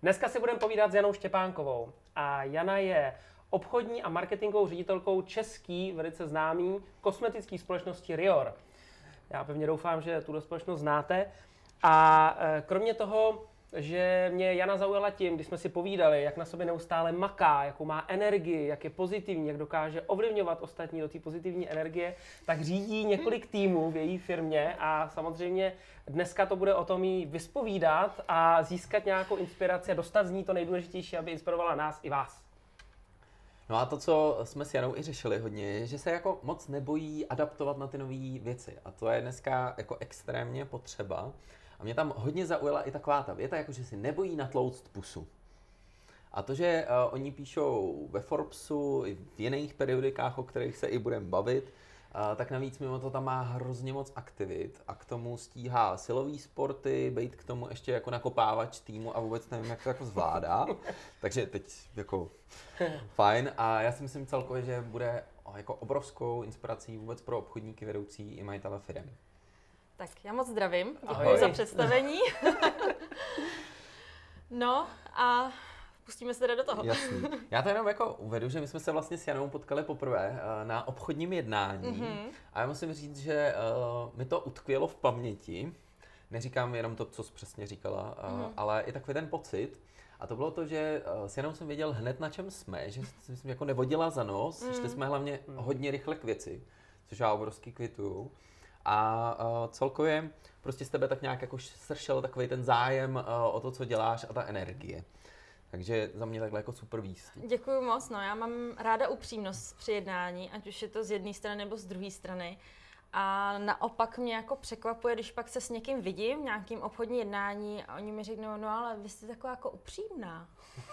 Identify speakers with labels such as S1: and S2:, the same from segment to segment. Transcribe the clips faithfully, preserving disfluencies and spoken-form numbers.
S1: Dneska si budeme povídat s Janou Štěpánkovou. A Jana je obchodní a marketingovou ředitelkou český, velice známý kosmetické společnosti Rior. Já pevně doufám, že tuto společnost znáte. A kromě toho, že mě Jana zaujala tím, když jsme si povídali, jak na sobě neustále maká, jakou má energii, jak je pozitivní, jak dokáže ovlivňovat ostatní do té pozitivní energie, tak řídí několik týmů v její firmě a samozřejmě dneska to bude o tom jí vyspovídat a získat nějakou inspiraci a dostat z ní to nejdůležitější, aby inspirovala nás i vás.
S2: No a to, co jsme s Janou i řešili hodně, je, že se jako moc nebojí adaptovat na ty nové věci. A to je dneska jako extrémně potřeba. A mě tam hodně zaujala i taková ta věta, jako že si nebojí natlouct pusu. A to, že uh, oni píšou ve Forbesu i v jiných periodikách, o kterých se i budeme bavit, uh, tak navíc mimo to tam má hrozně moc aktivit a k tomu stíhá silový sporty, bejt k tomu ještě jako nakopávač týmu a vůbec nevím, jak to jako zvládá. Takže teď jako fajn a já si myslím celkově, že bude jako obrovskou inspirací vůbec pro obchodníky, vedoucí i majitele firem.
S3: Tak já moc zdravím, děkuji
S1: Ahoj.
S3: za představení. No a pustíme se teda do toho.
S2: Jasný. Já to jenom jako uvedu, že my jsme se vlastně s Janou potkali poprvé na obchodním jednání mm-hmm. a já musím říct, že uh, mi to utkvělo v paměti. Neříkám jenom to, co jsi přesně říkala, uh, mm-hmm. ale i takový ten pocit. A to bylo to, že uh, s Janou jsem věděl hned, na čem jsme, že jsem jako nevodila za nos, mm-hmm. šli jsme hlavně mm-hmm. hodně rychle k věci, což já obrovský kvituju. A uh, celkově prostě z tebe tak nějak jako sršel takový ten zájem uh, o to, co děláš a ta energie. Takže za mě takhle jako super výstup.
S3: Děkuju moc, no já mám ráda upřímnost při jednání, ať už je to z jedné strany nebo z druhé strany. A naopak mě jako překvapuje, když pak se s někým vidím v nějakým obchodním jednání a oni mi řeknou, no ale vy jste taková jako upřímná.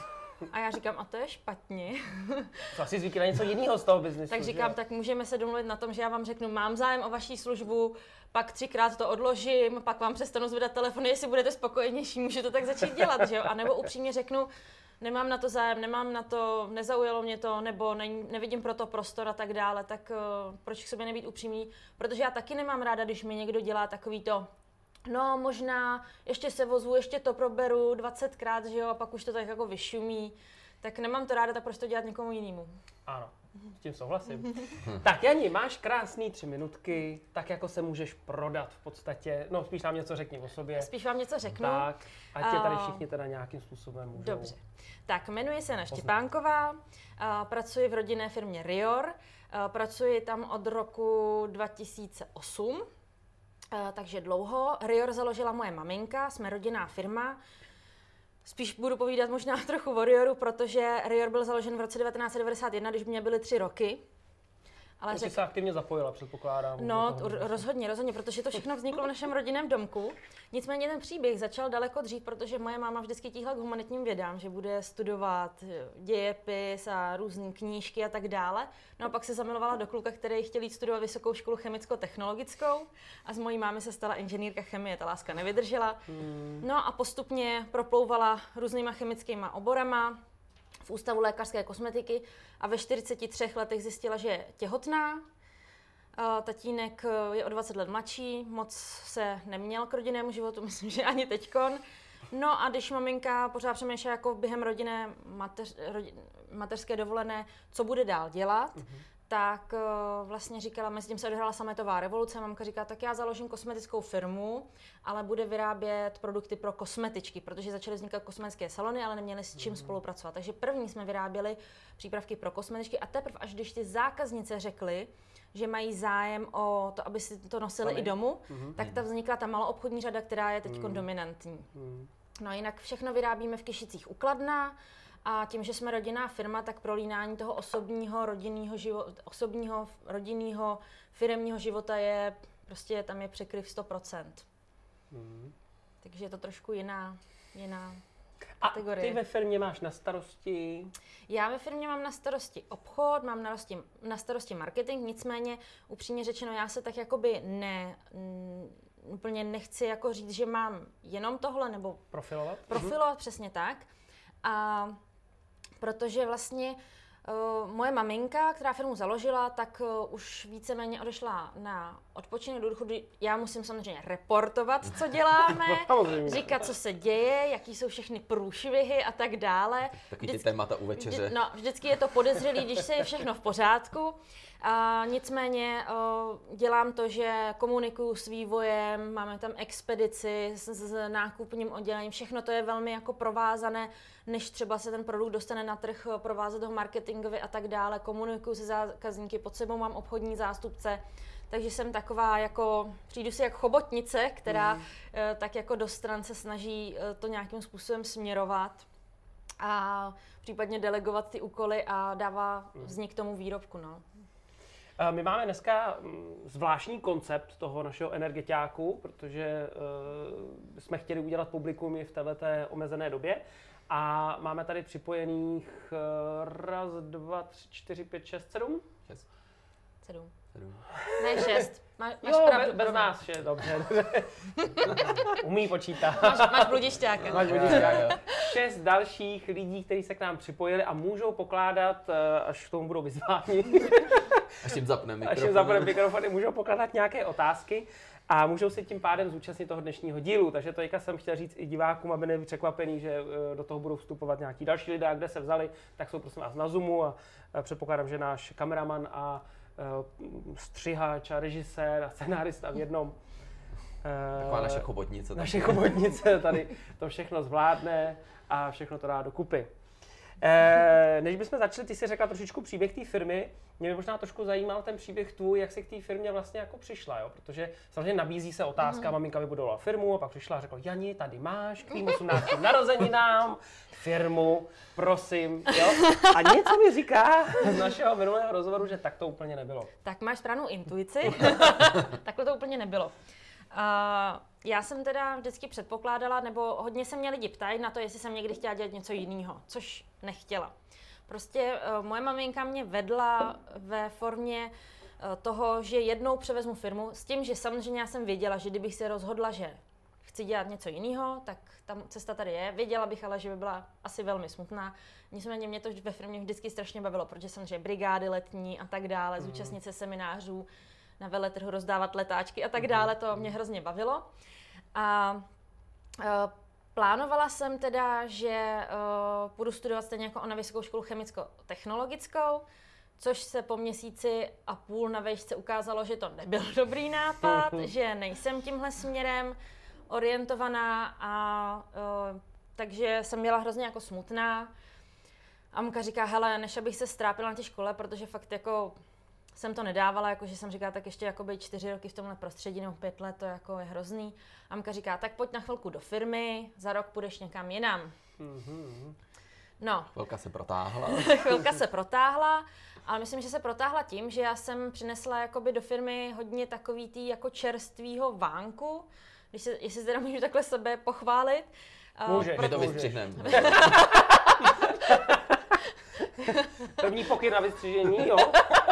S3: A já říkám, a to je špatně.
S1: To asi zvyklý na něco jiného z toho biznesu.
S3: Tak říkám, že? tak můžeme se domluvit na tom, že já vám řeknu, mám zájem o vaši službu, pak třikrát to odložím, pak vám přestanu zvedat telefony, jestli budete spokojenější, můžu to tak začít dělat, že jo? A nebo upřímně řeknu, nemám na to zájem, nemám na to, nezaujalo mě to, nebo ne, nevidím pro to prostor a tak dále, tak uh, proč k sobě nebýt upřímný? Protože já taky nemám ráda, když mi někdo dělá takový to, no možná, ještě se vozu, ještě to proberu dvacetkrát, že jo, a pak už to tak jako vyšumí. Tak nemám to ráda, tak proč to dělat někomu jinému?
S1: Ano, s tím souhlasím. Tak Jani, máš krásný tři minutky, tak jako se můžeš prodat v podstatě, no spíš nám něco řekni o sobě.
S3: Spíš vám něco řeknu.
S1: Tak, ať tě tady všichni teda nějakým způsobem můžou.
S3: Dobře. Tak, jmenuji se Jana Štěpánková, pracuji v rodinné firmě Rior, pracuji tam od roku dva tisíce osm. Uh, takže dlouho. Rior založila moje maminka, jsme rodinná firma. Spíš budu povídat možná trochu o Rioru, protože Rior byl založen v roce devatenáct set devadesát jedna, když mě byly tři roky.
S1: Ale jsi řek... se aktivně zapojila, předpokládám.
S3: No, rozhodně, rozhodně, protože to všechno vzniklo v našem rodinném domku. Nicméně ten příběh začal daleko dřív, protože moje máma vždycky tíhla k humanitním vědám, že bude studovat dějepis a různé knížky a tak dále. No a pak se zamilovala do kluka, který chtěl jít studovat vysokou školu chemicko-technologickou a z mojí mámy se stala inženýrka chemie, ta láska nevydržela. Hmm. No a postupně proplouvala různýma chemickýma oborama v Ústavu lékařské kosmetiky a ve čtyřiceti třech letech zjistila, že je těhotná. Tatínek je o dvacet let mladší, moc se neměl k rodinnému životu, myslím, že ani teďkon. No a když maminka pořád přemýšlela jako během rodinné mateř, rodin, mateřské dovolené, co bude dál dělat, mm-hmm. tak uh, vlastně říkala, mezi tím se odehrála sametová revoluce, mamka říká, tak já založím kosmetickou firmu, ale bude vyrábět produkty pro kosmetičky, protože začaly vznikat kosmetické salony, ale neměly s čím mm. spolupracovat. Takže první jsme vyráběli přípravky pro kosmetičky a teprve až když ty zákaznice řekly, že mají zájem o to, aby si to nosili Sami. i domů, mm-hmm. tak ta vznikla ta maloobchodní řada, která je teď mm. dominantní. Mm. No jinak všechno vyrábíme v Kyšicích u Kladna. A tím, že jsme rodinná firma, tak prolínání toho osobního, rodinného života, osobního, rodinného, firemního života je, prostě tam je překryv sto procent. Mm. Takže je to trošku jiná, jiná kategorie.
S1: A ty ve firmě máš na starosti?
S3: Já ve firmě mám na starosti obchod, mám na starosti, na starosti marketing, nicméně upřímně řečeno, já se tak jakoby ne... N, úplně nechci jako říct, že mám jenom tohle, nebo...
S1: Profilovat?
S3: Profilovat, mm-hmm. přesně tak. A protože vlastně Uh, moje maminka, která firmu založila, tak uh, už víceméně odešla na odpočinek do důchodu. Já musím samozřejmě reportovat, co děláme, říkat, co se děje, jaký jsou všechny průšvihy a tak dále.
S2: Taky ty témata u večeře.
S3: Vždy, no, vždycky je to podezřelý, když se je všechno v pořádku. A nicméně uh, dělám to, že komunikuju s vývojem, máme tam expedici s, s nákupním oddělením, všechno to je velmi jako provázané, než třeba se ten produkt dostane na trh, provázet ho marketingově a tak dále. Komunikuju se zákazníky, pod sebou mám obchodní zástupce, takže jsem taková jako, přijdu si jak chobotnice, která mm. uh, tak jako do stran se snaží uh, to nějakým způsobem směrovat a případně delegovat ty úkoly a dává vznik tomu výrobku. No.
S1: My máme dneska zvláštní koncept toho našeho energetiáku, protože uh, jsme chtěli udělat publikum i v této omezené době. A máme tady připojených uh, raz, dva, tři, čtyři, pět, šest, sedm?
S2: Šest.
S3: Sedm.
S2: Sedm.
S3: Ne, šest. Má, máš
S1: jo,
S3: pravdu,
S1: bez, bez nás šest, dobře. Umí počítat.
S3: Máš, máš bludišťáka.
S1: Máš bludišťáka. Šest dalších lidí, kteří se k nám připojili a můžou pokládat, až k tomu budou vyzváni.
S2: Až jim zapne mikrofon.
S1: Až jim zapne mikrofony, můžou pokládat nějaké otázky. A můžou se tím pádem zúčastnit toho dnešního dílu. Takže to jsem chtěl říct i divákům, aby nebyli překvapení, že do toho budou vstupovat nějaký další lidé. A kde se vzali, tak jsou prosím vás na Zoomu a předpokládám, že náš kameraman a střihač a režisér a scenárista v jednom.
S2: Taková naše chobotnice.
S1: Naše chobotnice tady to všechno zvládne a všechno to dá dokupy. E, než bychom začali, ty jsi řekla trošičku příběh té firmy. Mě by možná trošku zajímal ten příběh tvůj, jak jsi k té firmě vlastně jako přišla, jo? Protože samozřejmě nabízí se otázka, mm. maminka vybudovala firmu a pak přišla a řekla, Jani, tady máš k tvým osmnáctým narozeninám firmu, prosím, jo? A něco mi říká z našeho minulého rozhovoru, že tak to úplně nebylo.
S3: Tak máš správnou intuici, takhle to úplně nebylo. Uh, já jsem teda vždycky předpokládala, nebo hodně se mě lidi ptají na to, jestli jsem někdy chtěla dělat něco jiného, což nechtěla. Prostě uh, moje maminka mě vedla ve formě uh, toho, že jednou převezmu firmu, s tím, že samozřejmě já jsem věděla, že kdybych se rozhodla, že chci dělat něco jiného, tak ta cesta tady je. Věděla bych ale, že by byla asi velmi smutná. Nicméně mě to ve firmě vždycky strašně bavilo, protože samozřejmě brigády letní a tak dále, mm. zúčastnit se seminářů, na veletrhu rozdávat letáčky a tak dále, to mě hrozně bavilo. A uh, plánovala jsem teda, že uh, půjdu studovat stejně jako ona vysokou školu chemicko-technologickou, což se po měsíci a půl na vejšce ukázalo, že to nebyl dobrý nápad, že nejsem tímhle směrem orientovaná a uh, takže jsem byla hrozně jako smutná. A mamka říká, hele, než abych se strápila na té škole, protože fakt jako jsem to nedávala, jakože jsem říkala, tak ještě jakoby čtyři roky v tomhle prostředí, nebo pět let, to jako je hrozný. A mamka říká, tak pojď na chvilku do firmy, za rok půjdeš někam jinam. Mm-hmm. No.
S2: Chvilka se protáhla.
S3: Chvilka se protáhla, ale myslím, že se protáhla tím, že já jsem přinesla jakoby do firmy hodně takový tý jako čerstvýho vánku, když se, jestli teda můžu takhle sebe pochválit.
S1: Můžeš,
S2: my to vystřihneme.
S1: První pokyn na vystřižení, jo?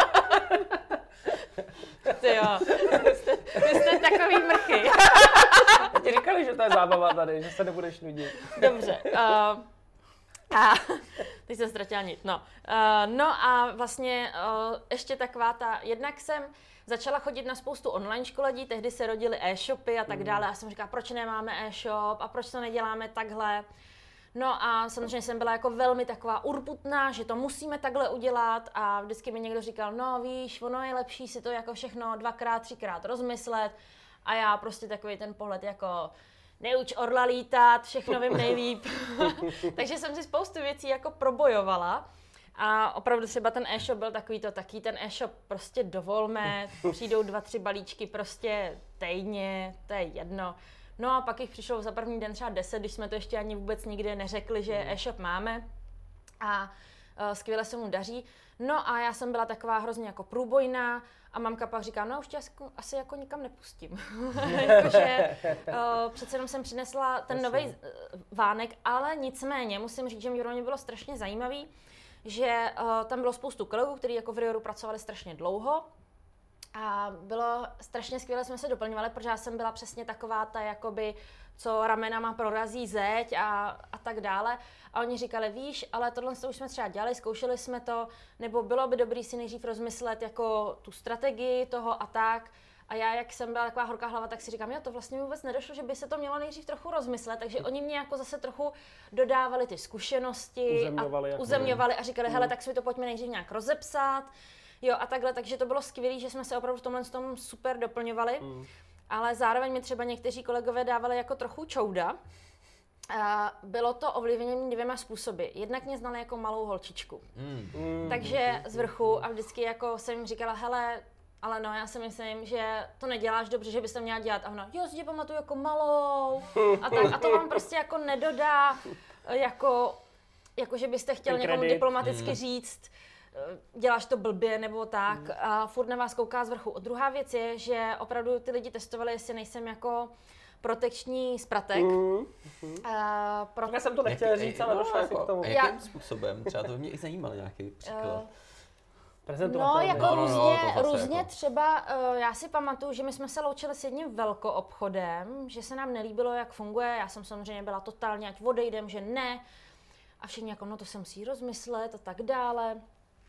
S3: Ty jo, vy jste, vy jste takový mrchy.
S1: Ti říkali, že to je zábava tady, že se nebudeš nudit.
S3: Dobře. Uh, a teď jsem ztratila nit. No. Uh, no a vlastně uh, ještě taková ta, jednak jsem začala chodit na spoustu online školení, tehdy se rodily e-shopy a tak dále. A já jsem říkala, proč nemáme e-shop a proč to neděláme takhle. No a samozřejmě jsem byla jako velmi taková urputná, že to musíme takhle udělat a vždycky mi někdo říkal, no víš, ono je lepší si to jako všechno dvakrát, třikrát rozmyslet a já prostě takový ten pohled jako neuč orla lítat, všechno vím nejlíp. Takže jsem si spoustu věcí jako probojovala a opravdu třeba ten e-shop byl takový to taky, ten e-shop prostě dovolme, přijdou dva, tři balíčky prostě týdně, to je jedno. No a pak jich přišlo za první den třeba deset, když jsme to ještě ani vůbec nikdy neřekli, že e-shop máme a uh, skvěle se mu daří. No a já jsem byla taková hrozně jako průbojná a mamka pak říká, no už tě asi, asi jako nikam nepustím. Jakože uh, přece jenom jsem přinesla ten nový uh, vánek, ale nicméně musím říct, že mě pro mě bylo strašně zajímavý, že uh, tam bylo spoustu kolegů, kteří jako v Rioru pracovali strašně dlouho. A bylo strašně skvěle, jsme se doplňovali, protože já jsem byla přesně taková ta jakoby co ramenama prorazí zeď a, a tak dále. A oni říkali, víš, ale tohle už jsme třeba dělali, zkoušeli jsme to, nebo bylo by dobrý si nejdřív rozmyslet jako tu strategii toho a tak. A já, jak jsem byla taková horká hlava, tak si říkám, jo, to vlastně vůbec nedošlo, že by se to mělo nejdřív trochu rozmyslet, takže oni mě jako zase trochu dodávali ty zkušenosti
S1: uzemňovali,
S3: a,
S1: jako
S3: uzemňovali a říkali,
S1: mm.
S3: hele, tak si to pojďme nejdřív nějak rozepsat, jo a takhle, takže to bylo skvělé, že jsme se opravdu v tomhle tom super doplňovali, mm. ale zároveň mi třeba někteří kolegové dávali jako trochu čouda. A bylo to ovlivnění dvěma způsoby. Jednak mě znali jako malou holčičku, mm. takže z vrchu a vždycky jako jsem jim říkala, hele, ale no, já si myslím, že to neděláš dobře, že bys to měla dělat. A ona, jo, si tě pamatuju jako malou. A, tak, a to vám prostě jako nedodá, jako, jako že byste chtěl někomu diplomaticky říct, děláš to blbě nebo tak. Mm. A furt na vás kouká z vrchu. A druhá věc je, že opravdu ty lidi testovali, jestli nejsem jako protekční spratek. Mm.
S1: A proto... Já jsem to nechtěla Jak, říct, ale no, došla jako, si k tomu.
S2: A jakým já... způsobem? Třeba to by mě i zajímalo nějaký příklad. Uh,
S3: No, jako no, různě, no, no, různě jako. Třeba, uh, já si pamatuju, že my jsme se loučili s jedním velkoobchodem, že se nám nelíbilo, jak funguje, já jsem samozřejmě byla totálně, ať odejdem, že ne. A všichni jako, no to se musí rozmyslet a tak dále.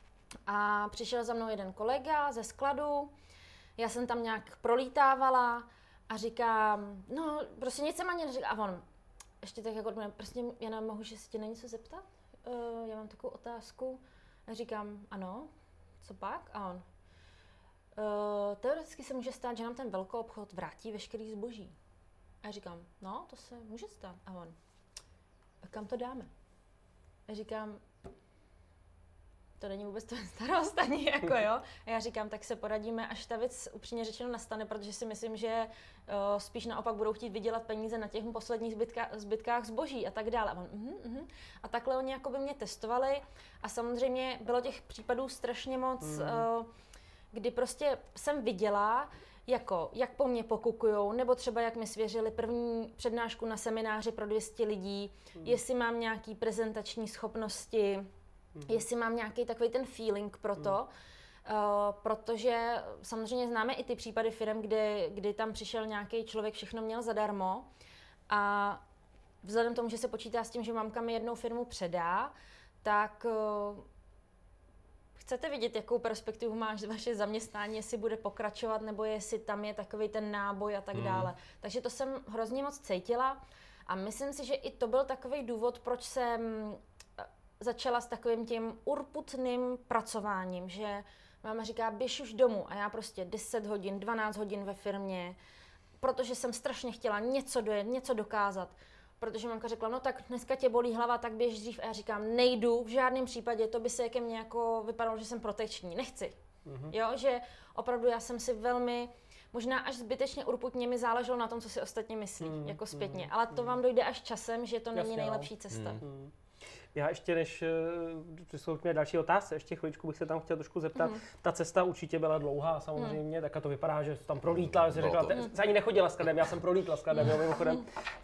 S3: A přišel za mnou jeden kolega ze skladu, já jsem tam nějak prolítávala a říkám, no prostě nic jsem ani neříkala. A on, ještě tak jako, prostě já nemohu, že se tě na něco zeptat? Uh, já mám takovou otázku. A říkám, ano. Co pak? A on, uh, teoreticky se může stát, že nám ten velkoobchod vrátí veškerý zboží. A já říkám, no, to se může stát. A on, a kam to dáme? A říkám, to není vůbec tvoje starost ani, jako jo. A já říkám, tak se poradíme, až ta věc upřímně řečeno nastane, protože si myslím, že uh, spíš naopak budou chtít vydělat peníze na těch posledních zbytka, zbytkách zboží a tak dále. A, on, uh-huh, uh-huh. a takhle oni jako by mě testovali a samozřejmě bylo těch případů strašně moc, mm. uh, kdy prostě jsem viděla, jako, jak po mně pokukujou, nebo třeba jak mi svěřili první přednášku na semináři pro dvě stě lidí, mm. jestli mám nějaký prezentační schopnosti, Mm. jestli mám nějaký takový ten feeling pro to, mm. uh, protože samozřejmě známe i ty případy firem, kdy, kdy tam přišel nějaký člověk, všechno měl zadarmo a vzhledem k tomu, že se počítá s tím, že mamka mi jednou firmu předá, tak uh, chcete vidět, jakou perspektivu máš vaše zaměstnání, jestli bude pokračovat, nebo jestli tam je takový ten náboj a tak mm. dále. Takže to jsem hrozně moc cítila a myslím si, že i to byl takový důvod, proč jsem začala s takovým tím urputným pracováním, že máma říká, běž už domů a já prostě deset hodin, dvanáct hodin ve firmě, protože jsem strašně chtěla něco dojet, něco dokázat. Protože mamka řekla, no tak dneska tě bolí hlava, tak běž dřív. A já říkám, nejdu, v žádném případě, to by se ke mně jako vypadalo, že jsem protekční, nechci. Mm-hmm. Jo, že opravdu já jsem si velmi, možná až zbytečně urputně mi záleželo na tom, co si ostatní myslí, mm-hmm. jako zpětně. Ale to vám dojde až časem, že to není Jasně, nejlepší cesta. Mm-hmm.
S1: Já ještě, než přistoupíme další otázce, ještě chviličku bych se tam chtěl trošku zeptat. Mm. Ta cesta určitě byla dlouhá samozřejmě, mm. tak a to vypadá, že jsi tam prolítla, že jsi řekla,
S2: mm.
S1: jsi ani nechodila skladem, já jsem prolítla skladem, jo, mimochodem.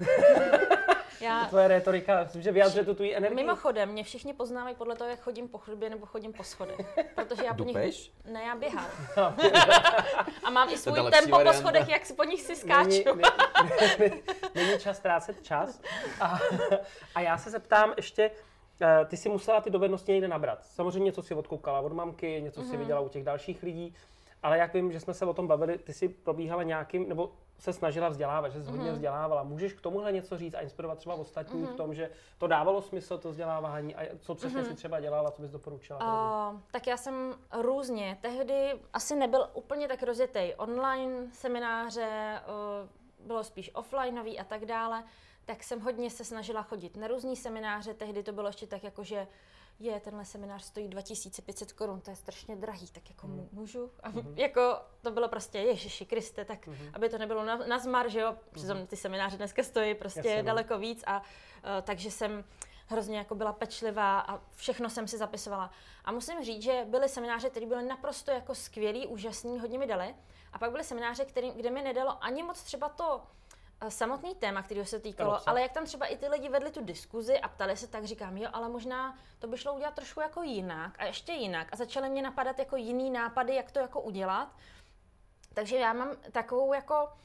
S3: Já...
S1: Tvoje rétorika, myslím, že vyjadřuje tu tvůj energii.
S3: Mimochodem, mě všichni poznávají podle toho, jak chodím po chodbě nebo chodím po schodech. Protože já po nich... Ne, já běhám. A mám i svůj tempo varianta. Po schodech, jak po nich si skáču. Není, ne,
S1: ne, ne, není čas ztrácet čas. A, a já se zeptám ještě, ty jsi musela ty dovednosti někde nabrat. Samozřejmě něco si odkoukala od mamky, něco mm-hmm. si viděla u těch dalších lidí, ale jak vím, že jsme se o tom bavili, ty jsi probíhala nějakým, nebo se snažila vzdělávat, že jsi mm-hmm. hodně vzdělávala. Můžeš k tomuhle něco říct a inspirovat třeba ostatní mm-hmm. v tom, že to dávalo smysl, to vzdělávání a co přesně mm-hmm. si třeba dělala, co bys doporučila?
S3: Uh, tak já jsem různě. Tehdy asi nebyl úplně tak rozjetý online semináře, uh, bylo spíš offlineový a tak dále. Tak jsem hodně se snažila chodit na různý semináře, tehdy to bylo ještě tak jako, že je, tenhle seminář stojí dva tisíce pět set korun, to je strašně drahý, tak jako mm. můžu? A mm. jako to bylo prostě, Ježiši Kriste, tak mm. aby to nebylo na, na zmar, že jo, přitom mm. ty semináře dneska stojí prostě Jasně, daleko víc a uh, takže jsem hrozně jako byla pečlivá a všechno jsem si zapisovala. A musím říct, že byly semináře, které byly naprosto jako skvělý, úžasný, hodně mi dali a pak byly semináře, který, kde mi nedalo ani moc třeba to samotný téma, kterého se týkalo, ale jak tam třeba i ty lidi vedli tu diskuzi a ptali se, tak říkám, jo, ale možná to by šlo udělat trošku jako jinak a ještě jinak a začaly mě napadat jako jiný nápady, jak to jako udělat. Takže já mám takovou jako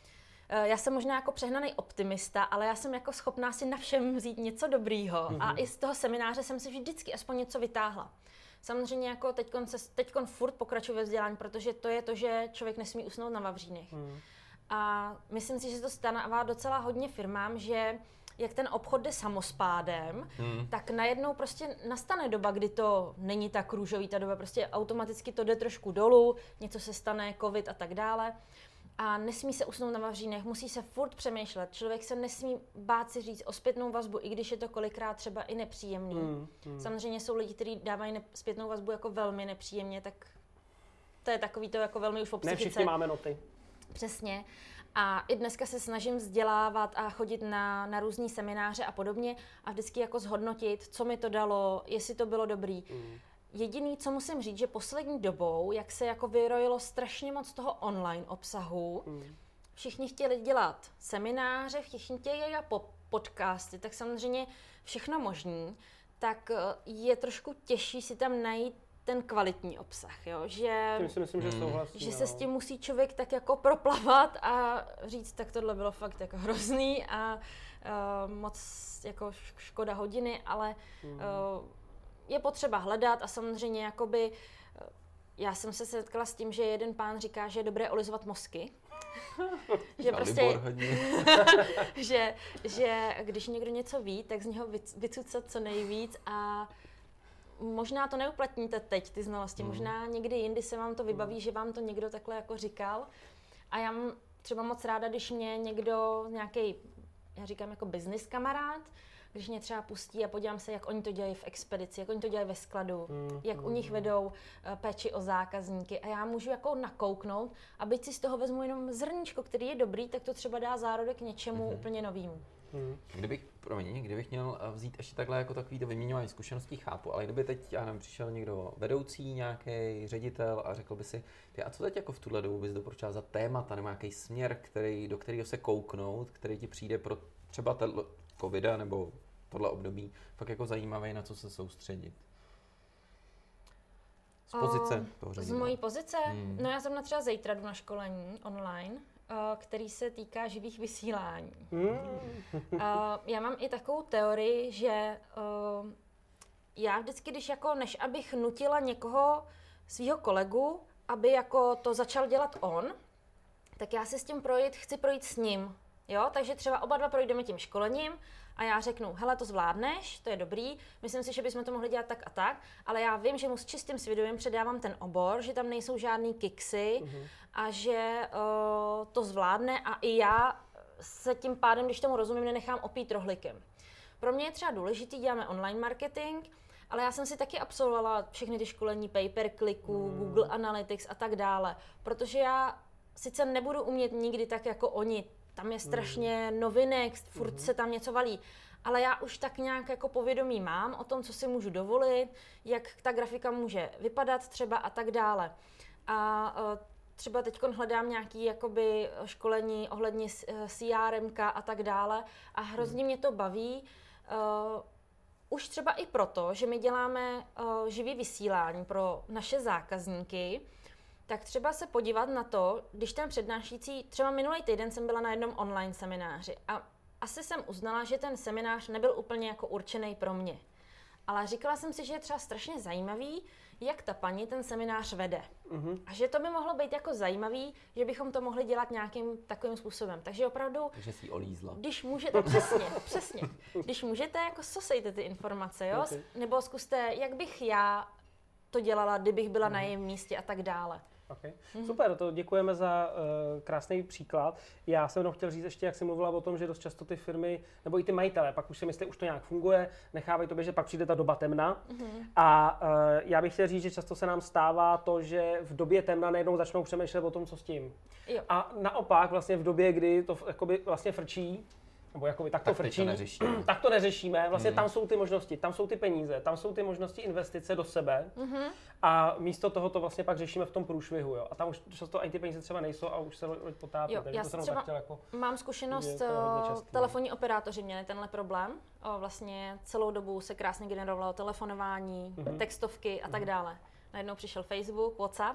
S3: já jsem možná jako přehnaný optimista, ale já jsem jako schopná si na všem vzít něco dobrýho. Mm-hmm. A i z toho semináře jsem si vždycky aspoň něco vytáhla. Samozřejmě jako teďkon, se, teďkon furt pokračuji ve vzdělání, protože to je to, že člověk nesmí usnout na vavřínech. Mm. A myslím si, že to stává docela hodně firmám, že jak ten obchod jde samospádem, mm. tak najednou prostě nastane doba, kdy to není tak růžový, ta doba prostě automaticky to jde trošku dolů, něco se stane, covid a tak dále. A nesmí se usnout na vavřínech, musí se furt přemýšlet. Člověk se nesmí bát si říct o zpětnou vazbu, i když je to kolikrát třeba i nepříjemný. Mm, mm. Samozřejmě jsou lidi, kteří dávají ne- zpětnou vazbu jako velmi nepříjemně, tak to je takový to jako velmi už po psychice.
S1: Ne všichni máme noty.
S3: Přesně. A i dneska se snažím vzdělávat a chodit na, na různý semináře a podobně a vždycky jako zhodnotit, co mi to dalo, jestli to bylo dobrý. Mm. Jediný, co musím říct, že poslední dobou, jak se jako vyrojilo strašně moc toho online obsahu, mm. všichni chtěli dělat semináře, všichni chtěli dělat podcasty, tak samozřejmě všechno možný, tak je trošku těžší si tam najít ten kvalitní obsah, jo? Že,
S1: tím si myslím, že souhlasím,
S3: že se s tím musí člověk tak jako proplavat a říct, tak tohle bylo fakt jako hrozný a uh, moc jako škoda hodiny, ale mm. uh, je potřeba hledat a samozřejmě jakoby, já jsem se setkala s tím, že jeden pán říká, že je dobré olizovat mozky. že prostě, že, že když někdo něco ví, tak z něho vycucat co nejvíc a možná to neuplatníte teď, ty znalosti, mm. možná někdy jindy se vám to vybaví, mm. že vám to někdo takhle jako říkal. A já mám třeba moc ráda, když mě někdo, nějaký, já říkám jako business kamarád, když mě třeba pustí a podívám se, jak oni to dělají v expedici, jak oni to dělají ve skladu, mm, jak mm, u nich vedou uh, péči o zákazníky a já můžu jako nakouknout a byť si z toho vezmu jenom zrníčko, který je dobrý, tak to třeba dá zárodek k něčemu mm-hmm. úplně novému.
S2: Mm. Kdybych, promiň, kdybych měl vzít ještě takhle jako takový to vyměňování zkušeností, chápu, ale kdyby teď, já nevím, přišel někdo vedoucí, nějaký ředitel a řekl by si, ty a co teď jako v tuhle dobu bys doporučoval za témata nebo nějaký směr, který, do kterého se kouknout, který ti přijde pro třeba ten covida nebo tohle období, fakt jako zajímavé, na co se soustředit. Z pozice
S3: o,
S2: toho ředitele.
S3: Z mojí pozice? Hmm. No já jsem na třeba zítra jdu na školení online, který se týká živých vysílání. Hmm. Já mám i takovou teorii, že já vždycky, když jako, než abych nutila někoho, svého kolegu, aby jako to začal dělat on, tak já se s tím projít, chci projít s ním. Jo? Takže třeba oba dva projdeme tím školením a já řeknu, hele, to zvládneš, to je dobrý, myslím si, že bychom to mohli dělat tak a tak, ale já vím, že mu s čistým svědomím předávám ten obor, že tam nejsou žádný kiksy uh-huh. a že uh, to zvládne a i já se tím pádem, když tomu rozumím, nenechám opít rohlíkem. Pro mě je třeba důležitý, děláme online marketing, ale já jsem si taky absolvovala všechny ty školení pay-per-clicku, hmm. Google Analytics a tak dále, protože já sice nebudu umět nikdy tak jako oni, tam je strašně hmm. novinek, furt hmm. se tam něco valí, ale já už tak nějak jako povědomí mám o tom, co si můžu dovolit, jak ta grafika může vypadat třeba a tak dále. A třeba teď hledám nějaké jakoby školení ohledně CRMka a tak dále a hrozně hmm. mě to baví. Uh, už třeba i proto, že my děláme uh, živý vysílání pro naše zákazníky, tak třeba se podívat na to, když ten přednášící, třeba minulý týden jsem byla na jednom online semináři a asi jsem uznala, že ten seminář nebyl úplně jako určený pro mě. Ale říkala jsem si, že je třeba strašně zajímavý, jak ta paní ten seminář vede. Mm-hmm. A že to by mohlo být jako zajímavý, že bychom to mohli dělat nějakým takovým způsobem. Takže opravdu...
S2: Takže jsi olízla.
S3: Když můžete, přesně, přesně. Když můžete, jako sosejte ty informace, jo? Okay. Nebo zkuste, jak bych já to dělala, kdybych byla mm-hmm. na jejím místě a tak dále.
S1: Okay. Mm-hmm. Super, to děkujeme za uh, krásný příklad. Já jsem jenom chtěl říct ještě, jak jsi mluvila o tom, že dost často ty firmy, nebo i ty majitelé, pak už si myslí, už to nějak funguje, nechávají to běžet, pak přijde ta doba temna. Mm-hmm. A uh, já bych chtěl říct, že často se nám stává to, že v době temna najednou začnou přemýšlet o tom, co s tím. Jo. A naopak vlastně v době, kdy to jakoby vlastně frčí, nebo jakoby tak to
S2: tak
S1: frčí,
S2: to
S1: tak to neřešíme. Vlastně hmm. tam jsou ty možnosti, tam jsou ty peníze, tam jsou ty možnosti investice do sebe mm-hmm. a místo toho to vlastně pak řešíme v tom průšvihu. Jo? A tam už často ani ty peníze třeba nejsou a už se loď potápí.
S3: Jo, já
S1: to jsem
S3: třeba
S1: chtěl jako
S3: mám zkušenost, to telefonní operátoři měli tenhle problém. O, vlastně celou dobu se krásně generovalo telefonování, mm-hmm. textovky a tak dále. Najednou přišel Facebook, WhatsApp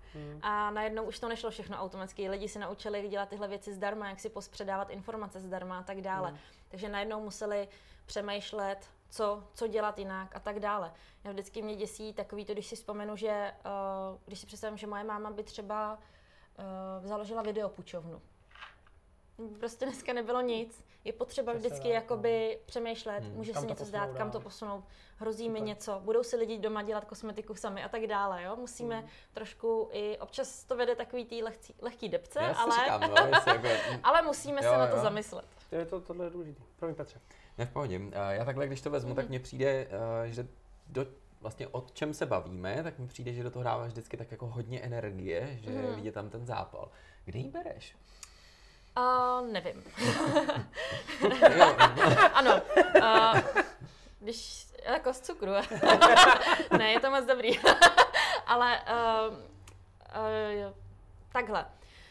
S3: Hmm. A najednou už to nešlo všechno automaticky. Lidi si naučili dělat tyhle věci zdarma, jak si pospředávat informace zdarma a tak dále. Hmm. Takže najednou museli přemýšlet, co, co dělat jinak a tak dále. Já vždycky mě děsí takový to, když si vzpomenu, že uh, když si představím, že moje máma by třeba uh, založila videopůjčovnu. Prostě dneska nebylo nic. Je potřeba vždycky jakoby přemýšlet, hmm. může se něco zdát, kam to posunout, hrozí Super. mi něco, budou si lidi doma dělat kosmetiku sami a tak dále. Jo? Musíme hmm. trošku i, občas to vede takový tý lehcí, lehký depce, ale,
S2: říkám, no, jako...
S3: ale musíme
S2: jo,
S3: se na to
S2: jo.
S3: zamyslet.
S1: Je to, tohle je důležitý. Promiň, Petře.
S2: Ne, v pohodě. Já takhle, když to vezmu, hmm. tak mně přijde, že do, vlastně o čem se bavíme, tak mi přijde, že do toho dáváš vždycky tak jako hodně energie, že hmm. vidí tam ten zápal. Kde ji bereš?
S3: Uh, nevím. Ano. Uh, když, jako z cukru. Ne, je to moc dobrý. Ale uh, uh, takhle.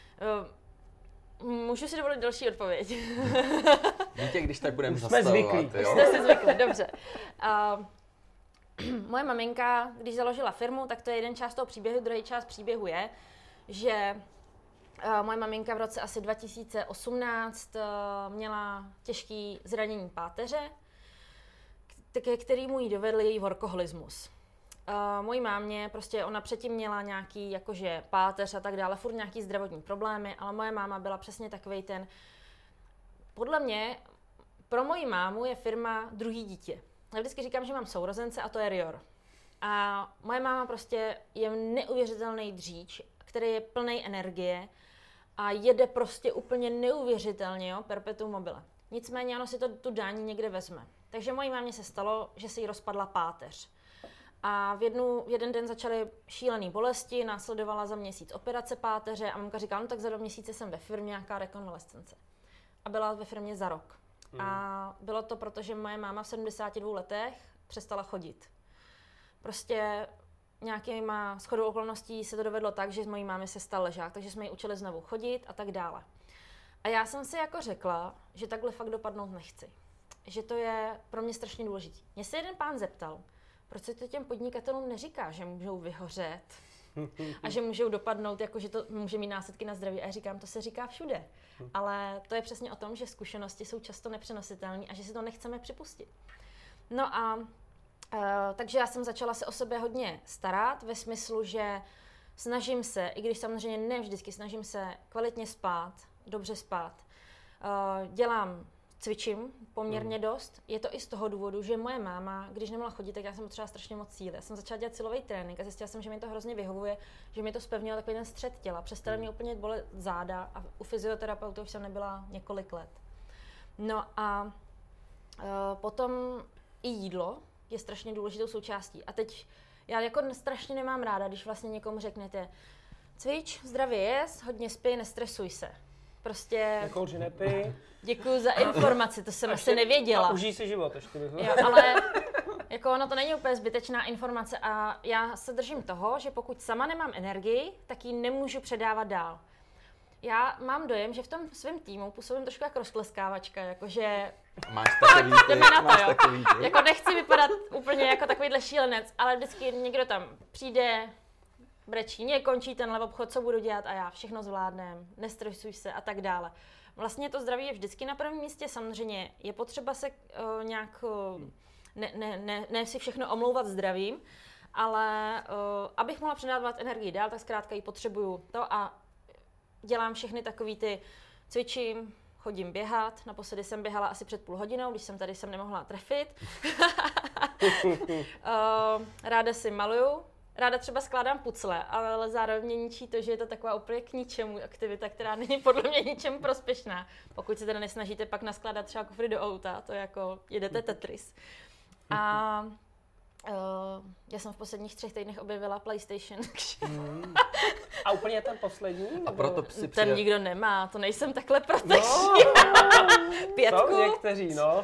S3: Uh, můžu si dovolit další odpověď.
S2: Víte, když tak budeme zastavovat.
S1: Jsme zvyklí.
S3: Jste si zvykli, dobře. Uh, moje maminka, když založila firmu, tak to je jeden část toho příběhu, druhý část příběhu je, že Uh, moje maminka v roce asi dva tisíce osmnáct uh, měla těžké zranění páteře, ke kterému jí dovedl její workoholismus. Uh, mojí mámě, prostě ona předtím měla nějaký jakože páteř a tak dále, furt nějaký zdravotní problémy, ale moje máma byla přesně takovej ten, podle mě, pro moji mámu je firma druhý dítě. Já vždycky říkám, že mám sourozence a to je Rior. A moje máma prostě je neuvěřitelný dříč, který je plný energie a jede prostě úplně neuvěřitelně, jo, perpetuum mobile. Nicméně ono si to tu dání někde vezme. Takže mojí mámě se stalo, že se jí rozpadla páteř. A v, jednu, v jeden den začaly šílené bolesti, následovala za měsíc operace páteře a mamka říkala, no tak za dva měsíce jsem ve firmě, nějaká rekonvalescence. A byla ve firmě za rok. Mm. A bylo to proto, že moje máma v sedmdesáti dvou letech přestala chodit. Prostě nějakýma shodou okolností se to dovedlo tak, že z mojí mámy se stal ležák, takže jsme ji učili znovu chodit a tak dále. A já jsem si jako řekla, že takhle fakt dopadnout nechci. Že to je pro mě strašně důležité. Mě se jeden pán zeptal, proč se to těm podnikatelům neříká, že můžou vyhořet a že můžou dopadnout, jako že to může mít následky na zdraví. A já říkám, to se říká všude. Ale to je přesně o tom, že zkušenosti jsou často nepřenositelné a že si to nechceme připustit. No a Uh, takže já jsem začala se o sebe hodně starat ve smyslu, že snažím se, i když samozřejmě ne vždycky, snažím se kvalitně spát, dobře spát. Uh, dělám, cvičím poměrně mm. dost. Je to i z toho důvodu, že moje máma, když nemohla chodit, tak já jsem potřebovala strašně moc síly. Já jsem začala dělat silový trénink a zjistila jsem, že mi to hrozně vyhovuje, že mi to zpevnilo takový ten střed těla. Přestala mm. mě úplně bolet záda a u fyzioterapeuta už jsem nebyla několik let. No a uh, potom i jídlo je strašně důležitou součástí. A teď já jako strašně nemám ráda, když vlastně někomu řeknete cvič, zdravě jest, hodně spí, nestresuj se. Prostě...
S1: Nekouři, nepij.
S3: Děkuju za informaci, to jsem asi nevěděla.
S1: A užij si život ještě.
S3: Jo, ale jako ono to není úplně zbytečná informace a já se držím toho, že pokud sama nemám energii, tak ji nemůžu předávat dál. Já mám dojem, že v tom svém týmu působím trošku jako rozkleskávačka, jakože...
S2: Máš takový ty,
S3: jdeme na to,
S2: máš
S3: jo.
S2: takový ty.
S3: Jako nechci vypadat úplně jako takovýhle šílenec, ale vždycky někdo tam přijde, brečí, mě končí tenhle obchod, co budu dělat a já všechno zvládnem, nestresuj se a tak dále. Vlastně to zdraví je vždycky na prvním místě, samozřejmě je potřeba se uh, nějak, uh, ne, ne, ne, ne si všechno omlouvat zdravím, ale uh, abych mohla předávat energii dál, tak zkrátka ji potřebuju to a dělám všechny takový ty, cvičím, chodím běhat, naposledy jsem běhala asi před půl hodinou, když jsem tady jsem nemohla trefit. uh, ráda si maluju, ráda třeba skládám pucle, ale zároveň mě ničí to, že je to taková úplně k ničemu aktivita, která není podle mě ničemu prospěšná. Pokud se teda nesnažíte pak naskládat třeba kufry do auta, to jako jedete Tetris. A uh, já jsem v posledních třech týdnech objevila PlayStation.
S1: Mm. A úplně ten poslední?
S2: A proto si
S3: ten
S2: přijde...
S3: nikdo nemá, to nejsem takhle proteční.
S1: No,
S3: Pětku.
S1: Jsou někteří, no.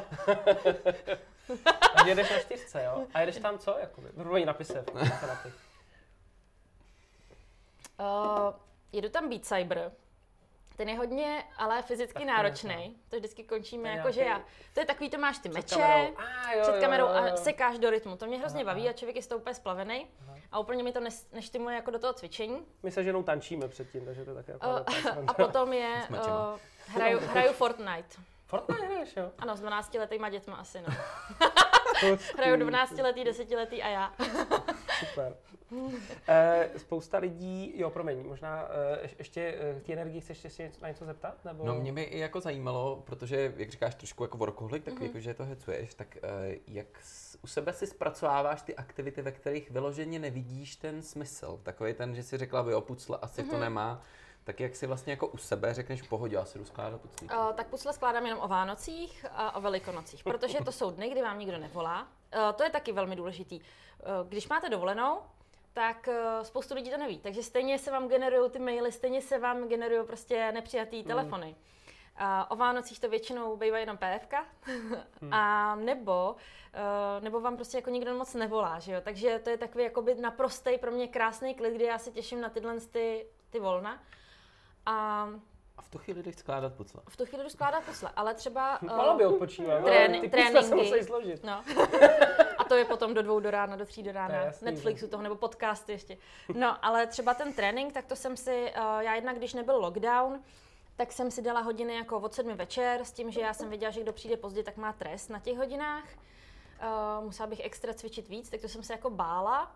S1: A jedeš na čtyřce, jo? A jedeš tam co? Jakoby? Vrvojí napise. Uh,
S3: jedu tam Beat Saber, Ten je hodně, ale fyzicky náročný. To vždycky končíme jako, že já. To je takový, to máš ty
S1: před
S3: meče
S1: kamerou, ah, jo,
S3: před kamerou
S1: jo, jo, jo.
S3: a sekáš do rytmu. To mě hrozně
S1: Aha,
S3: baví
S1: aha.
S3: a člověk je z toho úplně splavený. A úplně mi to nes- neštimuje jako do toho cvičení.
S1: My se ženou tančíme předtím, takže to je také jako...
S3: Uh, a potom je,
S2: S mečema.
S3: uh, hraju, hraju Fortnite.
S1: Fortnite hraješ, jo?
S3: Ano, s dvanáctiletýma dětma asi, no. Hraju dvanáctiletý, desetiletý a já.
S1: Super. E, spousta lidí, jo, promiň, možná e, ještě e, k té energii chceš ještě na něco zeptat? Nebo?
S2: No mě by i jako zajímalo, protože jak říkáš trošku jako workoholik, tak mm-hmm. jako, že to hecuješ, tak e, jak s, u sebe si zpracováváš ty aktivity, ve kterých vyloženě nevidíš ten smysl? Takový ten, že si řekla, jo, pucle asi mm-hmm. to nemá. Tak jak si vlastně jako u sebe řekneš, v pohodě, já si jdu skládat puclíky?
S3: Uh, tak pucle skládám jenom o Vánocích a o Velikonocích, protože to jsou dny, kdy vám nikdo nevolá. Uh, to je taky velmi důležitý. Uh, když máte dovolenou, tak uh, spoustu lidí to neví, takže stejně se vám generují ty maily, stejně se vám generují prostě nepřijatý mm. telefony. Uh, o Vánocích to většinou bývá jenom pé efka, mm. a nebo, uh, nebo vám prostě jako nikdo moc nevolá, že jo? Takže to je takový jakoby naprostej pro mě krásný klid, kdy já se těším na tyhle ty, ty volna. A,
S2: a v tu chvíli jdeš skládat pucle?
S3: V tu chvíli jdu skládat pucle, ale třeba... Uh,
S1: Malo by odpočívat,
S3: trény,
S1: ty
S3: tréninky.
S1: se musí složit.
S3: No. A to je potom do dvou do rána, do tří do rána,
S1: jasný,
S3: Netflixu toho, nebo podcasty ještě. No, ale třeba ten trénink, tak to jsem si, uh, já jednak, když nebyl lockdown, tak jsem si dala hodiny jako od sedmi večer, s tím, že já jsem věděla, že kdo přijde pozdě, tak má trest na těch hodinách. Uh, musela bych extra cvičit víc, tak to jsem se jako bála.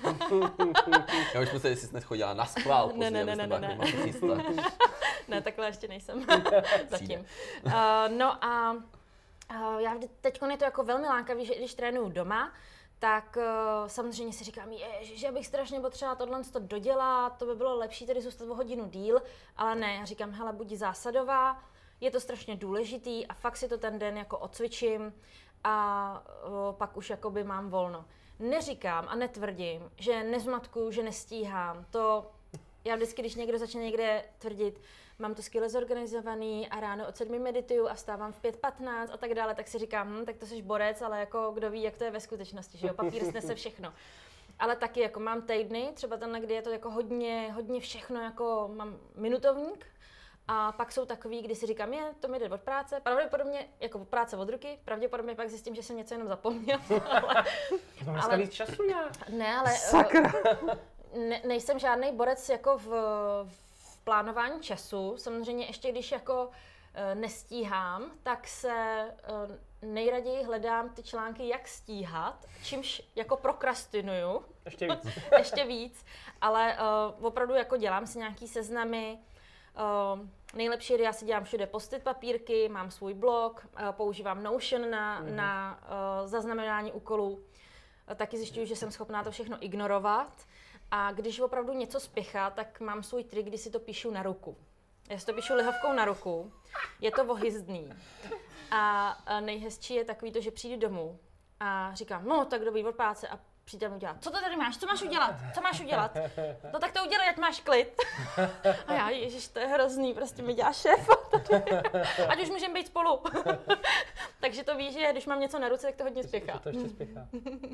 S2: Já už musím, jestli jsi neschodila na schvál pozdě,
S3: ne, ne, ne, ne, ne. Ne, takhle ještě nejsem zatím. Uh, no a uh, já teď je to jako velmi lákavý, že když trénuju doma, tak uh, samozřejmě si říkám, ježiš, že bych strašně potřebovala tohle to dodělat, to by bylo lepší tedy zůstat o hodinu díl, ale ne, já říkám, hele, buď zásadová, je to strašně důležitý a fakt si to ten den jako odcvičím a uh, pak už jakoby mám volno. Neříkám a netvrdím, že nezmatkuju, že nestíhám, to já vždycky, když někdo začne někde tvrdit, mám to skvěle zorganizovaný a ráno od sedmi medituju a vstávám v pět patnáct a tak dále, tak si říkám, hm, tak to jsi borec, ale jako kdo ví, jak to je ve skutečnosti, že jo, papír snese všechno. Ale taky jako mám týdny, třeba tenhle, kdy je to jako hodně, hodně všechno, jako mám minutovník a pak jsou takový, kdy si říkám, je, to mi jde od práce, pravděpodobně jako od práce od ruky, pravděpodobně pak zjistím, že jsem něco jenom zapomněl. ale,
S1: no, ale víc času já.
S3: Ne, ale
S1: Sakra.
S3: Ne, nejsem žádný borec jako v, v plánování času. Samozřejmě ještě když jako e, nestíhám, tak se e, nejraději hledám ty články, jak stíhat, čímž jako prokrastinuju.
S1: Ještě víc.
S3: ještě víc, ale e, opravdu jako dělám si nějaký seznamy. E, nejlepší je, já si dělám všude post-it papírky, mám svůj blog, e, používám Notion na, mm-hmm. na e, zaznamenání úkolů. E, taky zjišťuju, že jsem schopná to všechno ignorovat. A když opravdu něco spěchá, tak mám svůj trik, kdy si to píšu na ruku. Já si to píšu lihovkou na ruku, je to ohyzdný. A nejhezčí je takový to, že přijdu domů a říkám, no tak dobrý od práce a přítel mi udělá, co to tady máš, co máš udělat, co máš udělat? No tak to udělej, ať máš klid. A já, ježiš, to je hrozný, prostě mi dělá šéf. Ať už můžeme být spolu. Takže to víš, že když mám něco na ruce, tak to hodně spěchá.
S1: To ještě spěchá.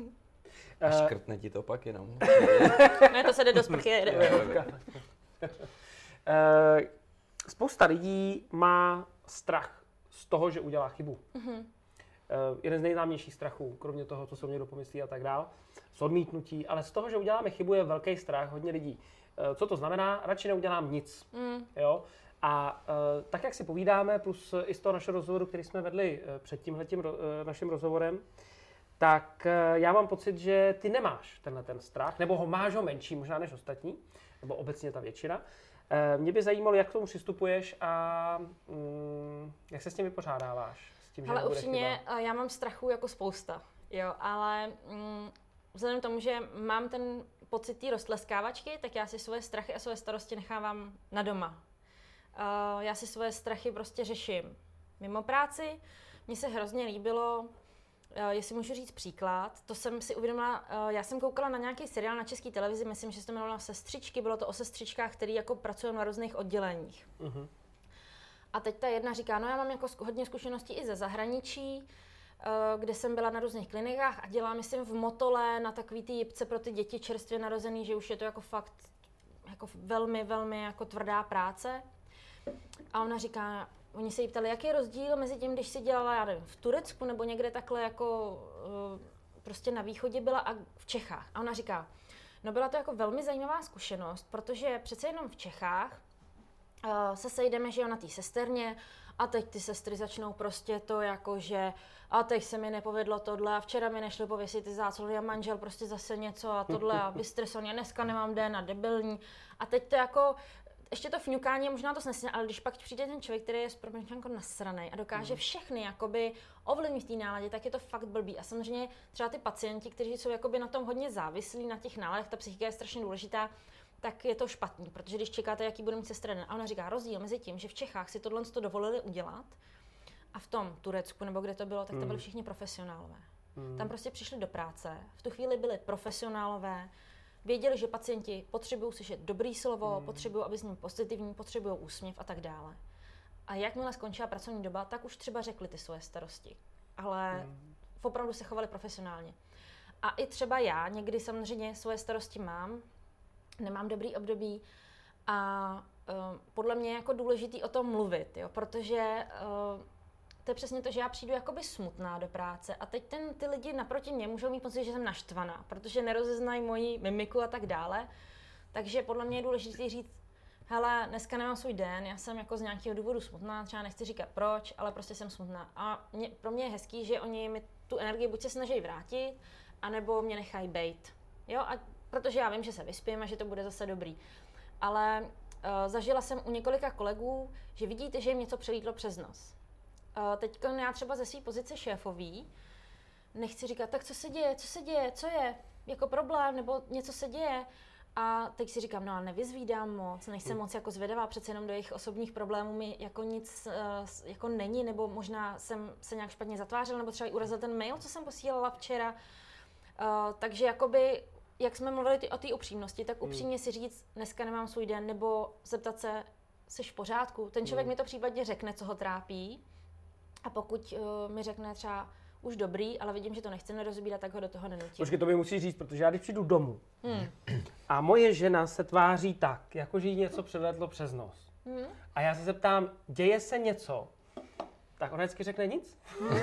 S2: A škrtne ti to pak jenom.
S3: Ne, to se jde do sprchy.
S1: Spousta lidí má strach z toho, že udělá chybu. Mm-hmm. Jeden z nejznámějších strachů, kromě toho, co se o někdo pomyslí a tak dál, z odmítnutí, ale z toho, že uděláme chybu, je velký strach hodně lidí. Co to znamená? Radši neudělám nic. Mm. Jo? A tak, jak si povídáme, plus i z toho našeho rozhovoru, který jsme vedli před tímhletím naším rozhovorem, tak já mám pocit, že ty nemáš tenhle ten strach, nebo ho máš ho menší možná než ostatní, nebo obecně ta většina. Mě by zajímalo, jak k tomu přistupuješ a mm, jak se s tím vypořádáváš. S tím, že
S3: ale upřímně, já mám strachu jako spousta, jo, ale mm, vzhledem k tomu, že mám ten pocit té roztleskávačky, tak já si svoje strachy a svoje starosti nechávám na doma. Uh, já si svoje strachy prostě řeším mimo práci. Mně se hrozně líbilo, Uh, jestli můžu říct příklad, to jsem si uvědomila, uh, já jsem koukala na nějaký seriál na české televizi, myslím, že se to jmenovalo Sestřičky, bylo to o sestřičkách, které jako pracují na různých odděleních. Uh-huh. A teď ta jedna říká, no já mám jako hodně zkušeností i ze zahraničí, uh, kde jsem byla na různých klinikách a dělám, myslím, v Motole na takový ty jipce pro ty děti čerstvě narozený, že už je to jako fakt jako velmi, velmi jako tvrdá práce. A ona říká, oni se jí ptali, jaký je rozdíl mezi tím, když si dělala, já nevím, v Turecku nebo někde takhle jako uh, prostě na východě byla a v Čechách. A ona říká, no byla to jako velmi zajímavá zkušenost, protože přece jenom v Čechách uh, se sejdeme, že jo, na té sesterně a teď ty sestry začnou prostě to jako, že a teď se mi nepovedlo tohle a včera mi nešlo pověsit ty záclony a manžel prostě zase něco a tohle a vystresovaný a dneska nemám den a debilní. A teď to jako, ještě to fňukání je možná to snesně, ale když pak přijde ten člověk, který je promiňte jako nasranej a dokáže všechny jakoby ovlivnit v té náladě, tak je to fakt blbý. A samozřejmě třeba ty pacienti, kteří jsou jakoby na tom hodně závislí, na těch náladách, ta psychika je strašně důležitá, tak je to špatný, protože když čekáte, jaký bude mít sestra den. A ona říká, rozdíl mezi tím, že v Čechách si tohle to dovolili udělat a v tom Turecku, nebo kde to bylo, tak to byli všichni profesionálové. Mm. Tam prostě přišli do práce, v tu chvíli byli profesionálové, věděli, že pacienti potřebují slyšet dobrý slovo, mm. potřebují, aby s ním pozitivní, potřebují úsměv a tak dále. A jakmile skončila pracovní doba, tak už třeba řekli ty svoje starosti. Ale mm. opravdu se chovali profesionálně. A i třeba já někdy samozřejmě svoje starosti mám, nemám dobrý období a uh, podle mě je jako důležitý o tom mluvit, jo, protože uh, to je přesně to, že já přijdu jakoby smutná do práce a teď ten, ty lidi naproti mě můžou mít pocit, že jsem naštvaná, protože nerozeznají moji mimiku a tak dále. Takže podle mě je důležité říct, hele, dneska nemám svůj den, já jsem jako z nějakého důvodu smutná, třeba nechci říkat proč, ale prostě jsem smutná. A mě, pro mě je hezký, že oni mi tu energii buď se snaží vrátit, anebo mě nechají bejt. Jo, a protože já vím, že se vyspím a že to bude zase dobrý. Ale uh, zažila jsem u několika kolegů, že vidíte, že jim něco přelítlo přes nos. Uh, teď já třeba ze své pozice šéfový nechci říkat, tak co se děje, co se děje, co je jako problém, nebo něco se děje. A teď si říkám, no ale nevyzvídám moc, nejsem moc jako zvědavá, přece jenom do jejich osobních problémů mi jako nic uh, jako není, nebo možná jsem se nějak špatně zatvářela, nebo třeba i urazil ten mail, co jsem posílala včera. Uh, takže jakoby, jak jsme mluvili ty, o té upřímnosti, tak upřímně mm. si říct, dneska nemám svůj den, nebo zeptat se, jsi v pořádku. Ten člověk mm. mi to případně řekne, co ho trápí. A pokud uh, mi řekne třeba už dobrý, ale vidím, že to nechce nerozbírat, tak ho do toho nenutím.
S1: Počkej, to mi musíš říct, protože já když přijdu domů
S3: hmm.
S1: a moje žena se tváří tak, jako že jí něco převedlo přes nos. Hmm. A já se zeptám, děje se něco? Tak ona vždycky řekne nic? Hmm.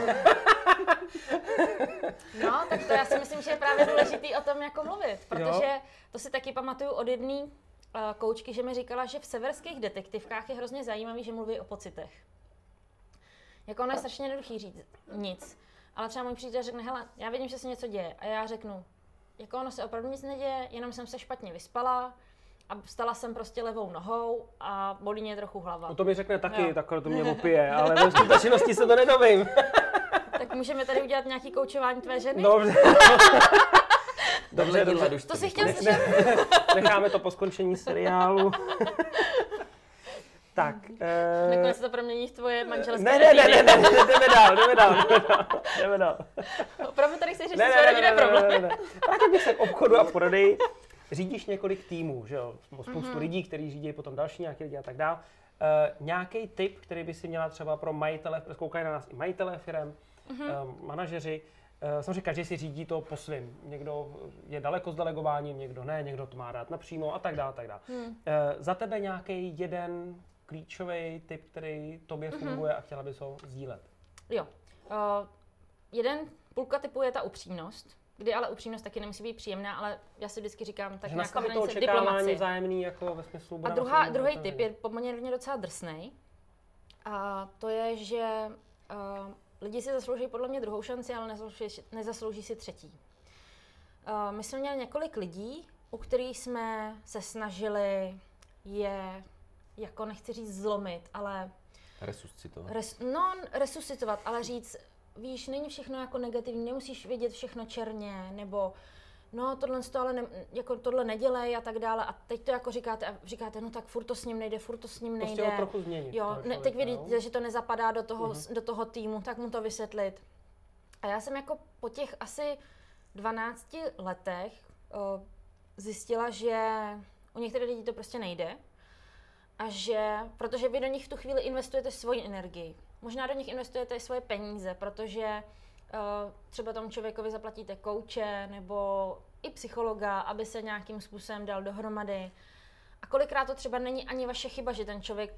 S3: No, tak to já si myslím, že je právě důležitý o tom jako mluvit, protože jo. To si taky pamatuju od jedné uh, koučky, že mi říkala, že v severských detektivkách je hrozně zajímavý, že mluví o pocitech. Jako ono je strašně jednoduchý říct nic. Ale třeba můj přítel řekne, hele, já vidím, že se něco děje. A já řeknu, jako ono se opravdu nic neděje, jenom jsem se špatně vyspala a vstala jsem prostě levou nohou a bolí mě trochu hlava.
S1: No to mi řekne taky, jo. Takhle to mě opije, ale ve skutečnosti se to nedovím.
S3: Tak můžeme tady udělat nějaký koučování tvé ženy?
S1: Dobře. Dobře,
S2: dobře.
S1: dobře.
S3: To si chtěl slyšet?
S1: Necháme to po skončení seriálu. Tak.
S3: E... Nakonec to promění v tvoje manželské.
S1: Ne, ne, ne, ne, ne, ne, jdeme dál, jdeme dál, jdeme dál.
S3: Opravdu tady chceš řešit své rodinné problémy.
S1: Vrátil bych se k obchodu a prodeji. Řídíš několik týmů, že jo? Spoustu mm-hmm. lidí, kteří řídí potom další nějaké lidi a tak dál. Uh, nějaký tip, který by si měla třeba pro majitele, koukají na nás i majitele firem, mm-hmm. uh, manažeři. Uh, samozřejmě každý si řídí to po svým. Někdo je daleko s delegováním, někdo ne, někdo to má rád napřímo a tak dále, tak dále. Mm. Uh, za tebe nějaký jeden klíčový tip, který tobě mm-hmm. funguje a chtěla bys ho sdílet?
S3: Jo. Uh, jeden půlka typu je ta upřímnost, kdy ale upřímnost taky nemusí být příjemná, ale já si vždycky říkám, tak nějaká hranice diplomacie.
S1: Vzájemný jako ve smyslu...
S3: A druhá, druhý tip je poměrně docela drsnej. A to je, že uh, lidi si zaslouží podle mě druhou šanci, ale nezaslouží, nezaslouží si třetí. Uh, my jsme měli několik lidí, u kterých jsme se snažili je, jako nechci říct zlomit, ale...
S2: Resuscitovat.
S3: Res, no, resuscitovat, ale říct, víš, není všechno jako negativní, nemusíš vidět všechno černě, nebo no tohle to ale ne, jako tohle nedělej a tak dále. A teď to jako říkáte, a říkáte, no tak furt to s ním nejde, furt to s ním nejde.
S1: Prostě ho trochu změnit.
S3: Jo, člověka, ne, teď vidíte, jo? Že to nezapadá do toho, uh-huh. do toho týmu, tak mu to vysvětlit. A já jsem jako po těch asi dvanácti letech uh, zjistila, že u některých lidí to prostě nejde. A že, protože vy do nich v tu chvíli investujete svoji energii. Možná do nich investujete i svoje peníze, protože uh, třeba tomu člověkovi zaplatíte kouče nebo i psychologa, aby se nějakým způsobem dal dohromady. A kolikrát to třeba není ani vaše chyba, že ten člověk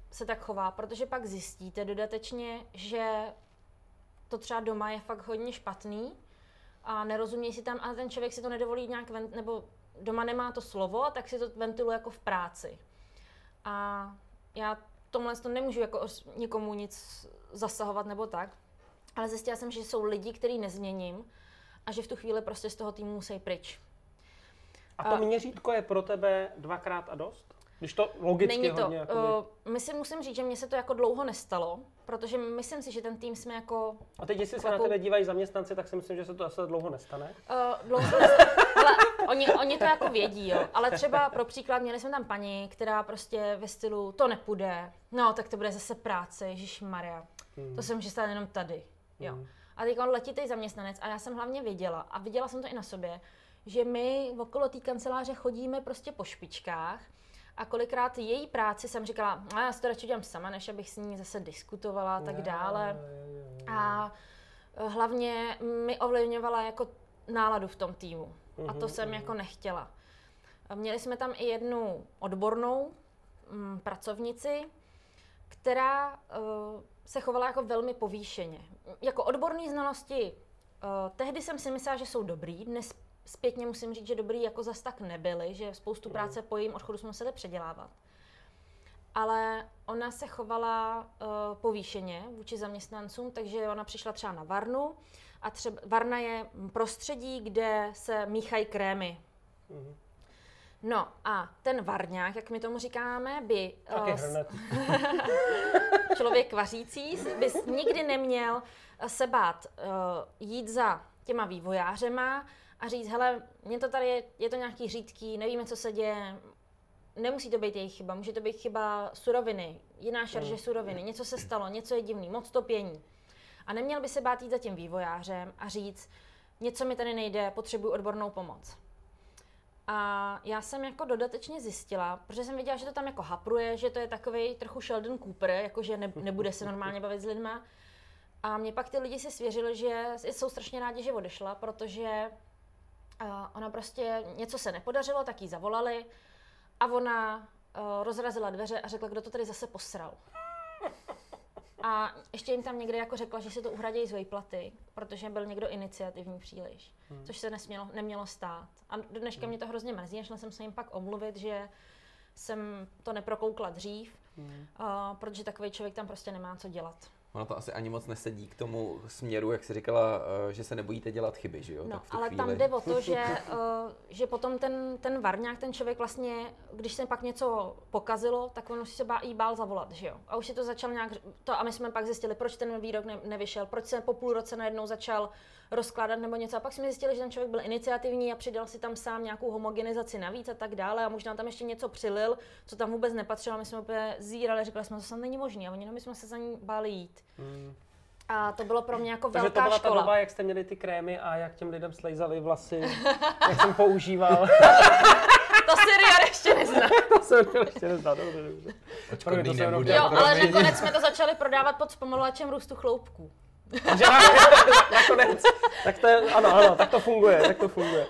S3: se tak chová, protože pak zjistíte dodatečně, že to třeba doma je fakt hodně špatný a nerozumí si tam, ale ten člověk si to nedovolí nějak, vent, nebo doma nemá to slovo, tak si to ventiluje jako v práci. A já tomhle to nemůžu jako nikomu nic zasahovat nebo tak, ale zjistila jsem, že jsou lidi, který nezměním a že v tu chvíli prostě z toho týmu musí pryč.
S1: A to a... měřítko je pro tebe dvakrát a dost? Když to logicky
S3: Není to.
S1: hodně... Jakoby...
S3: Uh, myslím, musím říct, že mně se to jako dlouho nestalo, protože myslím si, že ten tým jsme jako...
S1: A teď, jestli se na tebe dívají zaměstnanci, tak si myslím, že se to asi dlouho nestane.
S3: Uh, dlouho se ale oni, oni to jako vědí, jo. Ale třeba pro příklad, měli jsme tam paní, která prostě ve stylu, to nepůjde, no tak to bude zase práce, ježišmarja, hmm. to se může stát jenom tady, jo. Hmm. A teď on letitej zaměstnanec a já jsem hlavně věděla, a viděla jsem to i na sobě, že my okolo té kanceláře chodíme prostě po špičkách. A kolikrát její práci jsem říkala, a já si to radši dělám sama, než abych s ní zase diskutovala a tak dále. A hlavně mi ovlivňovala jako náladu v tom týmu. A to jsem jako nechtěla. Měli jsme tam i jednu odbornou m, pracovnici, která uh, se chovala jako velmi povýšeně. Jako odborné znalosti, uh, tehdy jsem si myslela, že jsou dobrý, dnes zpětně musím říct, že dobrý jako zas tak nebyli, že spoustu práce po jejím odchodu jsme museli předělávat. Ale ona se chovala uh, povýšeně vůči zaměstnancům, takže ona přišla třeba na varnu a třeba varna je prostředí, kde se míchají krémy. Mm. No a ten varňák, jak my tomu říkáme, by uh, člověk vařící by nikdy neměl se bát uh, jít za těma vývojářema a říct, hele, mě to tady je, je to nějaký řídký, nevíme, co se děje, nemusí to být jejich chyba, může to být chyba suroviny, jiná šarže mm. suroviny, něco se stalo, něco je divný, moc to pění. A neměl by se bát jít za tím vývojářem a říct, něco mi tady nejde, potřebuji odbornou pomoc. A já jsem jako dodatečně zjistila, protože jsem viděla, že to tam jako hapruje, že to je takovej trochu Sheldon Cooper, jakože ne, nebude se normálně bavit s lidma. A mě pak ty lidi si svěřili, že jsou strašně rádi, že odešla, protože uh, ona prostě, něco se nepodařilo, tak jí zavolali a ona uh, rozrazila dveře a řekla, kdo to tady zase posral. A ještě jim tam někde jako řekla, že si to uhradějí z výplaty, protože byl někdo iniciativní příliš, hmm. což se nesmělo, nemělo stát. A do dneška hmm. mě to hrozně mrzí, šla jsem se jim pak omluvit, že jsem to neprokoukla dřív, hmm. uh, protože takový člověk tam prostě nemá co dělat.
S2: Ono to asi ani moc nesedí k tomu směru, jak jsi říkala, že se nebojíte dělat chyby, že jo?
S3: No,
S2: tak v tu
S3: ale
S2: chvíli...
S3: tam jde o to, že, uh, že potom ten, ten varňák, ten člověk vlastně, když se pak něco pokazilo, tak on už se bá, jí bál zavolat, že jo? A už si to začal nějak, to, a my jsme pak zjistili, proč ten výrok ne, nevyšel, proč se po půl roce najednou začal rozkládat nebo něco. A pak jsme zjistili, že ten člověk byl iniciativní a přidal si tam sám nějakou homogenizaci navíc a tak dále a možná tam ještě něco přilil, co tam vůbec nepatřilo. A my jsme opět zírali, řekli jsme, to snad není možné a oni, no, my jsme se za ní báli jít. Hmm. A to bylo pro mě jako
S1: Takže
S3: velká
S1: škola. Takže to byla
S3: škola.
S1: ta doba, jak jste měli ty krémy a jak těm lidem slejzaly vlasy, jak jsem používal.
S3: To si Rior ještě nezná.
S1: To jsem ještě nezná, dobře, dobře.
S2: Odškodný nebude.
S3: Jo, ale nakonec jsme to začali prodávat pod zpomalovačem růstu chloupků.
S1: Nakonec, tak to je, ano, ano, tak to funguje, tak to funguje.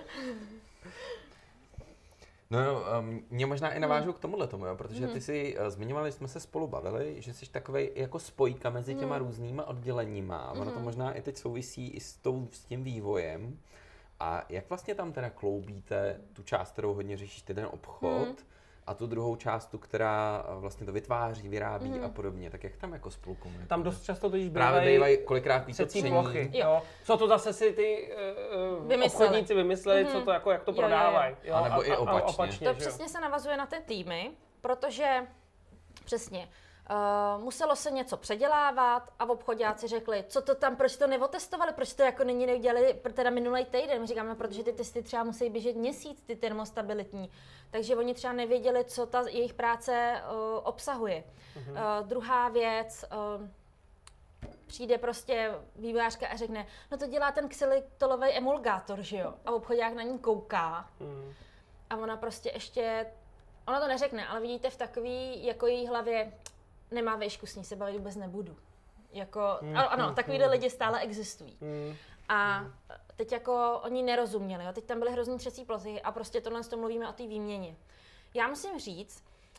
S2: No jo, um, mě možná i navážu k tomuhle tomu, jo, protože ty si uh, zmiňovali, jsme se spolu bavili, že jsi takovej jako spojka mezi těma mm. různýma odděleníma a ono mm. to možná i teď souvisí i s, tou, s tím vývojem. A jak vlastně tam teda kloubíte tu část, kterou hodně řešíte, ten obchod, mm. a tu druhou část, tu, která vlastně to vytváří, vyrábí mm. a podobně, tak jak tam jako spolu komunikujete?
S1: Tam dost často totiž
S2: právě bývají kolikrát výtotření.
S1: plochy, jo. Co to zase si ty uh, obchodníci vymysleli, mm-hmm. co to jako, jak to prodávají.
S2: A nebo i opačně.
S1: A opačně
S3: to přesně se navazuje na ty týmy, protože přesně Uh, muselo se něco předělávat a v obchodáci řekli, co to tam, proč to neotestovali, proč to jako nyní neudělali, teda minulý týden. My říkáme, protože ty testy třeba musí běžet měsíc, ty termostabilitní. Takže oni třeba nevěděli, co ta jejich práce uh, obsahuje. Uh-huh. Uh, druhá věc, uh, přijde prostě vývojářka a řekne, no to dělá ten xylitolový emulgátor, že jo? A obchodák na ní kouká. Uh-huh. A ona prostě ještě, ona to neřekne, ale vidíte v takový, jako její hlavě, nemá výšku, s ní se bavit vůbec nebudu. Jako, mm, ano, ano, takovýhle mm, lidi stále existují. Mm, a teď jako oni nerozuměli, jo? Teď tam byly hrozný třecí plochy a prostě tohle s tom mluvíme o té výměně. Já musím říct,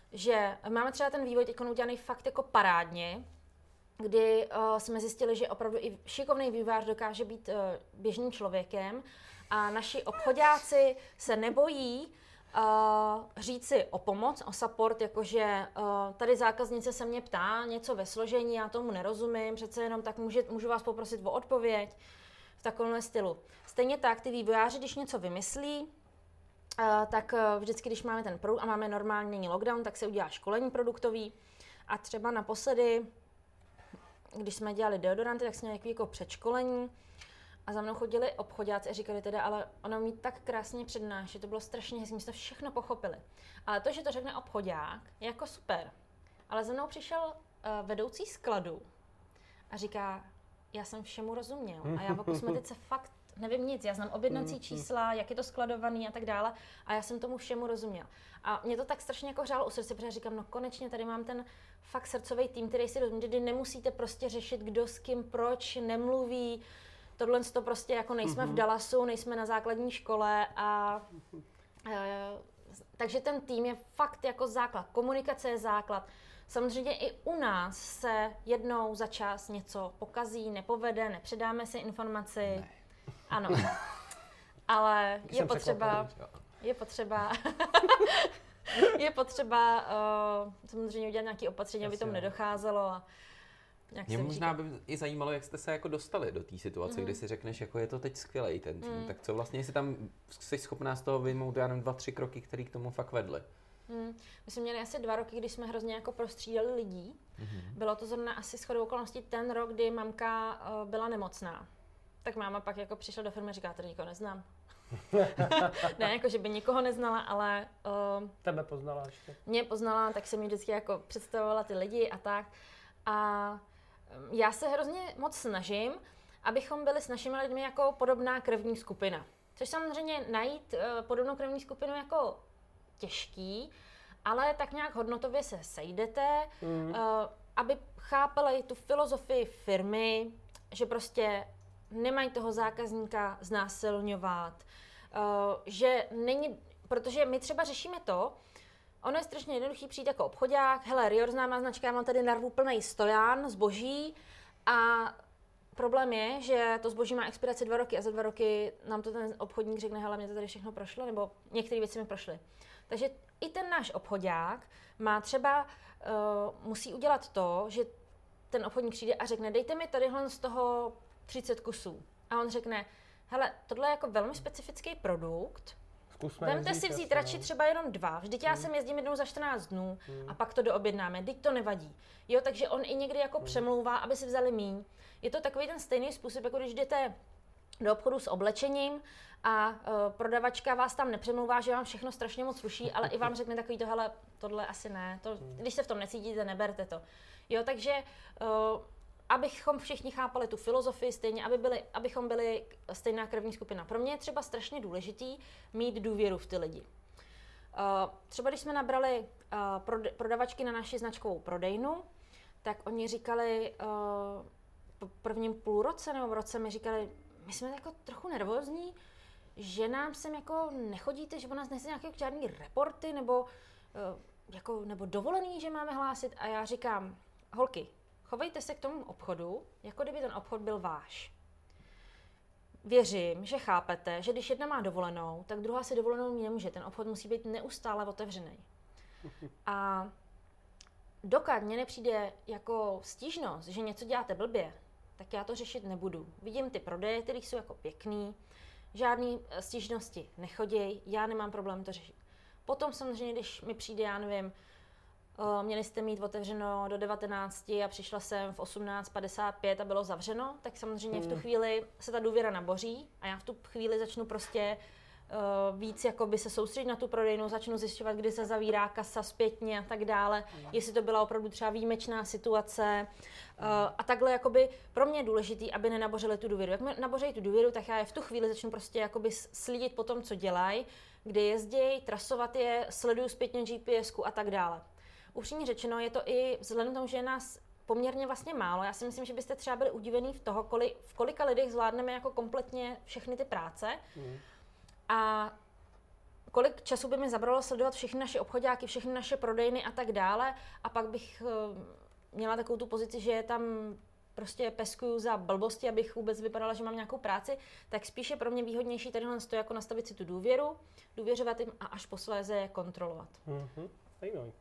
S3: že máme třeba ten vývoj teď udělaný fakt jako parádně, kdy uh, jsme zjistili, že opravdu i šikovný vývojář dokáže být uh, běžným člověkem a naši obchodáci se nebojí uh, říct si o pomoc, o support, jakože uh, tady zákaznice se mě ptá něco ve složení, já tomu nerozumím, přece jenom tak může, můžu vás poprosit o odpověď v takovém stylu. Stejně tak ty vývojáři, když něco vymyslí, uh, tak uh, vždycky, když máme ten produkt a máme normální lockdown, tak se udělá školení produktový a třeba naposledy, když jsme dělali deodoranty, tak jsme měli jako předškolení a za mnou chodili obchodáci a říkali teda, ale ona umí tak krásně přednášet, to bylo strašně hezké, my jsme to všechno pochopili. Ale to, že to řekne obchodák, je jako super. Ale za mnou přišel uh, vedoucí skladu a říká, já jsem všemu rozuměl a já o kosmetice fakt nevím nic, já znám objednací čísla, jak je to skladovaný a tak dále a já jsem tomu všemu rozuměl. A mě to tak strašně jako hřálo u srdce, protože říkám, no konečně tady mám ten fakt srdcový tým, který si rozumí, kdy nemusíte prostě řešit, kdo s kým, proč, nemluví. Tohle to prostě jako nejsme mm-hmm. v Dallasu, nejsme na základní škole a e, takže ten tým je fakt jako základ. Komunikace je základ. Samozřejmě i u nás se jednou za čas něco pokazí, nepovede, nepředáme si informaci. Ne. Ano. Ale je potřeba, je potřeba, je potřeba uh, samozřejmě udělat nějaké opatření, aby tomu nedocházelo. A
S2: mě možná by i zajímalo, jak jste se jako dostali do té situace, mm. kdy si řekneš, jako je to teď skvělej ten tým. Mm. Tak co vlastně, jestli tam jsi schopná z toho vyjmout, já nevím, dva, tři kroky, které k tomu fakt vedly?
S3: Mm. My jsme měli asi dva roky, kdy jsme hrozně jako prostřídali lidí. Mm. Bylo to zrovna asi shodou okolností ten rok, kdy mamka uh, byla nemocná. Tak máma pak jako přišla do firmy a říká, tady nikoho neznám. Ne, jako že by nikoho neznala, ale... Uh,
S1: Tebe poznala ještě.
S3: Mě poznala, tak jsem mi vždycky jako představovala ty lidi a tak. A um, já se hrozně moc snažím, abychom byli s našimi lidmi jako podobná krevní skupina. Což samozřejmě najít uh, podobnou krevní skupinu jako těžký, ale tak nějak hodnotově se sejdete, mm. uh, aby chápali tu filozofii firmy, že prostě nemají toho zákazníka znásilňovat, uh, že není, protože my třeba řešíme to, ono je strašně jednoduchý přijít jako obchodák, hele, Rior známá značka, já mám tady narvu plnej stojan, zboží a problém je, že to zboží má expiraci dva roky a za dva roky nám to ten obchodník řekne, hele, mě to tady všechno prošlo, nebo některé věci mi prošly. Takže i ten náš obchodák má třeba, uh, musí udělat to, že ten obchodník přijde a řekne, dejte mi tadyhle z toho třicet kusů. A on řekne, hele, tohle je jako velmi specifický produkt,
S1: Zkusme
S3: vemte si vzít radši třeba jenom dva, vždyť já
S1: hmm.
S3: sem jezdím jednou za čtrnáct dnů
S1: hmm.
S3: a pak to doobjednáme, vždyť to nevadí. Jo, takže on i někdy jako hmm. přemlouvá, aby si vzali míň. Je to takový ten stejný způsob, jako když jdete do obchodu s oblečením a uh, prodavačka vás tam nepřemlouvá, že vám všechno strašně moc sluší, ale i vám řekne takový to, hele, tohle asi ne, to, hmm. když se v tom necítíte, neberte to. Jo, takže uh, abychom všichni chápali tu filozofii stejně, aby byli, abychom byli stejná krevní skupina. Pro mě je třeba strašně důležitý mít důvěru v ty lidi. Uh, třeba když jsme nabrali uh, prod- prodavačky na naši značkovou prodejnu, tak oni říkali uh, po prvním půlroce nebo v roce mi říkali, my jsme jako trochu nervózní, že nám sem jako nechodíte, že po nás nejste nějaké žádný reporty nebo, uh, jako, nebo dovolený, že máme hlásit. A já říkám, holky, chovejte se k tomu obchodu, jako kdyby ten obchod byl váš. Věřím, že chápete, že když jedna má dovolenou, tak druhá si dovolenou mít nemůže. Ten obchod musí být neustále otevřený. A dokud mně nepřijde jako stížnost, že něco děláte blbě, tak já to řešit nebudu. Vidím ty prodeje, které jsou jako pěkný, žádný stížnosti nechodí, já nemám problém to řešit. Potom samozřejmě, když mi přijde, já nevím, měli jste mít otevřeno do devatenácti a přišla jsem v osmnáct padesát pět a bylo zavřeno, tak samozřejmě hmm. v tu chvíli se ta důvěra naboří a já v tu chvíli začnu prostě uh, víc jakoby se soustředit na tu prodejnu, začnu zjišťovat, kdy se zavírá kasa zpětně a tak dále, hmm. jestli to byla opravdu třeba výjimečná situace uh, a takhle jakoby pro mě je důležitý, aby nenabořili tu důvěru. Jak mi naboří tu důvěru, tak já je v tu chvíli začnu prostě jakoby slídit po tom, co dělají, kde jezdí, trasovat je, sleduju zpětně G P S ku a tak dále. Upřímně řečeno, je to i vzhledem k tomu, že je nás poměrně vlastně málo. Já si myslím, že byste třeba byli udivený v toho, kolik, v kolika lidech zvládneme jako kompletně všechny ty práce. Mm. A kolik času by mi zabralo sledovat všechny naše obchodáky, všechny naše prodejny a tak dále a pak bych uh, měla takovou tu pozici, že je tam prostě peskuju za blbosti, abych vůbec vypadala, že mám nějakou práci, tak spíše pro mě výhodnější tadyhle to jako nastavit si tu důvěru, důvěřovat jim a až posléze je kontrolovat.
S1: Mm-hmm. Zajímavý.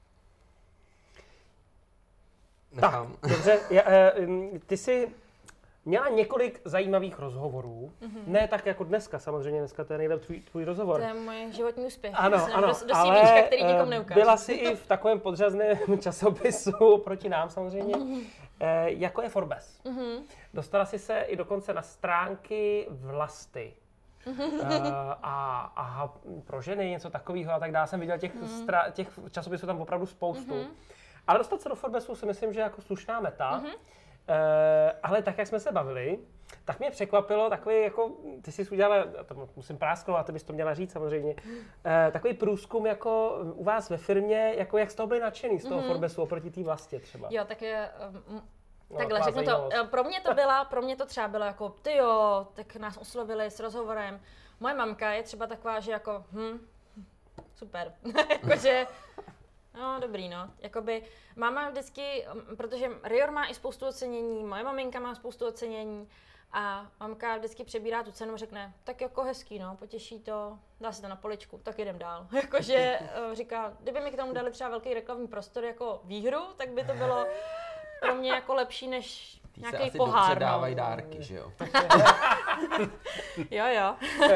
S2: Nechám.
S1: Tak, dobře, já, ty jsi měla několik zajímavých rozhovorů, mm-hmm. ne tak jako dneska, samozřejmě dneska to je nejde tvůj, tvůj rozhovor.
S3: To je můj životní úspěch.
S1: Ano, ano,
S3: do, do
S1: ale
S3: CVčka, který nikomu neukážu.
S1: Byla jsi i v takovém podřazném časopisu proti nám samozřejmě, mm-hmm. eh, jako je Forbes. Mm-hmm. Dostala jsi se i dokonce na stránky Vlasty. Mm-hmm. Uh, a, a pro ženy něco takového a tak dále. Jsem viděl těch, mm-hmm. stra, těch časopisů tam opravdu spoustu. Mm-hmm. Ale dostat se do Forbesu si myslím, že jako slušná meta. Mm-hmm. Uh, ale tak, jak jsme se bavili, tak mě překvapilo takový, jako, ty jsi udělala, to musím prásknout, a ty bys to měla říct samozřejmě, uh, takový průzkum jako u vás ve firmě, jako jak z toho byli nadšený, z toho mm-hmm. Forbesu oproti té Vlastě třeba.
S3: Jo, tak je, um, no, takhle řeknu to, pro mě to byla, pro mě to třeba bylo jako, ty jo, tak nás oslovili s rozhovorem. Moje mamka je třeba taková, že jako, hm, super, jakože, no, dobrý, no. Jakoby máma vždycky, protože Rior má i spoustu ocenění, moje maminka má spoustu ocenění a mamka vždycky přebírá tu cenu a řekne, tak jako hezký, no, potěší to, dá si to na poličku, tak jdem dál. Jakože říká, kdyby mi k tomu dali třeba velký reklamní prostor jako výhru, tak by to bylo pro mě jako lepší než
S2: Ty
S3: nějaký
S2: se asi
S3: pohár.
S2: dobře dávají dárky, že jo?
S3: jo, jo.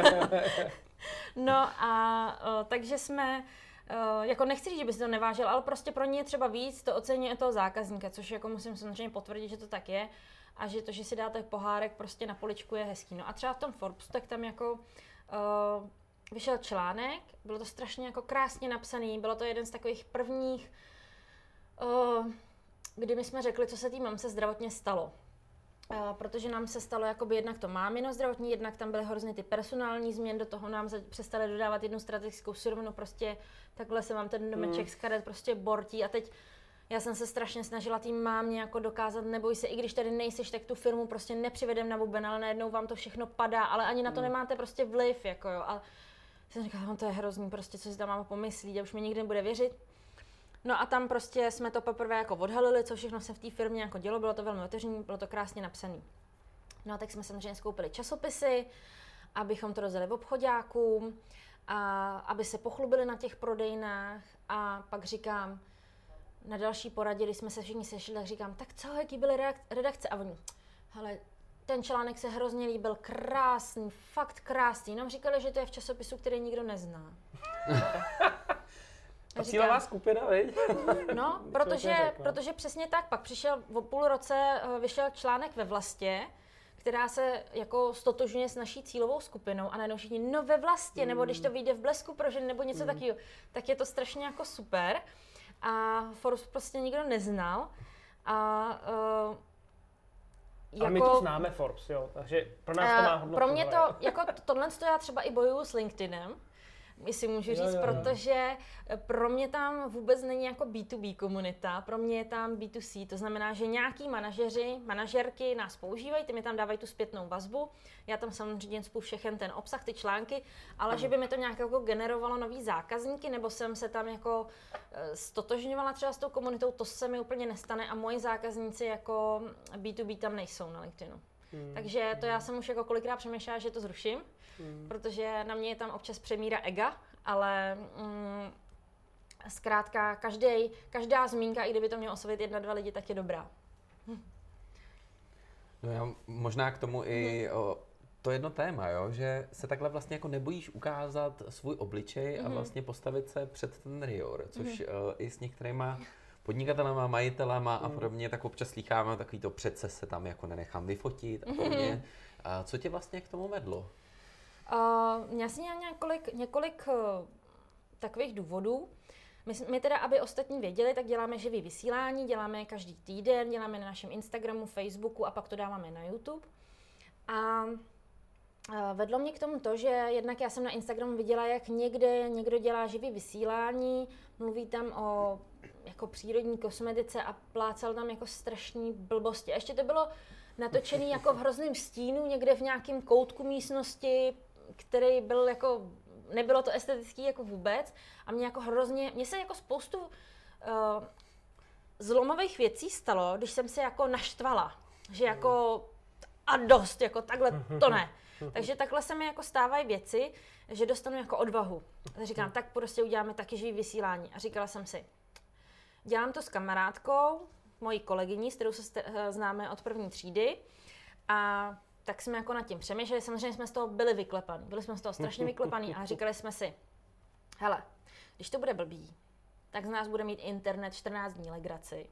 S3: No a o, takže jsme Uh, jako nechci říct, že by si to nevážil, ale prostě pro ně je třeba víc, to oceňuje toho zákazníka, což jako musím samozřejmě potvrdit, že to tak je a že to, že si dáte pohárek prostě na poličku je hezký. No a třeba v tom Forbesu, tak tam jako uh, vyšel článek, bylo to strašně jako krásně napsaný, bylo to jeden z takových prvních, uh, kdy my jsme řekli, co se té mamce zdravotně stalo. Uh, protože nám se stalo jakoby jednak to mámino zdravotní, jednak tam byly hrozně ty personální změny, do toho nám přestali dodávat jednu strategickou surovinu, prostě takhle se vám ten domeček z karet prostě bortí a teď já jsem se strašně snažila tým mámě jako dokázat, neboj se, i když tady nejseš, tak tu firmu prostě nepřivedem na buben, ale najednou vám to všechno padá, ale ani na to nemáte prostě vliv, jako jo. A jsem říkala, no to je hrozný, prostě co si tam máma pomyslí, a už mi nikdy nebude věřit. No a tam prostě jsme to poprvé jako odhalili, co všechno se v té firmě jako dělo, bylo to velmi otevřené, bylo to krásně napsané. No a tak jsme samozřejmě skoupili časopisy, abychom to rozdali v obchoďákům, a aby se pochlubili na těch prodejnách a pak říkám, na další poradě, když jsme se všichni sešli, tak říkám, tak co, jaký byly redakce? A oni, hele, ten článek se hrozně líbil, krásný, fakt krásný. Nám říkali, že to je v časopisu, který nikdo nezná.
S1: A cílová skupina, viď?
S3: No, protože, protože přesně tak, pak přišel o půl roce, vyšel článek ve Vlastě, která se jako stotožňuje s naší cílovou skupinou a najednou všichni, no ve Vlastě, mm. nebo když to vyjde v Blesku pro ženy, nebo něco mm. takového, tak je to strašně jako super. A Forbes prostě nikdo neznal. A uh,
S1: jako, my to známe Forbes, jo, takže pro nás to má hodnotu.
S3: Pro mě to, jako tohle to já třeba i bojuju s LinkedInem, jestli můžu říct, jo, jo, jo. Protože pro mě tam vůbec není jako bé dvě bé komunita, pro mě je tam bé dvě cé, to znamená, že nějaký manažeři, manažerky nás používají, ty mi tam dávají tu zpětnou vazbu, já tam samozřejmě spolu všechen ten obsah, ty články, ale ano. Že by mi to nějak jako generovalo nový zákazníky, nebo jsem se tam jako stotožňovala třeba s tou komunitou, to se mi úplně nestane a moji zákazníci jako bé dvě bé tam nejsou na LinkedInu. Hmm. Takže to já jsem už jako kolikrát přemýšlela, že to zruším, hmm. protože na mě je tam občas přemíra ega, ale mm, zkrátka každý, každá zmínka, i kdyby to mělo oslovit jedna, dva lidi, tak je dobrá. Hm.
S2: No já možná k tomu i o, to jedno téma, jo, že se takhle vlastně jako nebojíš ukázat svůj obličej hmm. a vlastně postavit se před ten Rior, což hmm. uh, i s některýma podnikatelema, majitelema a podobně, tak občas slýcháme takový to přece se tam jako nenechám vyfotit a podobně. A co tě vlastně k tomu vedlo?
S3: Uh, já jsem měla několik, několik uh, takových důvodů. My, my teda, aby ostatní věděli, tak děláme živý vysílání, děláme každý týden, děláme na našem Instagramu, Facebooku a pak to dáváme na YouTube. A uh, vedlo mě k tomu to, že jednak já jsem na Instagramu viděla, jak někde někdo dělá živý vysílání, mluví tam o jako přírodní kosmetice a plácal tam jako strašný blbosti. A ještě to bylo natočený jako v hrozném stínu, někde v nějakém koutku místnosti, který byl jako nebylo to estetický jako vůbec a mě jako hrozně, mně se jako spoustu uh, zlomových věcí stalo, když jsem se jako naštvala, že jako a dost, jako takhle to ne. Takže takhle se mi jako stávají věci, že dostanu jako odvahu. A říkám, tak prostě uděláme taky živý vysílání. A říkala jsem si, dělám to s kamarádkou, mojí kolegyní, s kterou se známe od první třídy. A tak jsme jako nad tím přemýšleli, samozřejmě jsme z toho byli vyklepaní. Byli jsme z toho strašně vyklepaní a říkali jsme si, hele, když to bude blbý, tak z nás bude mít internet čtrnáct dní legraci.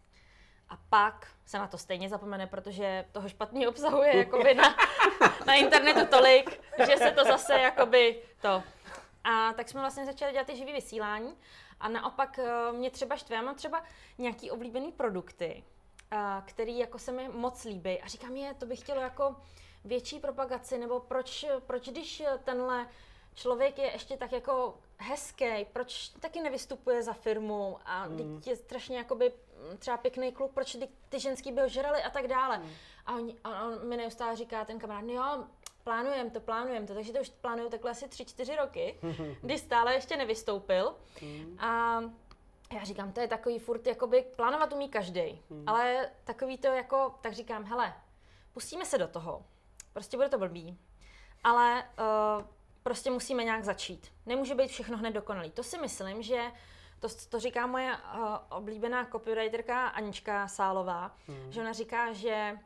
S3: A pak se na to stejně zapomene, protože toho špatného obsahuje jakoby na, na internetu tolik, že se to zase jakoby to. A tak jsme vlastně začali dělat ty živý vysílání a naopak mě třeba štve, já mám třeba nějaký oblíbený produkty, který jako se mi moc líbí a říkám, je, to bych chtělo jako větší propagaci, nebo proč, proč když tenhle člověk je ještě tak jako hezký, proč taky nevystupuje za firmu a mm. je strašně jakoby třeba pěkný kluk, proč ty, ty ženský by ho žrali a tak dále. Mm. A, on, a on mi neustále říká ten kamarád, no jo, plánujem to, plánujem to, takže to už plánuju takhle asi tři, čtyři roky, kdy stále ještě nevystoupil. Mm. A já říkám, to je takový furt, jakoby plánovat umí každej, mm. ale takový to jako, tak říkám, hele, pustíme se do toho, prostě bude to blbý, ale uh, prostě musíme nějak začít. Nemůže být všechno hned dokonalý. To si myslím, že to, to říká moje uh, oblíbená copywriterka Anička Sálová, mm. že ona říká, že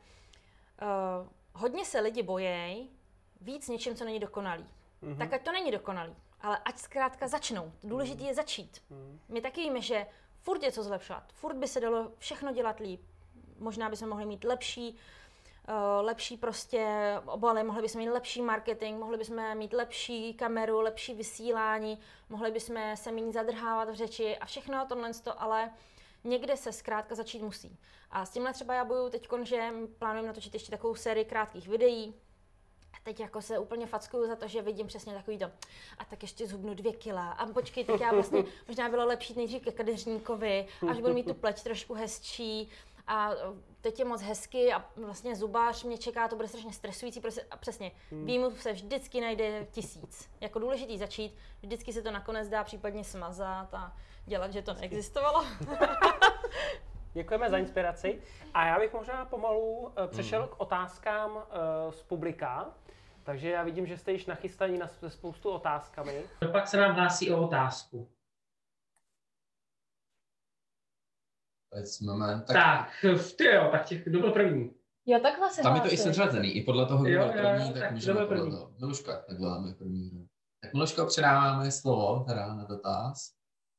S3: uh, hodně se lidi bojí víc něčím, co není dokonalý. Mm-hmm. Tak ať to není dokonalý, ale ať zkrátka začnou. Důležité mm. je začít. Mm. My taky víme, že furt je co zlepšovat. Furt by se dalo všechno dělat líp. Možná bychom mohli mít lepší Uh, lepší prostě obaly, mohli bychom mít lepší marketing, mohli bychom mít lepší kameru, lepší vysílání, mohli bychom se méně zadrhávat v řeči a všechno tohle, ale někde se zkrátka začít musí. A s tímhle třeba já bojuju teď, že plánujeme natočit ještě takovou sérii krátkých videí. A teď jako se úplně fackuju za to, že vidím přesně takový to. A tak ještě zhubnu dvě kila. A počkej, tak já vlastně možná bylo lepší nejdřív ke kadeřníkovi, až budu mít tu pleť trošku hezčí. A teď je moc hezky a vlastně zubář mě čeká, to bude strašně stresující, a přesně, hmm. výmluv se vždycky najde tisíc. Jako důležitý začít, vždycky se to nakonec dá případně smazat a dělat, že to neexistovalo.
S1: Děkujeme za inspiraci a já bych možná pomalu uh, přešel hmm. k otázkám uh, z publika. Takže já vidím, že jste již nachystaní na spoustu otázkami.
S4: Pak se nám hlásí o otázku.
S5: Moment,
S4: tak, tak ty jo, tak těch, kdo byl první?
S6: Jo, takhle se
S5: tam je to i seřazený, i podle toho, kdo byl první,
S4: jo,
S5: tak,
S4: tak
S5: můžeme podle toho. Miluška, tak děláme první hru. Tak Miluško, předáváme slovo teda na dotaz.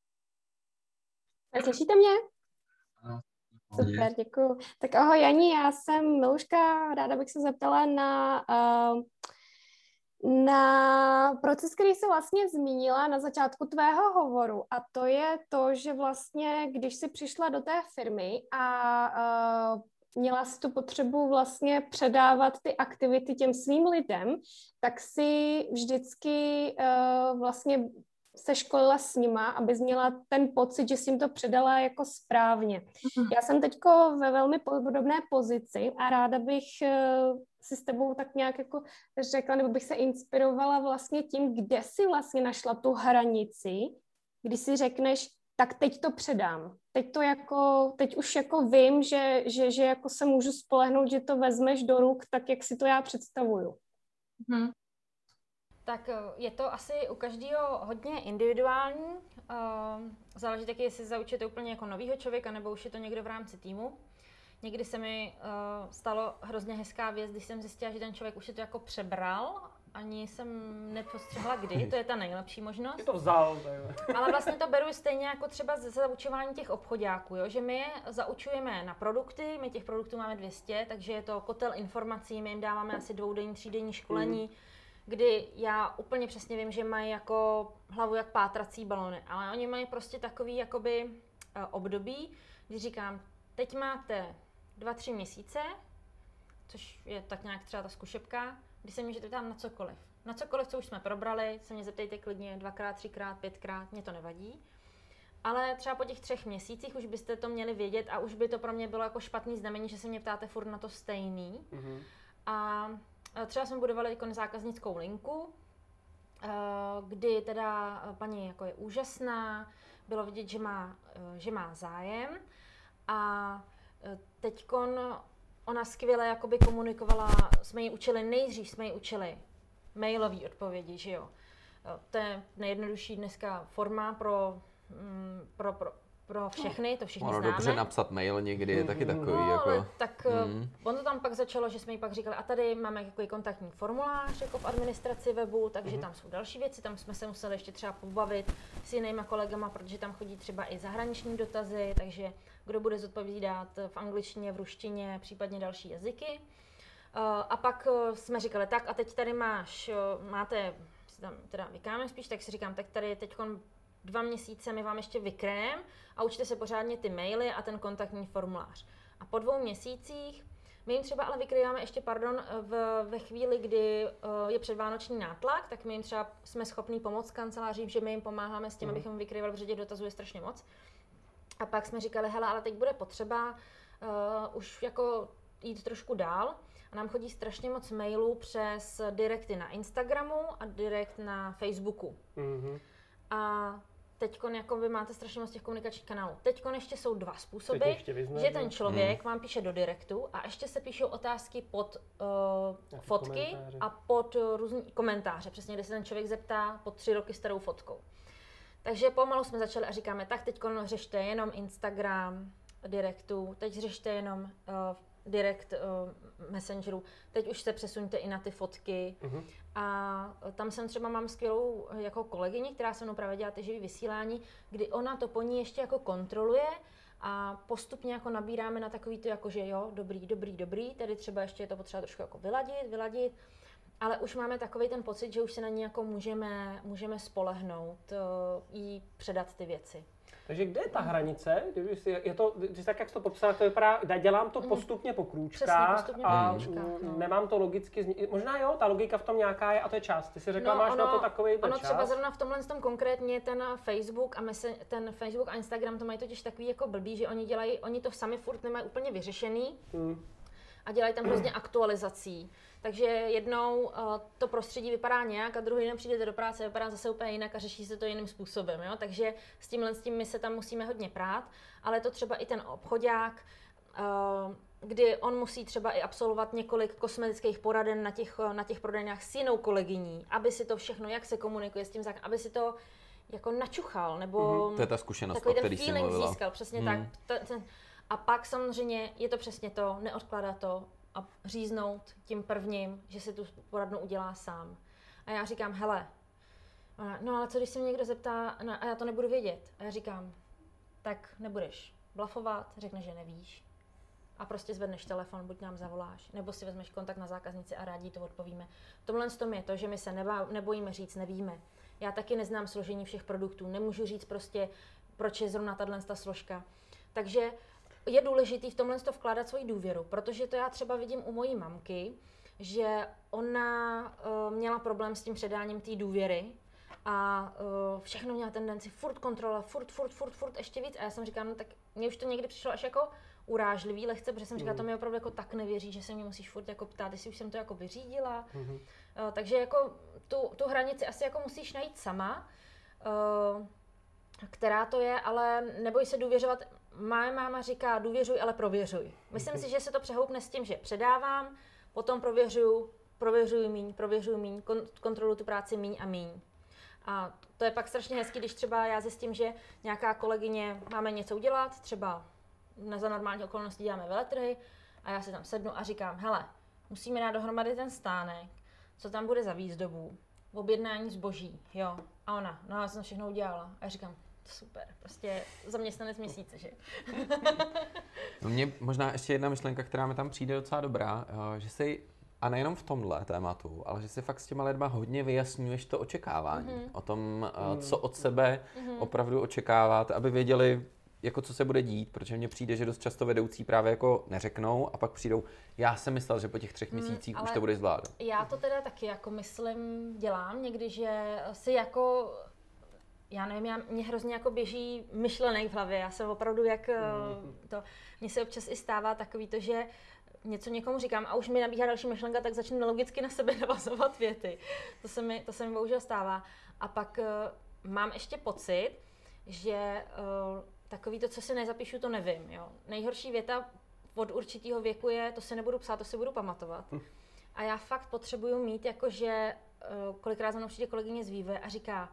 S6: Slyšíte mě?
S5: Ano.
S6: Super, děkuju. Tak ahoj Jani, já jsem Miluška, ráda bych se zeptala na... Uh, na proces, který jsi vlastně zmínila na začátku tvého hovoru, a to je to, že vlastně, když jsi přišla do té firmy a uh, měla jsi tu potřebu vlastně předávat ty aktivity těm svým lidem, tak si vždycky uh, vlastně se školila s nima, abys měla ten pocit, že jsi jim to předala jako správně. Uh-huh. Já jsem teďko ve velmi podobné pozici a ráda bych uh, si s tebou tak nějak jako řekla, nebo bych se inspirovala vlastně tím, kde jsi vlastně našla tu hranici, kdy si řekneš, tak teď to předám. Teď to jako, teď už jako vím, že, že, že jako se můžu spolehnout, že to vezmeš do ruk, tak jak si to já představuju.
S3: Uh-huh. Tak je to asi u každého hodně individuální. Záleží taky, jestli zaučíte úplně jako novýho člověka, nebo už je to někdo v rámci týmu. Někdy se mi stalo hrozně hezká věc, když jsem zjistila, že ten člověk už je to jako přebral. Ani jsem nepostřehla kdy, to je ta nejlepší možnost.
S1: Je to vzal.
S3: Ale vlastně to beru stejně jako třeba ze zaučování těch obchodáků, jo? Že my je zaučujeme na produkty, my těch produktů máme dvě stě, takže je to kotel informací, my jim dáváme asi dvoudenní, třídenní školení, mm. kdy já úplně přesně vím, že mají jako hlavu jak pátrací balony, ale oni mají prostě takový jakoby období, kdy říkám, teď máte dva, tři měsíce, což je tak nějak třeba ta zkušebka, kdy se můžete ptát na cokoliv. Na cokoliv, co už jsme probrali, se mě zeptejte klidně dvakrát, třikrát, pětkrát, mě to nevadí. Ale třeba po těch třech měsících už byste to měli vědět a už by to pro mě bylo jako špatný znamení, že se mě ptáte furt na to stejný. Mm-hmm. A třeba jsme budovali jako zákaznickou linku, kdy teda paní jako je úžasná, bylo vidět, že má, že má zájem a teďkon ona skvěle jakoby komunikovala, jsme ji učili, nejdřív jsme ji učili mailové odpovědi, že jo. To je nejjednodušší dneska forma pro, pro, pro, pro všechny, to všichni
S2: ono
S3: známe.
S2: Dobře napsat mail někdy je taky takový
S3: no,
S2: jako...
S3: Ale tak
S2: mm.
S3: on to tam pak začalo, že jsme jí pak říkali, a tady máme takový kontaktní formulář jako v administraci webu, takže mm. tam jsou další věci, tam jsme se museli ještě třeba pobavit s jinýma kolegama, protože tam chodí třeba i zahraniční dotazy, takže kdo bude zodpovídat v angličtině, v ruštině, případně další jazyky. A pak jsme říkali, tak a teď tady máš, máte, tam teda vykáme spíš, tak si říkám, tak tady teď dva měsíce my vám ještě vykryjeme a učte se pořádně ty maily a ten kontaktní formulář. A po dvou měsících my jim třeba ale vykryjáme ještě, pardon, v, ve chvíli, kdy uh, je předvánoční nátlak, tak my jim třeba jsme schopní pomoct kancelářím, že my jim pomáháme s tím, mm. abychom vykryvali, protože těch dotazů je strašně moc. A pak jsme říkali, hele, ale teď bude potřeba uh, už jako jít trošku dál. A nám chodí strašně moc mailů přes direkty na Instagramu a direkt na Facebooku. Mm-hmm. A teďkon jako vy máte strašně moc těch komunikačních kanálů. Teďkon ještě jsou dva způsoby, vyzna, že ten člověk mm. vám píše do direktu a ještě se píšou otázky pod uh, fotky komentáře. A pod uh, různý komentáře, přesně kde se ten člověk zeptá pod tři roky starou fotkou. Takže pomalu jsme začali a říkáme, tak teďkon řešte jenom Instagram, direktu, teď řešte jenom uh, direct uh, messengeru, teď už se přesuňte i na ty fotky. Uh-huh. A tam jsem třeba mám skvělou jako kolegyni, která se mnou právě dělá ty živý vysílání, kdy ona to po ní ještě jako kontroluje a postupně jako nabíráme na takový to jako, že jo, dobrý, dobrý, dobrý, tedy třeba ještě je to potřeba trošku jako vyladit, vyladit, ale už máme takový ten pocit, že už se na ní jako můžeme, můžeme spolehnout, uh, jí předat ty věci.
S1: Takže kde je ta hranice? Je to, když tak, jak jsi to popsal, to vypadá, dělám to postupně po krůčkách
S3: postupně
S1: a
S3: po krůčkách, no.
S1: Nemám to logicky, možná jo, ta logika v tom nějaká je a to je čas. Ty jsi řekla, no, máš ono, na to takový čas.
S3: Ono třeba zrovna v tomhle tom konkrétně ten Facebook a mese, ten Facebook a Instagram to mají totiž takový jako blbý, že oni dělají, oni to sami furt nemají úplně vyřešený. Hmm. A dělají tam hrozně aktualizací. Takže jednou uh, to prostředí vypadá nějak a druhý den přijdete do práce, vypadá zase úplně jinak a řeší se to jiným způsobem. Jo? Takže s tímhle s tím my se tam musíme hodně prát, ale to třeba i ten obchodák, uh, kdy on musí třeba i absolvovat několik kosmetických poraden na těch, na těch prodejnách s jinou kolegyní, aby si to všechno, jak se komunikuje s tím zákonem, aby si to jako načuchal, nebo
S2: mm-hmm. to je ta zkušenost,
S3: takový
S2: o který
S3: ten feeling
S2: mluvila.
S3: získal, přesně
S2: mm.
S3: tak. T- t- A pak samozřejmě je to přesně to, neodkládat to a říznout tím prvním, že si tu poradnu udělá sám. A já říkám, hele, no ale co když se mě někdo zeptá a já to nebudu vědět? A já říkám, tak nebudeš blafovat, řekneš, že nevíš a prostě zvedneš telefon, buď nám zavoláš, nebo si vezmeš kontakt na zákaznici a rádi to odpovíme. V tomhle tom je to, že my se nebá, nebojíme říct, nevíme. Já taky neznám složení všech produktů, nemůžu říct prostě, proč je zrovna tato složka. Takže je důležité v tomhle to vkládat svoji důvěru, protože to já třeba vidím u mojí mamky, že ona uh, měla problém s tím předáním té důvěry a uh, všechno měla tendenci furt kontrola, furt, furt, furt, furt ještě víc. A já jsem říkala, no tak mně už to někdy přišlo až jako urážlivý lehce, protože jsem říkala, to mi opravdu jako tak nevěří, že se mě musíš furt jako ptát, jestli už jsem to jako vyřídila. Mm-hmm. Uh, takže jako tu, tu hranici asi jako musíš najít sama, uh, která to je, ale neboj se důvěřovat. Moje máma říká, důvěřuj, ale prověřuj. Myslím si, že se to přehoupne s tím, že předávám, potom prověřuju, prověřuju míň, prověřuju míň, kon- kontroluji tu práci míň a míň. A to je pak strašně hezký, když třeba já zjistím, že nějaká kolegyně máme něco udělat, třeba za normální okolnosti děláme veletrhy a já si tam sednu a říkám, hele, musíme dát dohromady ten stánek, co tam bude za výzdobu, objednání zboží, jo. A ona, no já jsem všechno udělala. A já říkám, super, prostě zaměstnanec měsíce, že?
S2: No mě možná ještě jedna myšlenka, která mi tam přijde docela dobrá, že si, a nejenom v tomhle tématu, ale že si fakt s těma lidma hodně vyjasňuješ to očekávání. Mm-hmm. O tom, co od sebe mm-hmm. opravdu očekávat, aby věděli, jako co se bude dít, protože mně přijde, že dost často vedoucí právě jako neřeknou a pak přijdou, já jsem myslel, že po těch třech měsících mm, už to bude zvládat.
S3: Já to teda taky jako myslím, dělám někdy, že si jako já nevím, já, mě hrozně jako běží myšlenek v hlavě, já jsem opravdu jak mm. to, mně se občas i stává takový to, že něco někomu říkám a už mi nabíhá další myšlenka, tak začnu nelogicky na sebe navazovat věty. To se mi, to se mi bohužel stává. A pak uh, mám ještě pocit, že uh, takový to, co si nezapíšu, to nevím. Jo. Nejhorší věta od určitého věku je, to si nebudu psát, to si budu pamatovat. A já fakt potřebuju mít, jakože uh, kolikrát za mnou přijde kolegyně z vývoje a říká,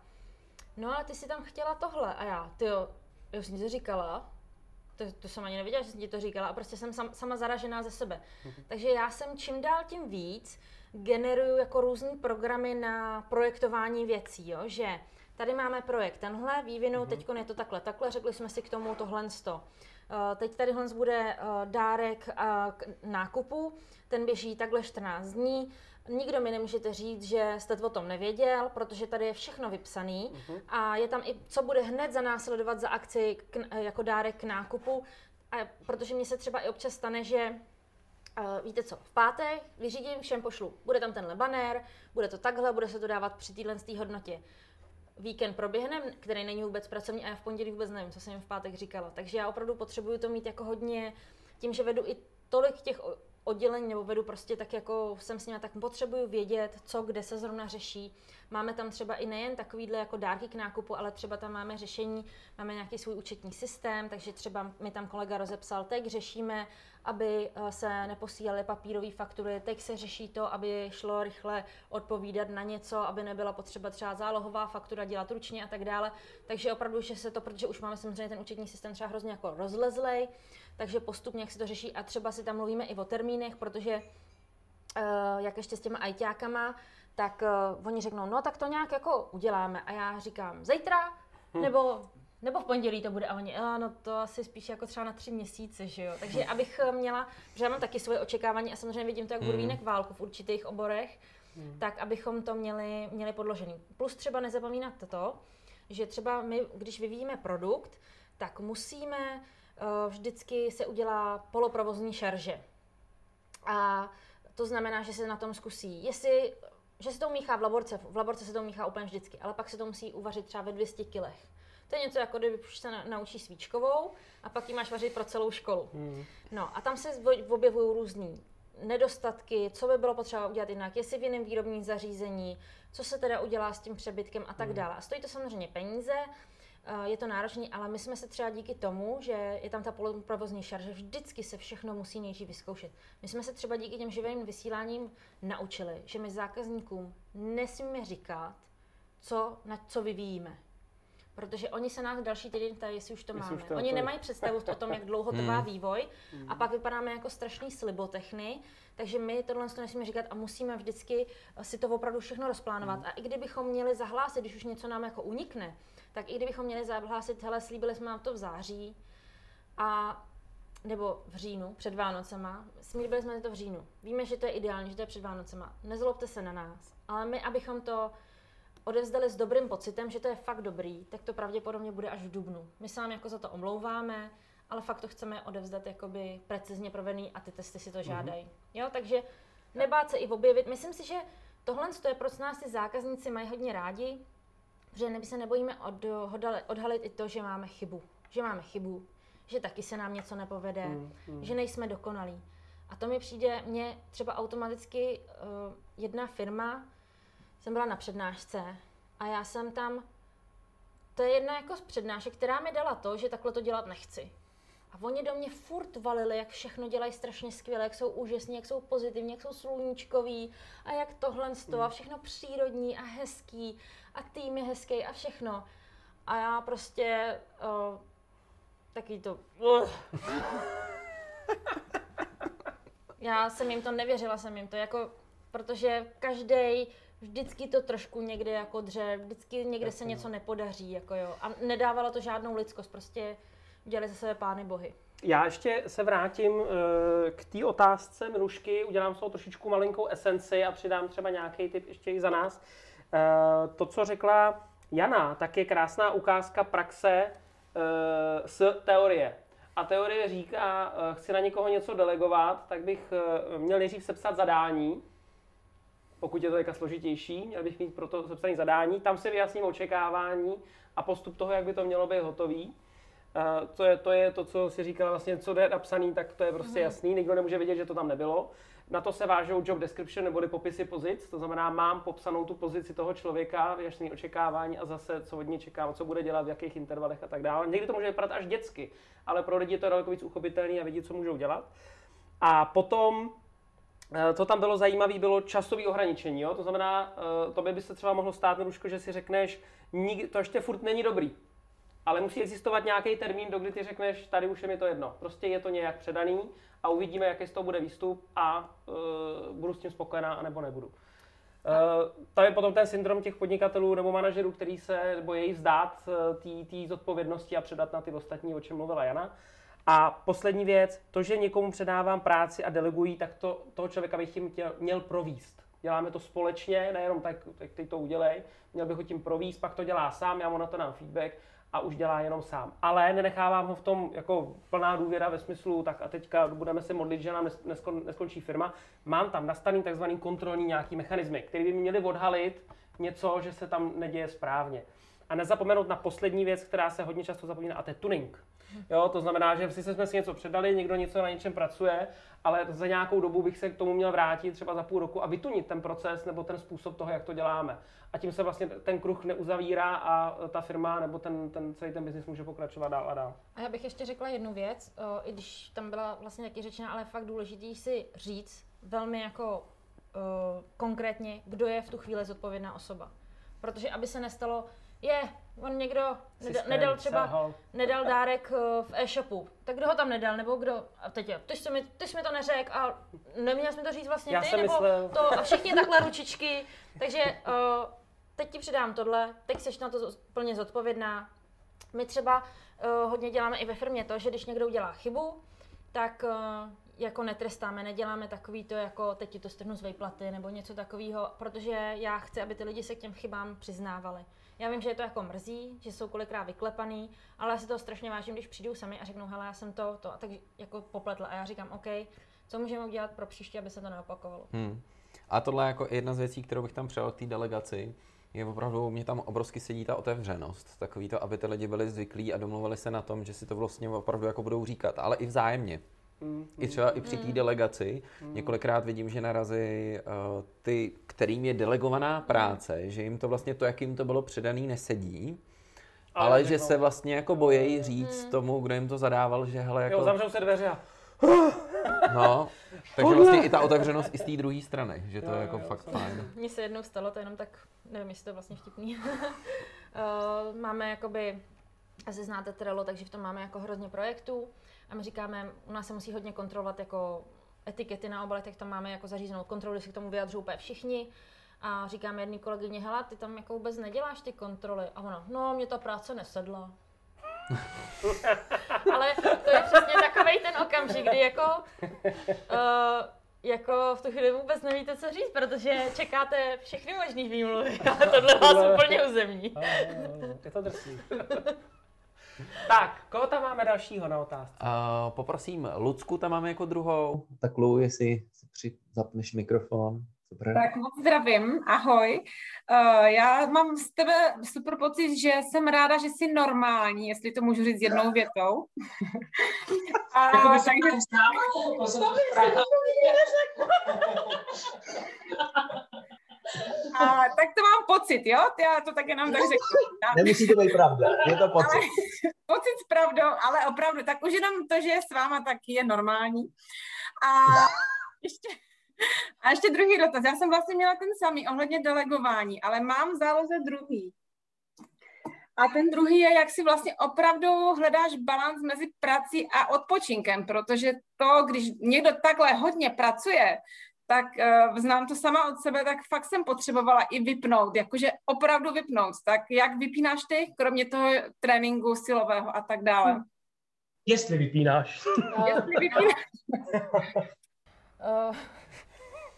S3: no ale ty si tam chtěla tohle. A já, tyjo, já jsem ti to říkala, to, to jsem ani nevěděla, že jsem ti to říkala a prostě jsem sam, sama zaražená ze sebe. Mm-hmm. Takže já jsem čím dál tím víc generuju jako různý programy na projektování věcí, jo? Že tady máme projekt tenhle, vývinu, mm-hmm. teďkon je to takhle, takhle, řekli jsme si k tomu tohle sto. Uh, teď tadyhle bude uh, dárek uh, k nákupu, ten běží takhle čtrnáct dní. Nikdo mi nemůžete říct, že jste o tom nevěděl, protože tady je všechno vypsaný uh-huh. a je tam i, co bude hned za následovat za akci k, jako dárek k nákupu. A protože mně se třeba i občas stane, že uh, víte co, v pátek vyřídím, všem pošlu, bude tam tenhle bannér, bude to takhle, bude se to dávat při téhle hodnotě. Víkend proběhne, který není vůbec pracovní a já v pondělí vůbec nevím, co jsem jim v pátek říkala. Takže já opravdu potřebuju to mít jako hodně, tím, že vedu i tolik těch oddělení, nebo vedu prostě tak, jako jsem s nimi, tak potřebuju vědět, co kde se zrovna řeší. Máme tam třeba i nejen takovýhle jako dárky k nákupu, ale třeba tam máme řešení, máme nějaký svůj účetní systém, takže třeba mi tam kolega rozepsal, teď řešíme, aby se neposílaly papírové faktury, teď se řeší to, aby šlo rychle odpovídat na něco, aby nebyla potřeba třeba zálohová faktura dělat ručně a tak dále. Takže opravdu, že se to, protože už máme samozřejmě ten účetní systém třeba hrozně jako rozlezlej, takže postupně, jak se to řeší a třeba si tam mluvíme i o termínech, protože uh, jak ještě s těma ajťákama, tak uh, oni řeknou, no tak to nějak jako uděláme a já říkám zítra, hm. nebo, nebo v pondělí to bude a oni, uh, no to asi spíš jako třeba na tři měsíce, že jo. Takže abych měla, protože já mám taky svoje očekávání a samozřejmě vidím to jak burvínek válku v určitých oborech, hm. tak abychom to měli, měli podložený. Plus třeba nezapomínat to, že třeba my, když vyvíjíme produkt, tak musíme vždycky se udělá poloprovozní šarže. A to znamená, že se na tom zkusí, jestli, že se to umíchá v laborce, v laborce se to umíchá úplně vždycky, ale pak se to musí uvařit třeba ve dvě stě kilech. To je něco jako když se naučí svíčkovou a pak ji máš vařit pro celou školu. Hmm. No a tam se objevují různý nedostatky, co by bylo potřeba udělat jinak, jestli v jiném výrobním zařízení, co se teda udělá s tím přebytkem a tak hmm. dále. A stojí to samozřejmě peníze, je to náročný, ale my jsme se třeba díky tomu, že je tam ta poloprovozní šarže, vždycky se všechno musí nejdřív vyzkoušet. My jsme se třeba díky těm živým vysíláním naučili, že my zákazníkům nesmíme říkat, co, na co vyvíjíme. Protože oni se nás další týden ptají, jestli už to jestli máme. Už to oni to nemají představu o tom, jak dlouho trvá vývoj a pak vypadáme jako strašný slibotechny, takže my tohle to nesmíme říkat a musíme vždycky si to opravdu všechno rozplánovat. A i kdybychom měli zahlásit, když už něco nám jako unikne, tak i kdybychom měli zahlásit, hele, slíbili jsme vám to v září, a, nebo v říjnu, před Vánocema, slíbili jsme to v říjnu. Víme, že to je ideální, že to je před Vánocema. Nezlobte se na nás, ale my, abychom to odevzdali s dobrým pocitem, že to je fakt dobrý, tak to pravděpodobně bude až v dubnu. My se vám jako za to omlouváme, ale fakt to chceme odevzdat jakoby precizně provedený a ty testy si to žádají. Mm-hmm. Jo, takže nebát se i objevit. Myslím si, že tohle je, proč nás ty zákazníci mají hodně rádi, protože my se nebojíme od, odhalit i to, že máme chybu. Že máme chybu, že taky se nám něco nepovede, mm, mm. že nejsme dokonalí. A to mi přijde, mně třeba automaticky uh, jedna firma, jsem byla na přednášce a já jsem tam, to je jedna jako z přednášek, která mi dala to, že takhle to dělat nechci. A oni do mě furt valili, jak všechno dělají strašně skvěle, jak jsou úžasní, jak jsou pozitivní, jak jsou sluníčkoví a jak tohle z toho, a všechno přírodní a hezký a tým je hezký a všechno. A já prostě uh, taky to... Uh. Já jsem jim to nevěřila, jsem jim to jako, protože každej vždycky to trošku někde jako dře, vždycky někde se něco nepodaří, jako jo. A nedávalo to žádnou lidskost, prostě dělali ze sebe pány bohy.
S1: Já ještě se vrátím uh, k té otázce Milušky, udělám z toho trošičku malinkou esenci a přidám třeba nějaký tip ještě i za nás. Uh, to, co řekla Jana, tak je krásná ukázka praxe uh, z teorie. A teorie říká, uh, chci na někoho něco delegovat, tak bych uh, měl nejdřív sepsat zadání. Pokud je to teďka složitější, měl bych mít pro to sepsané zadání. Tam si vyjasním očekávání a postup toho, jak by to mělo být hotový. Uh, to, je, to je to, co si říkala, vlastně, co je napsaný, tak to je prostě mm. jasný, nikdo nemůže vědět, že to tam nebylo. Na to se vážou job description neboli popisy pozic, to znamená, mám popsanou tu pozici toho člověka, jasný očekávání a zase, co od něj čekám, co bude dělat, v jakých intervalech a tak dále. Někdy to může vypadat až dětsky, ale pro lidi je to daleko víc uchopitelný a vědí, co můžou dělat. A potom, co tam bylo zajímavé, bylo časové ohraničení, jo? To znamená, to by se třeba mohlo stát, Miluško, že si řekneš, to ještě furt není dobrý. Ale musí existovat nějaký termín, do kdy ty řekneš, tady už je mi to jedno. Prostě je to nějak předaný a uvidíme, jaký z toho bude výstup a uh, budu s tím spokojená, anebo nebudu. Uh, to je potom ten syndrom těch podnikatelů nebo manažerů, který se bojí vzdát té zodpovědnosti a předat na ty ostatní, o čem mluvila Jana. A poslední věc, to, že někomu předávám práci a delegují, tak to, toho člověka bych jim měl províst. Děláme to společně, nejenom tak, tak ty to udělej, měl bych ho tím províst, pak to dělá sám, já mu na to dám feedback a už dělá jenom sám. Ale nenechávám ho v tom jako plná důvěra ve smyslu, tak a teďka budeme se modlit, že nám neskon, neskončí firma. Mám tam nastavený takzvaný kontrolní nějaký mechanismy, které by mi měly odhalit něco, že se tam neděje správně. A nezapomenout na poslední věc, která se hodně často zapomíná, a to je tuning. Jo, to znamená, že si jsme si něco předali, někdo něco na něčem pracuje, ale za nějakou dobu bych se k tomu měl vrátit třeba za půl roku a vytunit ten proces nebo ten způsob toho, jak to děláme. A tím se vlastně ten kruh neuzavírá a ta firma nebo ten, ten celý ten biznis může pokračovat dál a dál.
S3: A já bych ještě řekla jednu věc, i když tam byla vlastně taky řečena, ale fakt důležitý si říct velmi jako uh, konkrétně, kdo je v tu chvíli zodpovědná osoba. Protože aby se nestalo, je, on někdo nedal, nedal třeba, nedal dárek v e-shopu, tak kdo ho tam nedal, nebo kdo, a teď je, ty jsi mi, ty jsi mi to neřekl a neměl jsi mi to říct vlastně
S1: Já
S3: ty, nebo
S1: myslel.
S3: to a všichni takhle ručičky, takže uh, teď ti přidám tohle, teď jsi na to plně zodpovědná. My třeba uh, hodně děláme i ve firmě to, že když někdo udělá chybu, tak uh, jako netrestáme, neděláme takový to, jako teď ti to strhnu z výplaty nebo něco takového, protože já chci, aby ty lidi se k těm chybám přiznávali. Já vím, že je to jako mrzí, že jsou kolikrát vyklepaný, ale já si toho strašně vážím, když přijdou sami a řeknou, hele, já jsem to, to a tak jako popletla. A já říkám, OK, co můžeme udělat pro příště, aby se to neopakovalo.
S2: Hmm. A tohle je jako jedna z věcí, kterou bych tam přijal k té delegaci, je opravdu, mě tam obrovsky sedí ta otevřenost. Takový to, aby ty lidi byli zvyklí a domluvili se na tom, že si to vlastně opravdu jako budou říkat, ale i vzájemně. Mm, I třeba mm, i při té delegaci. Mm. Několikrát vidím, že narazí uh, ty, kterým je delegovaná práce, mm. že jim to vlastně to, jak jim to bylo předaný, nesedí, ale, ale že se vlastně jako bojejí říct mm. tomu, kdo jim to zadával, že hele jako...
S1: Jo, zavřou se dveře a...
S2: No, takže vlastně i ta otevřenost i z té druhé strany, že to jo, je jako jo, fakt jo. Fajn.
S3: Mně se jednou stalo, to jenom tak, nevím, jestli to je vlastně vtipný. uh, máme jakoby, asi znáte Trello, takže v tom máme jako hrozně projektů. A my říkáme, u nás se musí hodně kontrolovat jako etikety na obalech, tak tam máme jako zařízenou kontrolu, když se k tomu vyjadřují úplně všichni. A říkáme jedné kolegyně, hele, ty tam jako vůbec neděláš ty kontroly. A ona, no, mě ta práce nesedla. Ale to je přesně takovej ten okamžik, kdy jako, uh, jako v tu chvíli vůbec nevíte, co říct, protože čekáte všechny možný výmluvy, ale tohle vás úplně uzemní.
S1: Je to drsný. Tak, koho tam máme dalšího na otázce?
S2: Uh, poprosím Lucku, tam máme jako druhou. Tak Lu, jestli si při... zapneš mikrofon. Super.
S7: Tak moc zdravím, ahoj. Uh, já mám z tebe super pocit, že jsem ráda, že jsi normální, jestli to můžu říct jednou větou. A takže... A tak to mám pocit, jo? Já to tak jenom tak řeknu.
S2: Nemusí to být pravda, je to pocit.
S7: Ale, pocit s pravdou, ale opravdu, tak už jenom to, že je s váma, tak je normální. A ještě... A ještě druhý dotaz. Já jsem vlastně měla ten samý ohledně delegování, ale mám v záloze druhý. A ten druhý je, jak si vlastně opravdu hledáš balans mezi prací a odpočinkem, protože to, když někdo takhle hodně pracuje, tak uh, znám to sama od sebe, tak fakt jsem potřebovala i vypnout, jakože opravdu vypnout. Tak jak vypínáš ty, kromě toho tréninku silového a tak dále?
S1: Jestli vypínáš.
S7: Jestli vypínáš.
S3: Uh,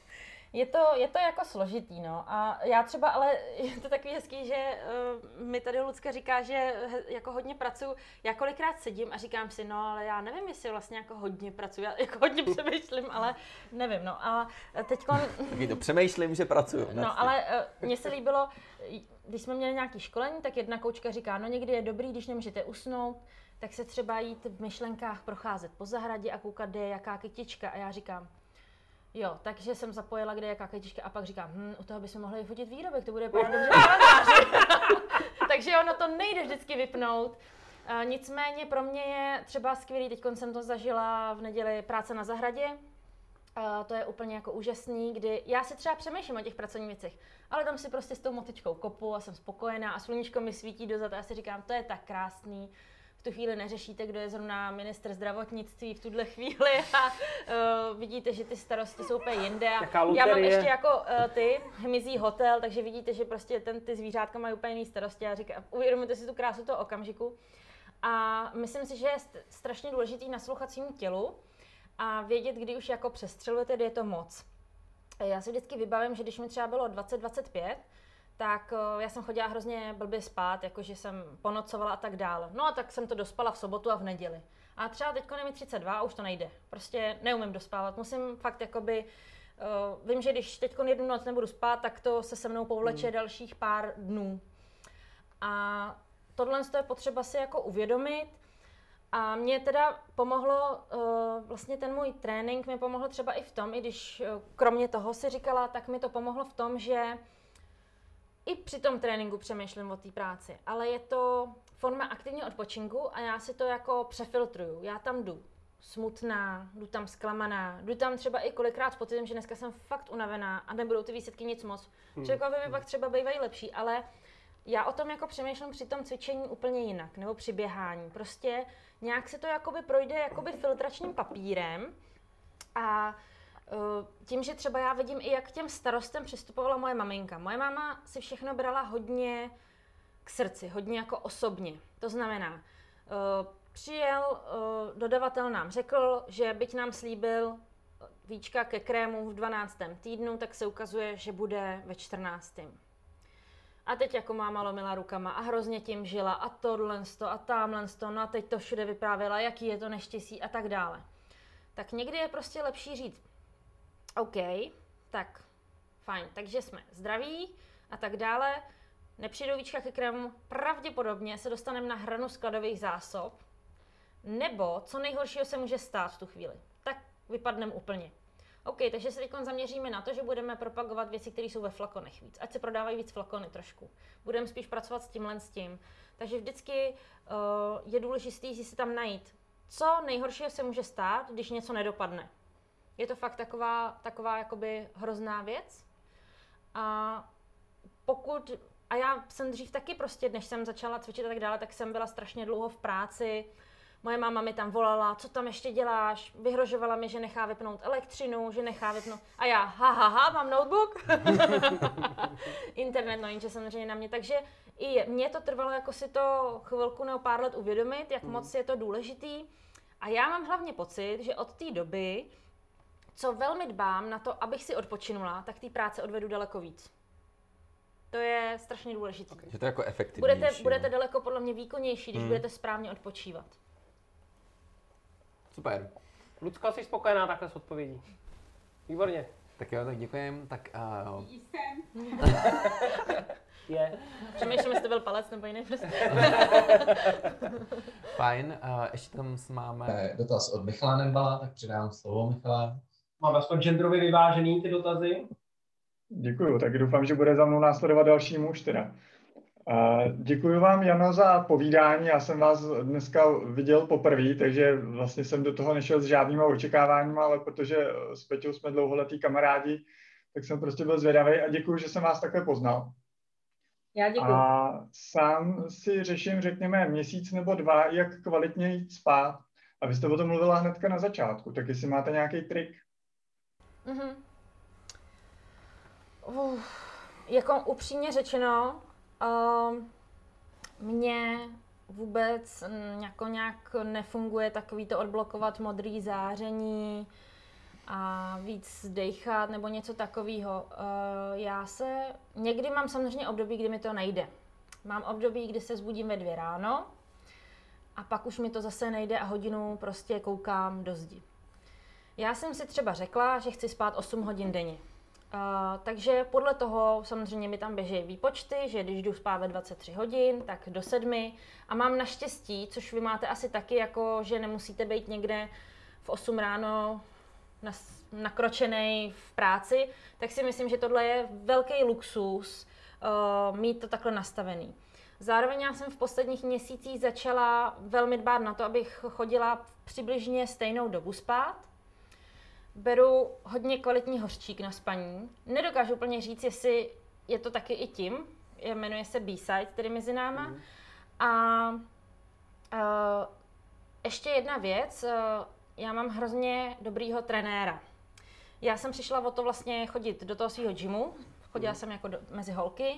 S3: Je to, je to jako složitý, no. A já třeba, ale je to takový hezký, že uh, mi tady Lucka říká, že he, jako hodně pracuji. Já kolikrát sedím a říkám si, no, ale já nevím, jestli vlastně jako hodně pracuji. Já jako hodně přemýšlím, ale nevím, no. A teďkon...
S2: Taky to přemýšlím, že pracuju.
S3: No, ale uh, mně se líbilo, když jsme měli nějaké školení, tak jedna koučka říká, no někdy je dobrý, když nemůžete usnout, tak se třeba jít v myšlenkách procházet po zahradě a koukat, kde je jaká kytička. A já říkám, jo, takže jsem zapojila, kde je jaká kytička a pak říkám, hm, u toho bychom mohli vyfotit výrobek, to bude právě dobře kalendáři. Takže ono to nejde vždycky vypnout. Uh, nicméně pro mě je třeba skvělý, teď jsem to zažila v neděli, práce na zahradě. Uh, to je úplně jako úžasný, kdy já si třeba přemýšlím o těch pracovních věcech, ale tam si prostě s tou motičkou kopu a jsem spokojená a sluníčko mi svítí dozad a já si říkám, to je tak krásný. V tu chvíli neřešíte, kdo je zrovna ministr zdravotnictví v tuhle chvíli a uh, vidíte, že ty starosti jsou úplně jinde. A já mám ještě jako uh, ty hmyzí hotel, takže vidíte, že prostě ten, ty zvířátka mají úplně jiný starosti a říká, uvědomujete si tu krásu toho okamžiku. A myslím si, že je strašně důležitý naslouchat svým tělu a vědět, kdy už jako přestřelujete, kdy je to moc. Já si vždycky vybavím, že když mi třeba bylo dvacet dvacet pět, tak já jsem chodila hrozně blbě spát, jakože jsem ponocovala a tak dále. No a tak jsem to dospala v sobotu a v neděli. A třeba teďko je mi třicet dva a už to nejde. Prostě neumím dospávat. Musím fakt jakoby, uh, vím, že když teďko jednu noc nebudu spát, tak to se se mnou povleče hmm. dalších pár dnů. A tohle je potřeba si jako uvědomit. A mě teda pomohlo, uh, vlastně ten můj trénink mi pomohl třeba i v tom, i když uh, kromě toho si říkala, tak mi to pomohlo v tom, že i při tom tréninku přemýšlím o té práci, ale je to forma aktivního odpočinku a já si to jako přefiltruju. Já tam jdu smutná, jdu tam zklamaná, jdu tam třeba i kolikrát s pocitem, že dneska jsem fakt unavená a nebudou ty výsledky nic moc. Hmm. Člověkovi mi pak třeba bývají lepší, ale já o tom jako přemýšlím při tom cvičení úplně jinak, nebo při běhání. Prostě nějak se to jakoby projde jakoby filtračním papírem a tím, že třeba já vidím i jak k těm starostem přistupovala moje maminka. Moje máma si všechno brala hodně k srdci, hodně jako osobně. To znamená, přijel dodavatel nám řekl, že byť nám slíbil víčka ke krému v dvanáctém týdnu, tak se ukazuje, že bude ve čtrnáctém A teď jako máma lomila rukama a hrozně tím žila a tohle a tamhle no a teď to všude vyprávěla, jaký je to neštěstí a tak dále. Tak někdy je prostě lepší říct, OK, tak fajn, takže jsme zdraví a tak dále. Nepřijdou víčka ke krému, pravděpodobně se dostaneme na hranu skladových zásob, nebo co nejhoršího se může stát v tu chvíli, tak vypadneme úplně. OK, takže se teď zaměříme na to, že budeme propagovat věci, které jsou ve flakonech víc, ať se prodávají víc flakony trošku. Budeme spíš pracovat s tímhle s tím. Takže vždycky uh, je důležité si tam najít, co nejhoršího se může stát, když něco nedopadne. Je to fakt taková, taková jakoby hrozná věc. A pokud, a já jsem dřív taky prostě, než jsem začala cvičit a tak dále, tak jsem byla strašně dlouho v práci. Moje máma mi tam volala, co tam ještě děláš, vyhrožovala mi, že nechá vypnout elektřinu, že nechá vypnout. A já, ha, ha, ha, mám notebook. Internet, no jenže samozřejmě na mě. Takže i mně to trvalo jako si to chvilku nebo pár let uvědomit, jak mm. moc je to důležitý. A já mám hlavně pocit, že od té doby, co velmi dbám na to, abych si odpočinula, tak té práce odvedu daleko víc. To je strašně důležité.
S2: Okay, že to je jako efektivnější.
S3: Budete, budete daleko podle mě výkonnější, když mm. budete správně odpočívat.
S2: Super.
S1: Lucka, jsi spokojená takhle s odpovědí? Výborně.
S2: Tak jo, tak děkujem. Tak, uh...
S7: Jsem.
S1: Je.
S3: Přemýšlím, jestli to byl palec nebo jiný prostě.
S2: Fajn, uh, ještě tam máme...
S5: Dotaz od Michala Nembala, tak předávám slovo Michale.
S4: Máme aspoň genderově vyvážený ty dotazy?
S8: Děkuju, tak doufám, že bude za mnou následovat další muž teda. Děkuji vám, Jano, za povídání. Já jsem vás dneska viděl poprvé, takže vlastně jsem do toho nešel s žádnýma očekáváníma, ale protože s Peťou jsme dlouholetí kamarádi, tak jsem prostě byl zvědavý a děkuji, že jsem vás takhle poznal.
S7: Já děkuji.
S8: A sám si řeším, řekněme, měsíc nebo dva, jak kvalitně jít spát. A vy jste o tom mluvila hnedka na začátku, tak jestli máte nějaký trik.
S3: Mm-hmm. Uh, jako upřímně řečeno, Uh, mně vůbec jako nějak nefunguje takový to odblokovat modrý záření a víc dejchat nebo něco takového. Já se, někdy mám samozřejmě období, kdy mi to nejde. Mám období, kdy se zbudím ve dvě ráno a pak už mi to zase nejde a hodinu prostě koukám do zdi. Já jsem si třeba řekla, že chci spát osm hodin denně. Uh, takže podle toho samozřejmě mi tam běží výpočty, že když jdu spát ve dvacet tři hodin, tak do sedmi. A mám naštěstí, což vy máte asi taky, jako, že nemusíte být někde v osm ráno nas, nakročenej v práci, tak si myslím, že tohle je velký luxus uh, mít to takhle nastavený. Zároveň já jsem v posledních měsících začala velmi dbát na to, abych chodila přibližně stejnou dobu spát. Beru hodně kvalitní hořčík na spaní. Nedokážu úplně říct, jestli je to taky i tím. Jmenuje se B-Side, tedy mezi náma. Mm. A uh, ještě jedna věc. Uh, já mám hrozně dobrýho trenéra. Já jsem přišla o to vlastně chodit do toho svého gymu. Chodila mm. jsem jako do, mezi holky.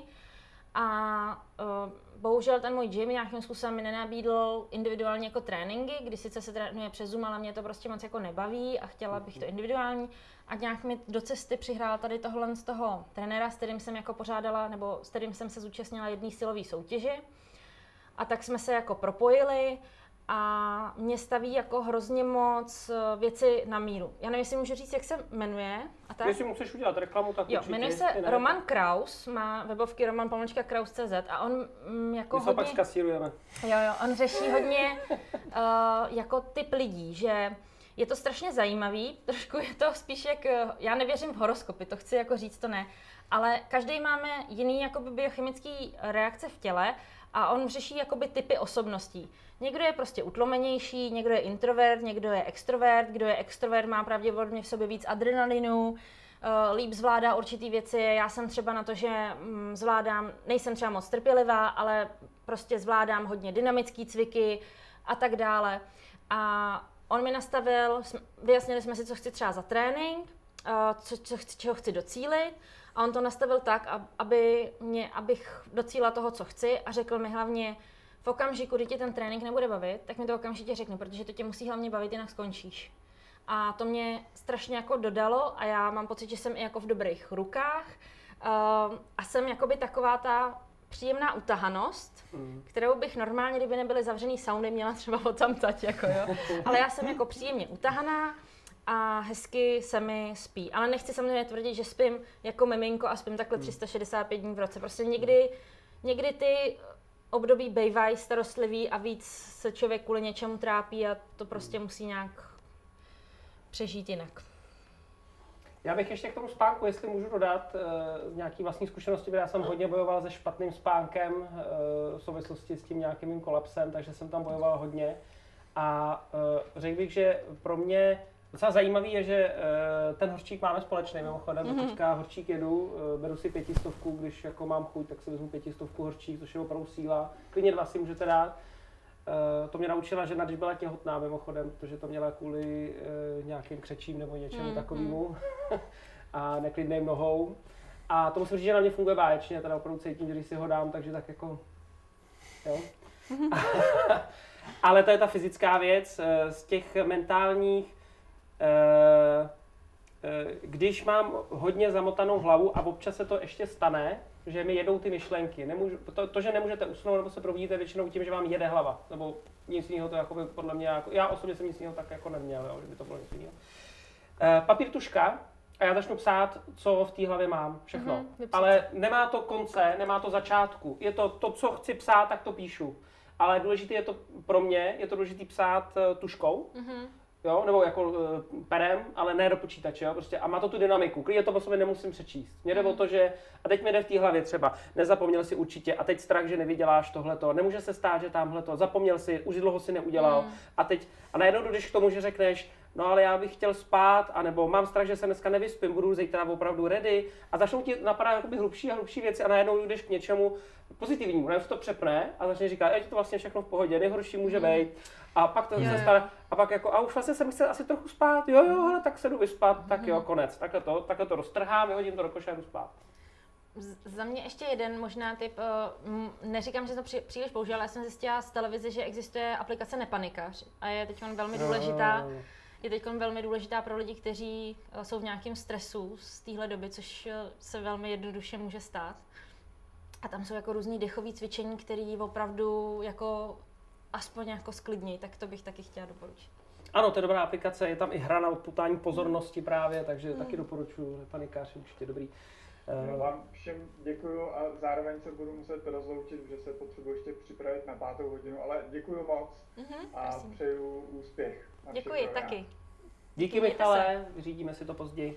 S3: A uh, bohužel ten můj gym nějakým způsobem mi nenabídl individuálně jako tréninky, kdy sice se trénuje přes Zoom, ale mě to prostě moc jako nebaví a chtěla bych to individuální. A nějak mi do cesty přihrál tady tohle z toho trenéra, s kterým jsem jako pořádala, nebo s kterým jsem se zúčastnila jedné silové soutěže. A tak jsme se jako propojili a mě staví jako hrozně moc věci na míru. Já nevím, jestli můžu říct, jak se jmenuje. A tak.
S1: Jestli musíš udělat reklamu, tak
S3: jo,
S1: určitě.
S3: Jmenuje se Roman Kraus, má webovky roman pomlčka kraus tečka cé zet a on mm, jako
S1: My
S3: hodně...
S1: My se pak zkasírujeme.
S3: Jo, jo, on řeší hodně uh, jako typ lidí, že je to strašně zajímavý, trošku je to spíš jak, já nevěřím v horoskopy, to chci jako říct, to ne, ale každý máme jiný jakoby biochemický reakce v těle a on řeší jakoby typy osobností. Někdo je prostě utlomenější, někdo je introvert, někdo je extrovert, kdo je extrovert má pravděpodobně v sobě víc adrenalinu, uh, líp zvládá určitý věci, já jsem třeba na to, že mm, zvládám, nejsem třeba moc trpělivá, ale prostě zvládám hodně dynamický cviky a tak dále. A on mi nastavil, vyjasnili jsme si, co chci třeba za trénink, co, co, čeho chci docílit a on to nastavil tak, aby mě, abych docílila toho, co chci a řekl mi hlavně v okamžiku, kdy tě ten trénink nebude bavit, tak mi to okamžitě řekni, protože to tě musí hlavně bavit, jinak skončíš. A to mě strašně jako dodalo a já mám pocit, že jsem i jako v dobrých rukách a jsem jakoby taková ta příjemná utahanost, mm. kterou bych normálně, kdyby nebyly zavřený sauny, měla třeba od tamtať, jako jo. Ale já jsem jako příjemně utahaná a hezky se mi spí. Ale nechci samozřejmě tvrdit, že spím jako miminko a spím takhle tři sta šedesát pět dní v roce. Prostě někdy, někdy ty období bejvají starostlivý a víc se člověk kvůli něčemu trápí a to prostě musí nějak přežít jinak.
S1: Já bych ještě k tomu spánku, jestli můžu dodat uh, nějaký vlastní zkušenosti, protože já jsem hodně bojoval se špatným spánkem uh, v souvislosti s tím nějakým mým kolapsem, takže jsem tam bojoval hodně. A uh, řekl bych, že pro mě docela zajímavý je, že uh, ten hořčík máme společný, mimochodem, mm-hmm. teďka hořčík jedu, uh, beru si pětistovku, když jako mám chuť, tak si vezmu pětistovku hořčík, což je opravdu síla. Klidně dva si můžete dát. Uh, to mě naučila žena, když byla těhotná mimochodem, protože to měla kvůli uh, nějakým křečím nebo něčemu mm, takovému mm. a neklidným nohou. A to musím říct, že na mě funguje báječně, teda opravdu cítím, že když si ho dám, takže tak jako, jo. Ale to je ta fyzická věc, uh, z těch mentálních, uh, uh, když mám hodně zamotanou hlavu a občas se to ještě stane, že mi jedou ty myšlenky. Nemůžu, to, to, že nemůžete usnout nebo se probudíte většinou tím, že vám jede hlava. Nebo nic jiného to jako by podle mě, jako, já osobně jsem nic jiného tak jako neměl, jo, že by to bylo nic jiného. E, papír, tuška a já začnu psát, co v té hlavě mám, všechno. Mm-hmm, ale nemá to konce, nemá to začátku. Je to to, co chci psát, tak to píšu. Ale důležité je to pro mě, je to důležité psát uh, tuškou. Mm-hmm. Jo, nebo jako uh, perem, ale ne do počítače, jo, prostě a má to tu dynamiku. Klidně to po sobě nemusím přečíst. Mně jde o to, že a teď mi jde v té hlavě třeba, nezapomněl si určitě a teď strach, že nevyděláš tohleto, nemůže se stát, že tamhleto, zapomněl si, už dlouho si neudělal mm. a teď a najednou jdeš k tomu, že řekneš, no ale já bych chtěl spát, anebo mám strach, že se dneska nevyspím, budu zítra opravdu ready a začnou ti napadat jakoby hlubší a hlubší věci a najednou jdeš k něčemu pozitivnímu, najednou to přepne a začneš říkat, je to vlastně všechno v pohodě, nejhorší může mm. být. A pak to se stane, a pak jako, a už vlastně jsem chce asi trochu spát, jo jo, hele, tak se jdu vyspat, mm. tak jo, konec, takhle to, takhle to roztrhám, vyhodím to do koše a jdu spát.
S3: Za mě ještě jeden možná tip, neříkám, že to při, příliš použil, ale já jsem zjistila z televize, že existuje aplikace Nepanikař a je teď velmi důležitá. je teď velmi důležitá pro lidi, kteří jsou v nějakém stresu z téhle doby, což se velmi jednoduše může stát. A tam jsou jako různý dechové cvičení, které opravdu jako aspoň jako sklidní, tak to bych taky chtěla doporučit.
S1: Ano, to je dobrá aplikace, je tam i hra na odputání pozornosti právě, takže mm. taky doporučuji, panikář, určitě dobrý.
S8: Já vám všem děkuju a zároveň se budu muset rozloučit, že se potřebuji ještě připravit na pátou hodinu, ale děkuju moc mm-hmm, a prosím. Přeju úspěch.
S3: Děkuji, taky.
S1: Díky Michale, vyřídíme si to později.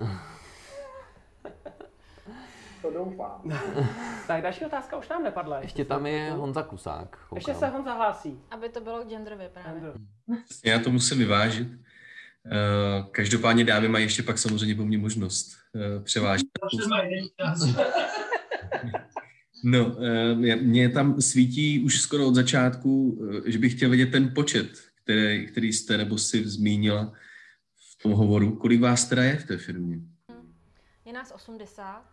S8: To doufám.
S1: Tak další otázka už nám nepadla.
S2: Ještě tam je Honza Kusák. Koukám.
S1: Ještě se Honza hlásí.
S3: Aby to bylo genderově právě.
S9: Já to musím vyvážit. Každopádně dámy mají ještě pak samozřejmě po mně možnost převážit. No, mně tam svítí už skoro od začátku, že bych chtěl vědět ten počet, který, který jste nebo si zmínila v tom hovoru. Kolik vás teda je v té firmě?
S3: Je nás osmdesát.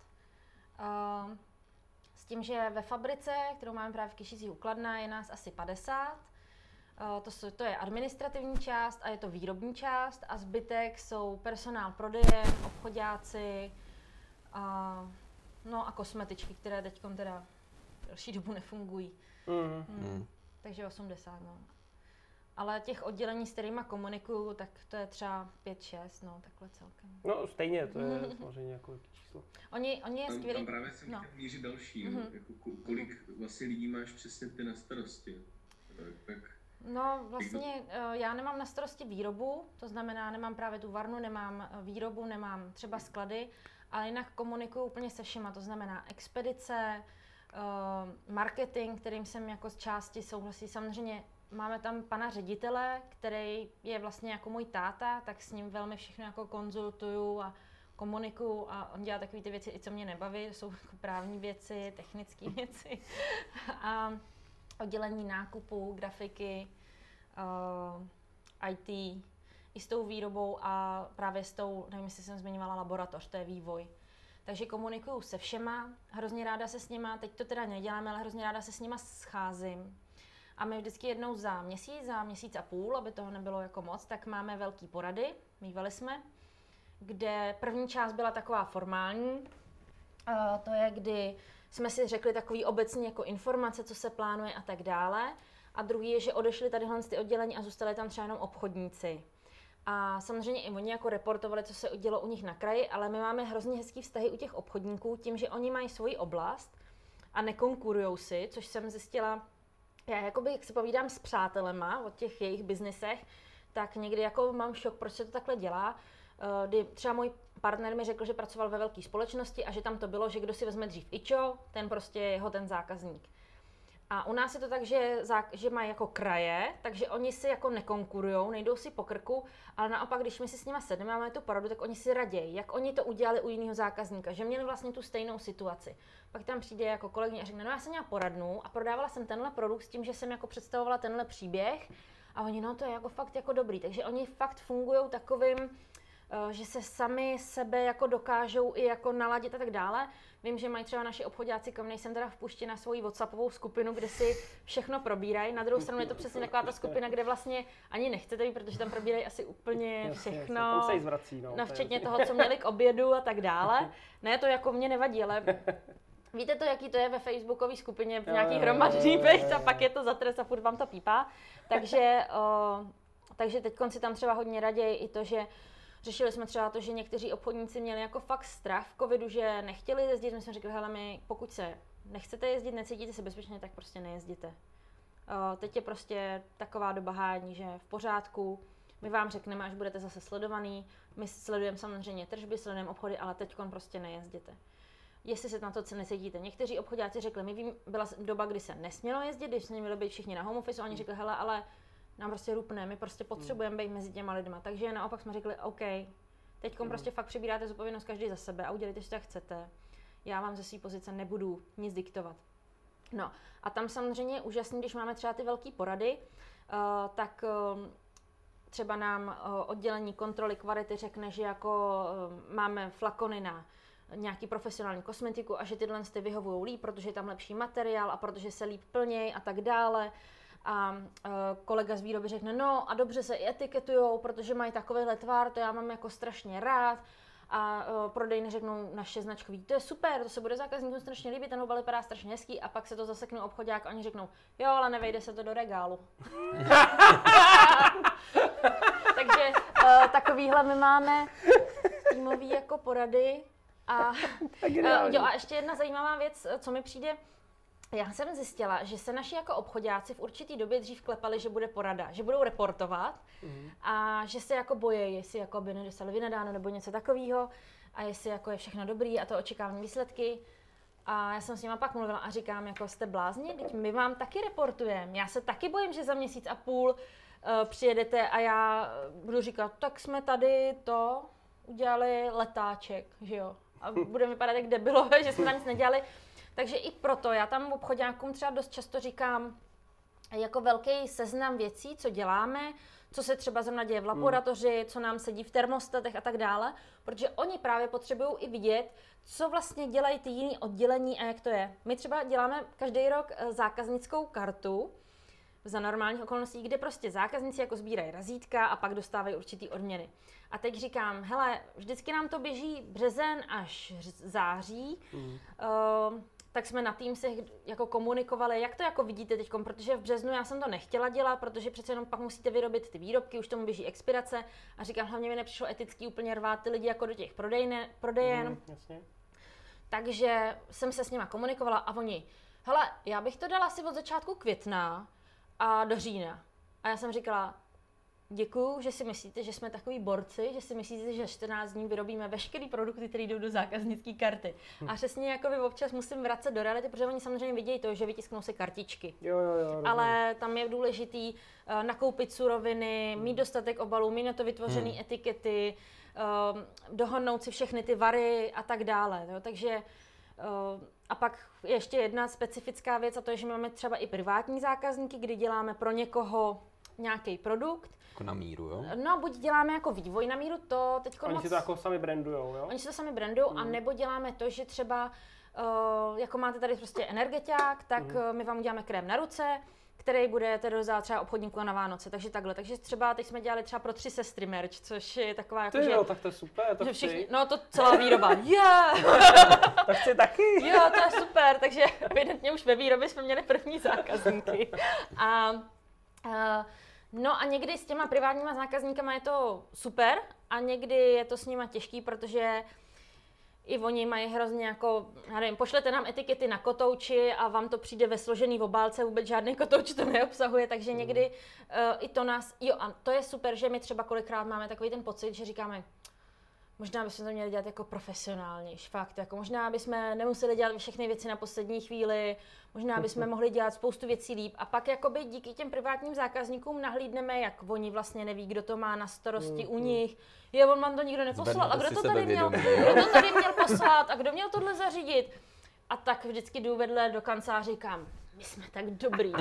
S3: Uh, s tím, že ve fabrice, kterou máme právě v Kyšicích u Kladna, je nás asi padesát. Uh, to, jsou, to je administrativní část a je to výrobní část a zbytek jsou personál prodeje, obchodáci a, no a kosmetičky, které teď teda delší dobu nefungují. Mm. Mm. Takže osmdesát, no. Ale těch oddělení, s kterýma komunikuju, tak to je třeba pět šest, no, takhle celkem.
S1: No stejně, to je samozřejmě jako číslo.
S3: Oni, oni je
S9: tam,
S3: skvělý.
S9: Tam právě jsem
S3: no.
S9: chtěl mířit další, mm-hmm. no, jako kolik vlastně lidí máš přesně ty na starosti? Tak,
S3: no vlastně já nemám na starosti výrobu, to znamená nemám právě tu varnu, nemám výrobu, nemám třeba sklady, ale jinak komunikuju úplně se všema, to znamená expedice, marketing, kterým jsem jako z části souhlasí, samozřejmě. Máme tam pana ředitele, který je vlastně jako můj táta, tak s ním velmi všechno jako konzultuju a komunikuju a on dělá takové ty věci, i co mě nebaví, jsou jako právní věci, technické věci a oddělení nákupu, grafiky, uh, í té, i s tou výrobou a právě s tou, nevím, jestli jsem zmiňovala laboratoř, to je vývoj. Takže komunikuju se všema, hrozně ráda se s nima, teď to teda neděláme, ale hrozně ráda se s nima scházím. A my vždycky jednou za měsíc, za měsíc a půl, aby toho nebylo jako moc, tak máme velký porady, mívali jsme, kde první část byla taková formální, a to je, kdy jsme si řekli takový obecný jako informace, co se plánuje a tak dále. A druhý je, že odešli tadyhle z ty oddělení a zůstali tam třeba jenom obchodníci. A samozřejmě i oni jako reportovali, co se dělo u nich na kraji, ale my máme hrozně hezký vztahy u těch obchodníků, tím, že oni mají svoji oblast a nekonkurujou si, což jsem zjistila. Já jakoby, jak se povídám s přátelema o těch jejich biznisech, tak někdy jako mám šok, proč se to takhle dělá. Kdy třeba můj partner mi řekl, že pracoval ve velké společnosti a že tam to bylo, že kdo si vezme dřív ičo, ten prostě je jeho ten zákazník. A u nás je to tak, že, že mají jako kraje, takže oni si jako nekonkurujou, nejdou si po krku, ale naopak, když my si s nimi sedneme a máme tu poradu, tak oni si raději, jak oni to udělali u jiného zákazníka, že měli vlastně tu stejnou situaci. Pak tam přijde jako kolegyně a řekne, no já jsem měla poradnu a prodávala jsem tenhle produkt s tím, že jsem jako představovala tenhle příběh a oni, no to je jako fakt jako dobrý, takže oni fakt fungují takovým, že se sami sebe jako dokážou i jako naladit a tak dále. Vím, že mají třeba naši obchodáci, kam nejsem teda vpuštěna na svoji WhatsAppovou skupinu, kde si všechno probírají. Na druhou stranu je to přesně taková ta skupina, kde vlastně ani nechcete jít, protože tam probírají asi úplně všechno.
S1: Tam se jí zvrací, no.
S3: No, včetně toho, co měli k obědu a tak dále. Ne, to jako mě nevadí, ale víte to, jaký to je ve facebookové skupině, v nějaký hromadný byt a pak je to za trest a furt vám to pípá. Takže, uh, takže teď si tam třeba hodně raději i to, že řešili jsme třeba to, že někteří obchodníci měli jako fakt strach v covidu, že nechtěli jezdit. My jsme řekli, hele, my pokud se nechcete jezdit, necítíte se bezpečně, tak prostě nejezděte. Uh, teď je prostě taková doba hání, že v pořádku, my vám řekneme, až budete zase sledovaný, my sledujeme samozřejmě tržby, sledujeme obchody, ale teď prostě nejezděte. Jestli se na to necítíte. Někteří obchodáci řekli, my vím, byla doba, kdy se nesmělo jezdit, když jsme měli být všichni na home office, a oni řekli, hele, ale nám prostě rupne, my prostě potřebujeme být mezi těma lidma. Takže naopak jsme řekli, OK, teď mm. prostě fakt přebíráte zodpovědnost každý za sebe a udělejte si, jak chcete. Já vám ze své pozice nebudu nic diktovat. No a tam samozřejmě je úžasný, když máme třeba ty velké porady, uh, tak uh, třeba nám uh, oddělení kontroly kvality řekne, že jako uh, máme flakony na nějaký profesionální kosmetiku a že tyhle ty vyhovují líp, protože je tam lepší materiál a protože se líp plnějí a tak dále. A uh, kolega z výroby řekne, no a dobře se i etiketujou, protože mají takovýhle tvar, to já mám jako strašně rád. A uh, prodejny řeknou naše značkový, to je super, to se bude zákazníkům strašně líbit, ten obal vypadá strašně hezký, a pak se to zaseknou obchodák a oni řeknou, jo, ale nevejde se to do regálu. Takže uh, takovýhle my máme týmový jako porady. A, uh, jo, a ještě jedna zajímavá věc, co mi přijde, já jsem zjistila, že se naši jako obchodáci v určitý době dřív klepali, že bude porada, že budou reportovat mm. a že se jako bojí, jestli jako by nedostali vynadáno nebo něco takového a jestli jako je všechno dobrý a to očekávám výsledky. A já jsem s nima pak mluvila a říkám, jako jste blázni, teď my vám taky reportujeme. Já se taky bojím, že za měsíc a půl uh, přijedete a já budu říkat, tak jsme tady to udělali letáček, že jo. A budeme vypadat jak debilové, že jsme tam nic nedělali. Takže i proto já tam obchodňákům třeba dost často říkám jako velký seznam věcí, co děláme, co se třeba zrovna děje v laboratoři, co nám sedí v termostatech a tak dále, protože oni právě potřebují i vidět, co vlastně dělají ty jiný oddělení a jak to je. My třeba děláme každý rok zákaznickou kartu za normálních okolností, kde prostě zákazníci jako sbírají razítka a pak dostávají určitý odměny. A teď říkám, hele, vždycky nám to běží březen až září, mm. uh, tak jsme na Teamsech jako komunikovali, jak to jako vidíte teď, protože v březnu já jsem to nechtěla dělat, protože přece jenom pak musíte vyrobit ty výrobky, už tomu běží expirace a říkám, hlavně mi nepřišlo etický úplně rvát ty lidi jako do těch prodejne, prodejen. Mm, jasně. Takže jsem se s nima komunikovala a oni, hele, já bych to dala asi od začátku května a do října. A já jsem říkala, děkuju, že si myslíte, že jsme takový borci, že si myslíte, že čtrnáct dní vyrobíme veškerý produkty, které jdou do zákaznické karty. A přesně jako by občas musím vracet do reality, protože oni samozřejmě vidějí to, že vytisknou si kartičky.
S1: Jo, jo, jo,
S3: ale tam je důležitý uh, nakoupit suroviny, mít dostatek obalů, mít na to vytvořené hmm. etikety, uh, dohodnout si všechny ty vary a tak dále. Jo? Takže uh, a pak ještě jedna specifická věc, a to je, že máme třeba i privátní zákazníky, kdy děláme pro někoho nějaký produkt.
S2: Jako na míru, jo?
S3: No, buď děláme jako vývoj na míru, to teďko
S1: Oni
S3: moc...
S1: si to jako sami brandujou, jo?
S3: Oni si to sami brandujou, mm. a nebo děláme to, že třeba, uh, jako máte tady prostě energetiák, tak mm. my vám uděláme krém na ruce, který budete rozdávat třeba obchodníku na Vánoce, takže takhle. Takže třeba teď jsme dělali třeba pro tři sestry merch, což je taková jako,
S1: Ty
S3: že...
S1: jo, tak to je super, to
S3: že
S1: chci. Všichni,
S3: no to celá výroba, yeah!
S1: To chci taky.
S3: Jo, to je super, takže evidentně už ve výrobě jsme měli první zákazníky. A... Uh, No a někdy s těma privátníma zákazníkama je to super a někdy je to s nima těžký, protože i oni mají hrozně jako, já nevím, pošlete nám etikety na kotouči a vám to přijde ve složený obálce, vůbec žádný kotouč to neobsahuje, takže někdy uh, i to nás, jo a to je super, že my třeba kolikrát máme takový ten pocit, že říkáme, možná bychom to měli dělat jako profesionálnější, fakt, jako možná bychom nemuseli dělat všechny věci na poslední chvíli, možná bychom mohli dělat spoustu věcí líp a pak jakoby díky těm privátním zákazníkům nahlídneme, jak oni vlastně neví, kdo to má na starosti u nich. Je, on vám to nikdo neposlal, a kdo to tady měl, kdo to tady měl poslat a kdo měl tohle zařídit. A tak vždycky jdu vedle do kanceláře a říkám, my jsme tak dobrý.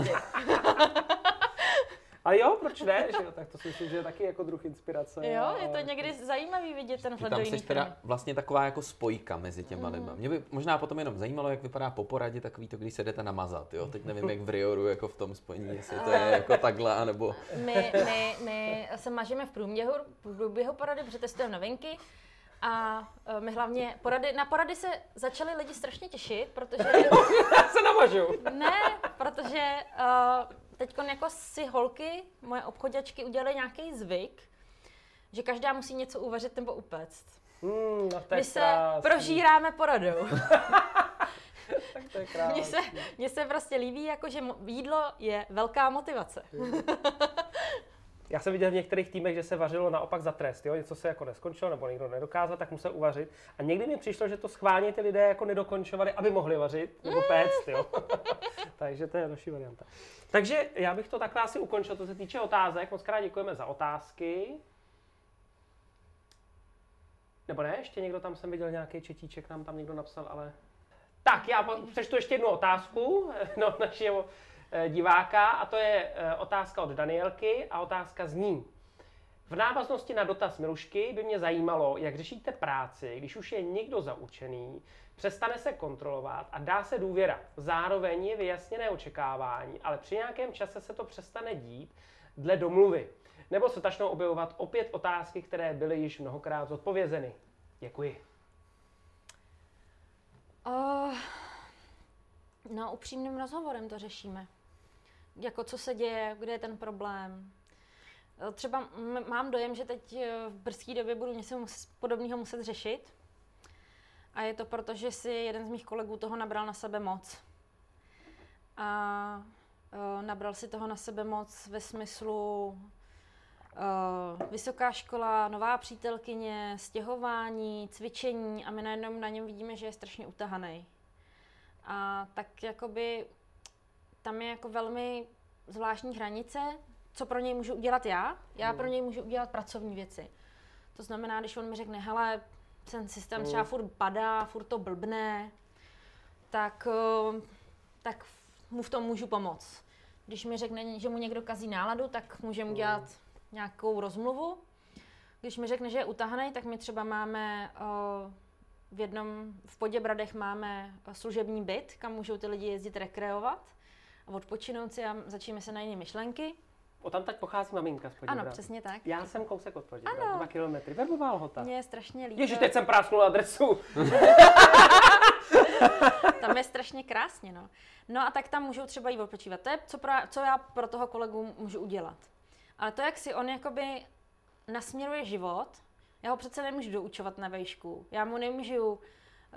S1: Ale jo, proč ne? Že jo? Tak to si myslím, že je taky jako druh inspirace.
S3: Jo, je to někdy zajímavý vidět ten vhled do jiných.
S2: Tam jsi teda vlastně taková jako spojka mezi těma mm. lidma. Mě by možná potom jenom zajímalo, jak vypadá po poradě takový to, když se jdete namazat, jo? Teď nevím, jak v Rioru, jako v tom spojení, jestli to je jako takhle, anebo...
S3: My, my, my se mažeme v průběhu, v průběhu porady, protože testujeme novinky. A my hlavně, porady, na porady se začali lidi strašně těšit, protože...
S1: se namažou.
S3: Ne, protože uh, teďkon jako si holky, moje obchodačky, udělaly nějaký zvyk, že každá musí něco uvařit nebo upéct.
S1: Mm, no
S3: My se krásný. prožíráme poradou.
S1: Tak to je krásný.
S3: Mně se, mně se prostě líbí, jako, že jídlo je velká motivace.
S1: Já jsem viděl v některých týmech, že se vařilo naopak za trest, jo? Něco se jako neskončilo nebo někdo nedokázal, tak musel uvařit. A někdy mi přišlo, že to schválně ty lidé jako nedokončovali, aby mohli vařit nebo péct, jo. Takže to je další varianta. Takže já bych to takhle asi ukončil, co se týče otázek. Moc krát děkujeme za otázky. Nebo ne, ještě někdo tam jsem viděl nějaký četíček, nám tam někdo napsal, ale... Tak, já přečtu ještě jednu otázku no, našeho diváka a to je otázka od Danielky a otázka zní. V návaznosti na dotaz Milušky by mě zajímalo, jak řešíte práci, když už je někdo zaučený, přestane se kontrolovat a dá se důvěra. Zároveň je vyjasněné očekávání, ale při nějakém čase se to přestane dít dle domluvy. Nebo se začnou objevovat opět otázky, které byly již mnohokrát zodpovězeny. Děkuji.
S3: Uh, no, upřímným rozhovorem to řešíme. Jako co se děje, kde je ten problém. Třeba m- mám dojem, že teď v brzké době budu něco mus- podobného muset řešit. A je to proto, že si jeden z mých kolegů toho nabral na sebe moc. A uh, nabral si toho na sebe moc ve smyslu uh, vysoká škola, nová přítelkyně, stěhování, cvičení a my najednou na něm vidíme, že je strašně utahaný. A tak jakoby tam je jako velmi zvláštní hranice, co pro něj můžu udělat já. Já pro něj můžu udělat pracovní věci. To znamená, když on mi řekne, hele, ten systém třeba furt padá, furt to blbne, tak, tak mu v tom můžu pomoct. Když mi řekne, že mu někdo kazí náladu, tak můžeme udělat nějakou rozmluvu. Když mi řekne, že je utahaný, tak my třeba máme v jednom, v Poděbradech máme služební byt, kam můžou ty lidi jezdit rekreovat a odpočinout si a začínáme se na jiné myšlenky.
S1: O tam tak pochází maminka z Poděbrad.
S3: Ano, přesně tak.
S1: Já jsem kousek od Poděbrad, dva kilometry. Verbová Lhota.
S3: Mně je strašně líto.
S1: Ježiš, teď jsem prásknul adresu.
S3: Tam je strašně krásně, no. No a tak tam můžou třeba jít odpočívat. To je, co, pro, co já pro toho kolegu můžu udělat. Ale to, jak si on jakoby nasměruje život, já ho přece nemůžu doučovat na vejšku. Já mu nemůžu uh,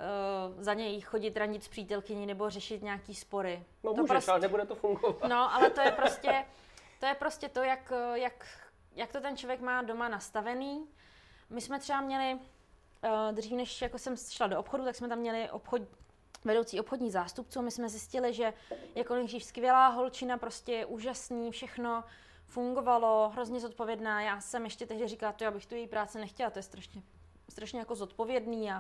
S3: za něj chodit randit s přítelkyní nebo řešit nějaký spory.
S1: No
S3: to
S1: můžeš,
S3: prostě,
S1: ale nebude to fungovat.
S3: No, ale to je prostě to, je prostě to jak, jak, jak to ten člověk má doma nastavený. My jsme třeba měli, uh, dřív než jako jsem šla do obchodu, tak jsme tam měli obchod, vedoucí obchodní zástupců. My jsme zjistili, že jako nejdřív skvělá holčina, prostě úžasný, všechno fungovalo, hrozně zodpovědná. Já jsem ještě tehdy říkala, to já bych tu její práci nechtěla, to je strašně, strašně jako zodpovědný a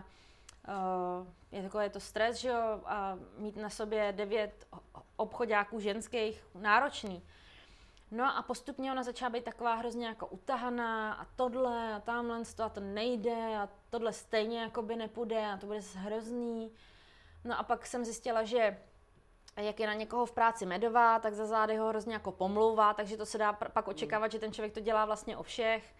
S3: uh, je, jako, je to stres, že jo, a mít na sobě devět obchodáků ženských náročný. No a postupně ona začala být taková hrozně jako utahaná a tohle a tamhle a to nejde a tohle stejně jako by nepůjde a to bude hrozný. No a pak jsem zjistila, že jak je na někoho v práci medová, tak za zády ho hrozně jako pomlouvá, takže to se dá pr- pak očekávat, že ten člověk to dělá vlastně o všech.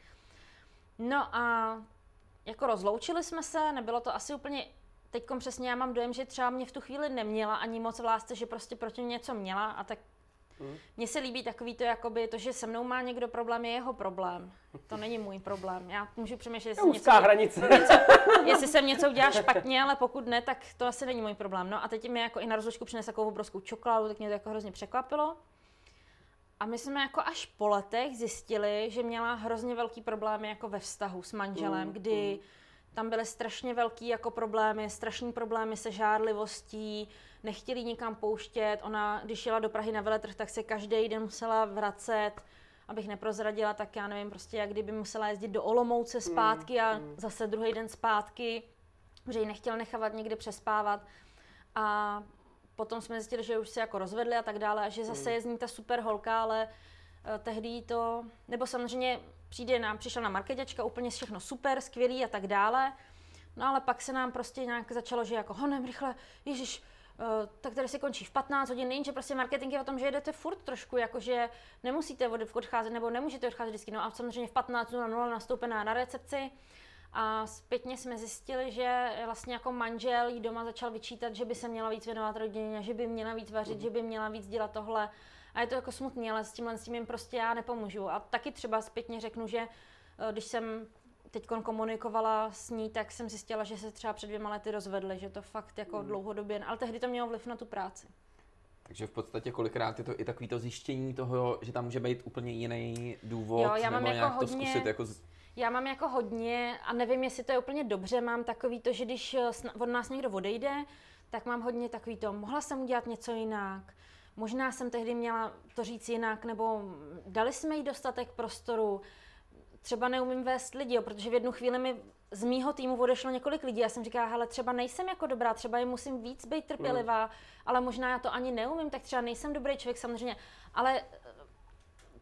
S3: No a jako rozloučili jsme se, nebylo to asi úplně, teďkom přesně já mám dojem, že třeba mě v tu chvíli neměla ani moc v lásce, že prostě proti mě něco měla a tak mm. mně se líbí takový to, jakoby to, že se mnou má někdo problém, je jeho problém. To není můj problém. Já můžu přemýšlet, jestli, něco,
S1: hranice.
S3: něco, jestli jsem něco udělala špatně, ale pokud ne, tak to asi není můj problém. No a teď mi jako i na rozlučku přines takovou obrovskou čokoládu, tak mě to jako hrozně překvapilo. A my jsme jako až po letech zjistili, že měla hrozně velký problémy jako ve vztahu s manželem, mm, kdy mm. tam byly strašně velký jako problémy, strašný problémy se žárlivostí, nechtěli nikam pouštět. Ona, když jela do Prahy na veletrh, tak se každý den musela vracet, abych neprozradila, tak já nevím, prostě jak kdyby musela jezdit do Olomouce zpátky a mm, mm. zase druhý den zpátky, že ji nechtěl nechávat někde přespávat. A potom jsme zjistili, že už se jako rozvedli a tak dále a že zase je z ní ta super holka, ale uh, tehdy to, nebo samozřejmě přijde nám, přišla na marketačka, úplně všechno super, skvělý a tak dále. No ale pak se nám prostě nějak začalo, že jako honem rychle, ježiš, uh, tak tady se končí v patnáct hodin, nejen, že prostě marketing je o tom, že jedete furt trošku, jakože nemusíte odcházet nebo nemůžete odcházet vždycky, no a samozřejmě v patnáct nula nula nastoupená na recepci. A zpětně jsme zjistili, že vlastně jako manžel jí doma začal vyčítat, že by se měla víc věnovat rodině, že by měla víc vařit, mm. že by měla víc dělat tohle. A je to jako smutný, ale s tímhle s tím jim prostě já nepomůžu. A taky třeba zpětně řeknu, že když jsem teď komunikovala s ní, tak jsem zjistila, že se třeba před dvěma lety rozvedli, že to fakt jako mm. dlouhodobě, ale tehdy to mělo vliv na tu práci.
S2: Takže v podstatě kolikrát je to i takový to zjištění toho, že tam může být úplně jiný důvod,
S3: jo, já
S2: nebo
S3: mám
S2: nějak
S3: jako
S2: to
S3: hodně...
S2: zkusit jako... Z...
S3: Já mám jako hodně, a nevím, jestli to je úplně dobře, mám takový to, že když od nás někdo odejde, tak mám hodně takový to, mohla jsem udělat něco jinak, možná jsem tehdy měla to říct jinak, nebo dali jsme jí dostatek prostoru, třeba neumím vést lidi, jo, protože v jednu chvíli mi z mýho týmu odešlo několik lidí, já jsem říkala, hele, třeba nejsem jako dobrá, třeba jim musím víc být trpělivá, mm. ale možná já to ani neumím, tak třeba nejsem dobrý člověk samozřejmě, ale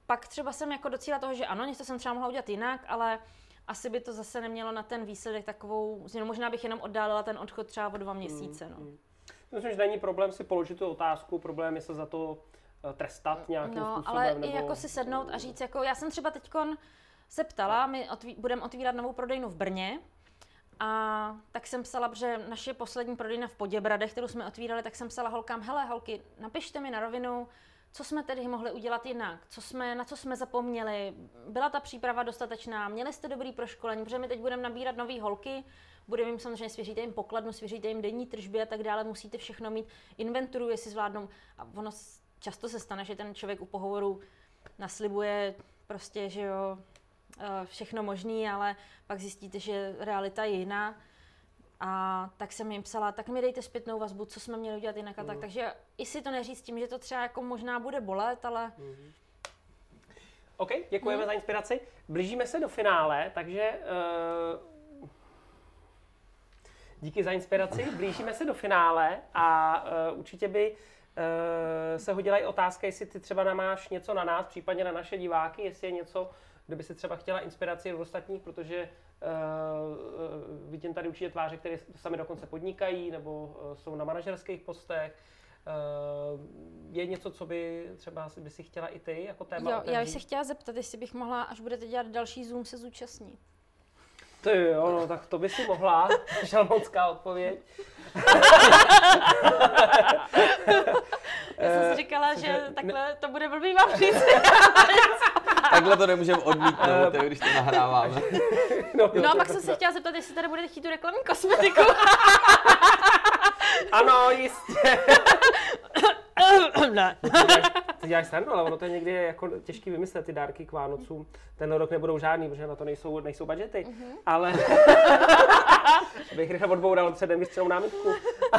S3: pak třeba jsem jako docíla toho, že ano, něco jsem třeba mohla udělat jinak, ale asi by to zase nemělo na ten výsledek takovou změnu. Možná bych jenom oddálila ten odchod třeba o dva měsíce. No.
S1: Mm, mm. Myslím, že není problém si položit tu otázku, problém je se za to trestat nějakým
S3: no,
S1: způsobem.
S3: Ale
S1: nebo...
S3: i jako si sednout a říct, jako já jsem třeba teďkon se ptala, my otví, budeme otvírat novou prodejnu v Brně, a tak jsem psala, že naše poslední prodejna v Poděbradech, kterou jsme otvírali, tak jsem psala holkám, hele holky, napište mi na rovinu, co jsme tedy mohli udělat jinak, co jsme, na co jsme zapomněli, byla ta příprava dostatečná, měli jste dobrý proškolení, protože my teď budeme nabírat nový holky, budeme jim samozřejmě svěříte jim pokladnu, svěříte jim denní tržby a tak dále, musíte všechno mít, inventuru, jestli zvládnou. A ono často se stane, že ten člověk u pohovoru naslibuje prostě, že jo, všechno možný, ale pak zjistíte, že realita je jiná. A tak jsem jim psala, tak mi dejte zpětnou vazbu, co jsme měli udělat jinak a tak. Takže i si to neříct tím, že to třeba jako možná bude bolet, ale...
S1: Mm. OK, děkujeme mm. za inspiraci. Blížíme se do finále, takže uh, díky za inspiraci. Blížíme se do finále a uh, určitě by uh, se hodila i otázka, jestli ty třeba máš něco na nás, případně na naše diváky, jestli je něco, kde by si třeba chtěla inspiraci od ostatních, protože uh, vidím tady určitě tváře, které sami dokonce podnikají nebo uh, jsou na manažerských postech. Uh, je něco, co by třeba by si chtěla i ty jako téma
S3: Jo,
S1: otevřít?
S3: já bych se chtěla zeptat, jestli bych mohla, až budete dělat další Zoom, se zúčastnit.
S1: Ty jo, no tak to by si mohla. Žalmonská odpověď.
S3: Já jsem si říkala, že, že takhle to bude blbý vám říct.
S2: Takhle to nemůžeme odmítnout, uh, když to nahráváme.
S3: No, no a pak jsem se chtěla zeptat, jestli tady budete chtít tu reklamní kosmetiku.
S1: Ano, jistě.
S3: Ne.
S1: Ty děláš srandu, ale ono to je někdy jako těžký vymyslet ty dárky k Vánocům. Tenhle rok nebudou žádný, protože na to nejsou, nejsou budžety. Uh-huh. Ale bych rychle odboural předem vystřelou námitku.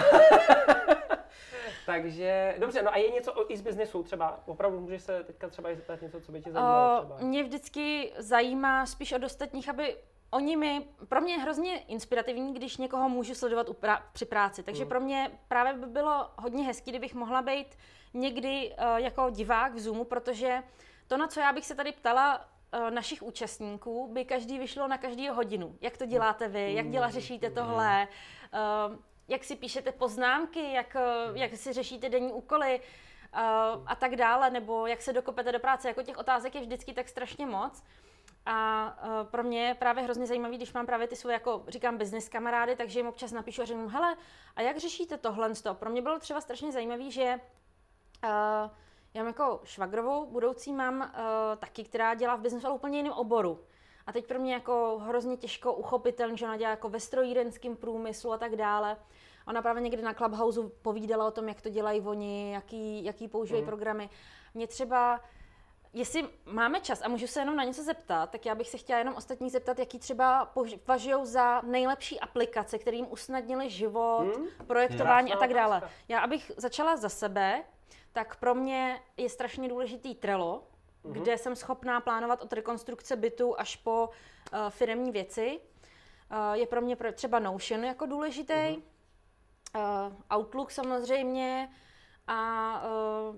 S1: Takže, dobře, no a je něco i z biznesu třeba? Opravdu můžeš se teďka třeba zeptat něco, co by tě zajímalo třeba?
S3: Uh, mě vždycky zajímá spíš od ostatních, aby oni mi, pro mě je hrozně inspirativní, když někoho můžu sledovat u pra- při práci. Takže mm. pro mě právě by bylo hodně hezký, kdybych mohla být někdy uh, jako divák v Zoomu, protože to, na co já bych se tady ptala uh, našich účastníků, by každý vyšlo na každý hodinu. Jak to děláte vy, jak dělá, řešíte tohle, uh, jak si píšete poznámky, jak, uh, jak si řešíte denní úkoly uh, a tak dále, nebo jak se dokopete do práce. Jako těch otázek je vždycky tak strašně moc. A uh, pro mě je právě hrozně zajímavý, když mám právě ty svoje, jako říkám, business kamarády, takže jim občas napíšu a řeknu, hele, a jak řešíte tohle? Pro mě bylo třeba strašně zajímavý, že uh, já mám jako švagrovou budoucí mám uh, taky, která dělá v biznesu, ale úplně jiném oboru. A teď pro mě jako hrozně těžko uchopitelný, že ona dělá jako ve strojírenském průmyslu a tak dále. Ona právě někdy na Clubhouse povídala o tom, jak to dělají oni, jaký, jaký používají mm. programy. Mě třeba jestli máme čas a můžu se jenom na něco zeptat, tak já bych se chtěla jenom ostatních zeptat, jaký třeba považují za nejlepší aplikace, které jim usnadnily život, hmm? projektování hmm. a tak dále. Já, abych začala za sebe, tak pro mě je strašně důležitý Trello, hmm. kde jsem schopná plánovat od rekonstrukce bytu až po uh, firemní věci. Uh, je pro mě třeba Notion jako důležitý, hmm. uh, Outlook samozřejmě a uh,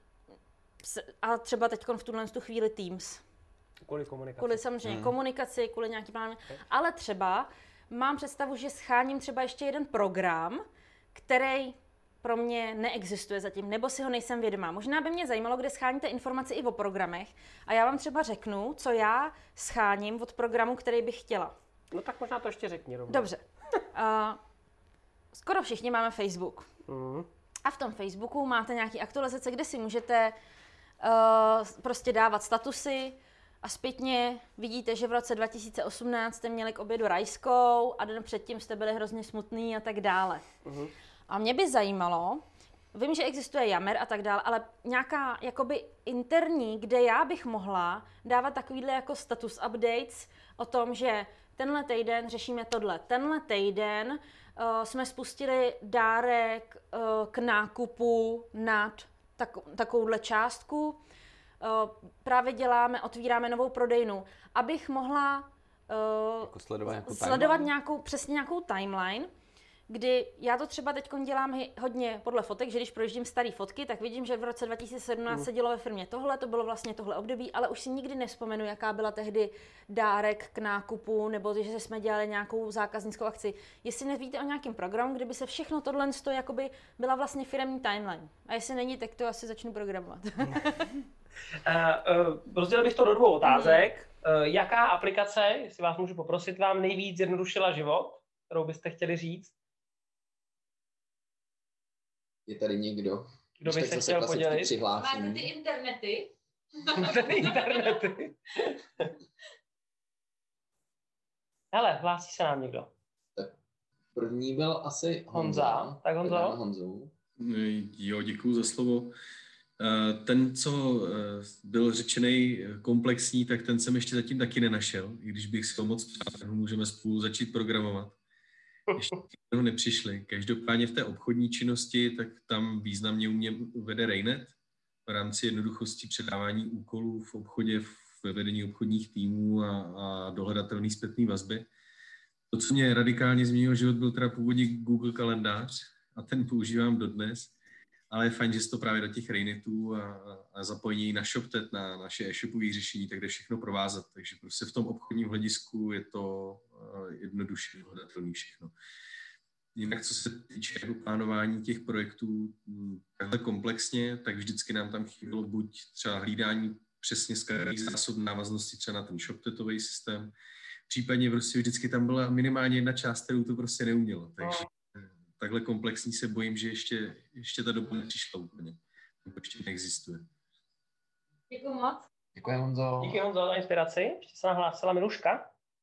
S3: a třeba teď v tuhle chvíli Teams.
S1: Kvůli komunikaci.
S3: Kvůli samozřejmě hmm. komunikaci, kvůli nějaký plán. Okay. Ale třeba mám představu, že scháním třeba ještě jeden program, který pro mě neexistuje zatím, nebo si ho nejsem vědomá. Možná by mě zajímalo, kde scháníte informace i o programech a já vám třeba řeknu, co já scháním od programu, který bych chtěla.
S1: No tak možná to ještě řekni rovnou.
S3: Dobře. Uh, skoro všichni máme Facebook.
S1: Mm.
S3: A v tom Facebooku máte nějaké aktualizace, kde si můžete uh, prostě dávat statusy a zpětně vidíte, že v roce dva tisíce osmnáct jste měli k obědu rajskou a den předtím jste byli hrozně smutný a tak dále. Uh-huh. A mě by zajímalo, vím, že existuje Yammer a tak dále, ale nějaká jakoby interní, kde já bych mohla dávat takovýhle jako status updates o tom, že tenhle týden řešíme tohle, tenhle týden uh, jsme spustili dárek uh, k nákupu nad tak, takovouhle částku. Uh, právě děláme, otvíráme novou prodejnu, abych mohla uh,
S2: jako sledovat, nějakou,
S3: sledovat nějakou, přesně nějakou timeline, kdy já to třeba teď dělám hodně podle fotek, že když projíždím staré fotky, tak vidím, že v roce dva tisíce sedmnáct mm. se dělo ve firmě tohle, to bylo vlastně tohle období, ale už si nikdy nevzpomenu, jaká byla tehdy dárek k nákupu, nebo že jsme dělali nějakou zákaznickou akci. Jestli nevíte o nějakém programu, kdyby se všechno tohle z toho jakoby byla vlastně firemní timeline. A jestli není, tak to asi začnu programovat.
S1: uh, uh, rozdělil bych to do dvou otázek. Mm. Uh, jaká aplikace, jestli vás můžu poprosit, vám nejvíc zjednodušila život, kterou byste chtěli říct?
S5: Je tady někdo?
S1: Kdo by se chtěl podělit?
S3: Máte ty internety?
S1: Máte ty internety? Hele, hlásí se nám někdo.
S5: Tak první byl asi Honza.
S1: Honza. Tak Honzo?
S5: Honzu.
S9: Jo, děkuju za slovo. Ten, co byl řečený komplexní, tak ten jsem ještě zatím taky nenašel. I když bych si ho moc přál, můžeme spolu začít programovat. Ještě ho nepřišli. Každopádně v té obchodní činnosti, tak tam významně u mě vede Raynet v rámci jednoduchosti předávání úkolů v obchodě, ve vedení obchodních týmů a, a dohledatelné zpětné vazby. To, co mě radikálně změnilo život, byl teda původně Google kalendář a ten používám dodnes, ale je fajn, že se to právě do těch Raynetů a, a zapojení na ShopTet, na naše e-shopové řešení, tak jde všechno provázat. Takže prostě v tom obchodním hledisku je to jednoduše dohledatelné všechno. Jinak, co se týče jako plánování těch projektů takhle komplexně, tak vždycky nám tam chybělo buď třeba hlídání přesně skladných zásob návaznosti třeba na ten ShopTetový systém, případně prostě vždycky tam byla minimálně jedna část, kterou to prostě neumělo. Takže takhle komplexní se bojím, že ještě, ještě ta doba nepřišla úplně. To ještě neexistuje.
S3: Děkuji moc.
S5: Děkuji, Honzo.
S1: Díky, Honzo, za inspiraci. Ještě se nahlásila Miluška.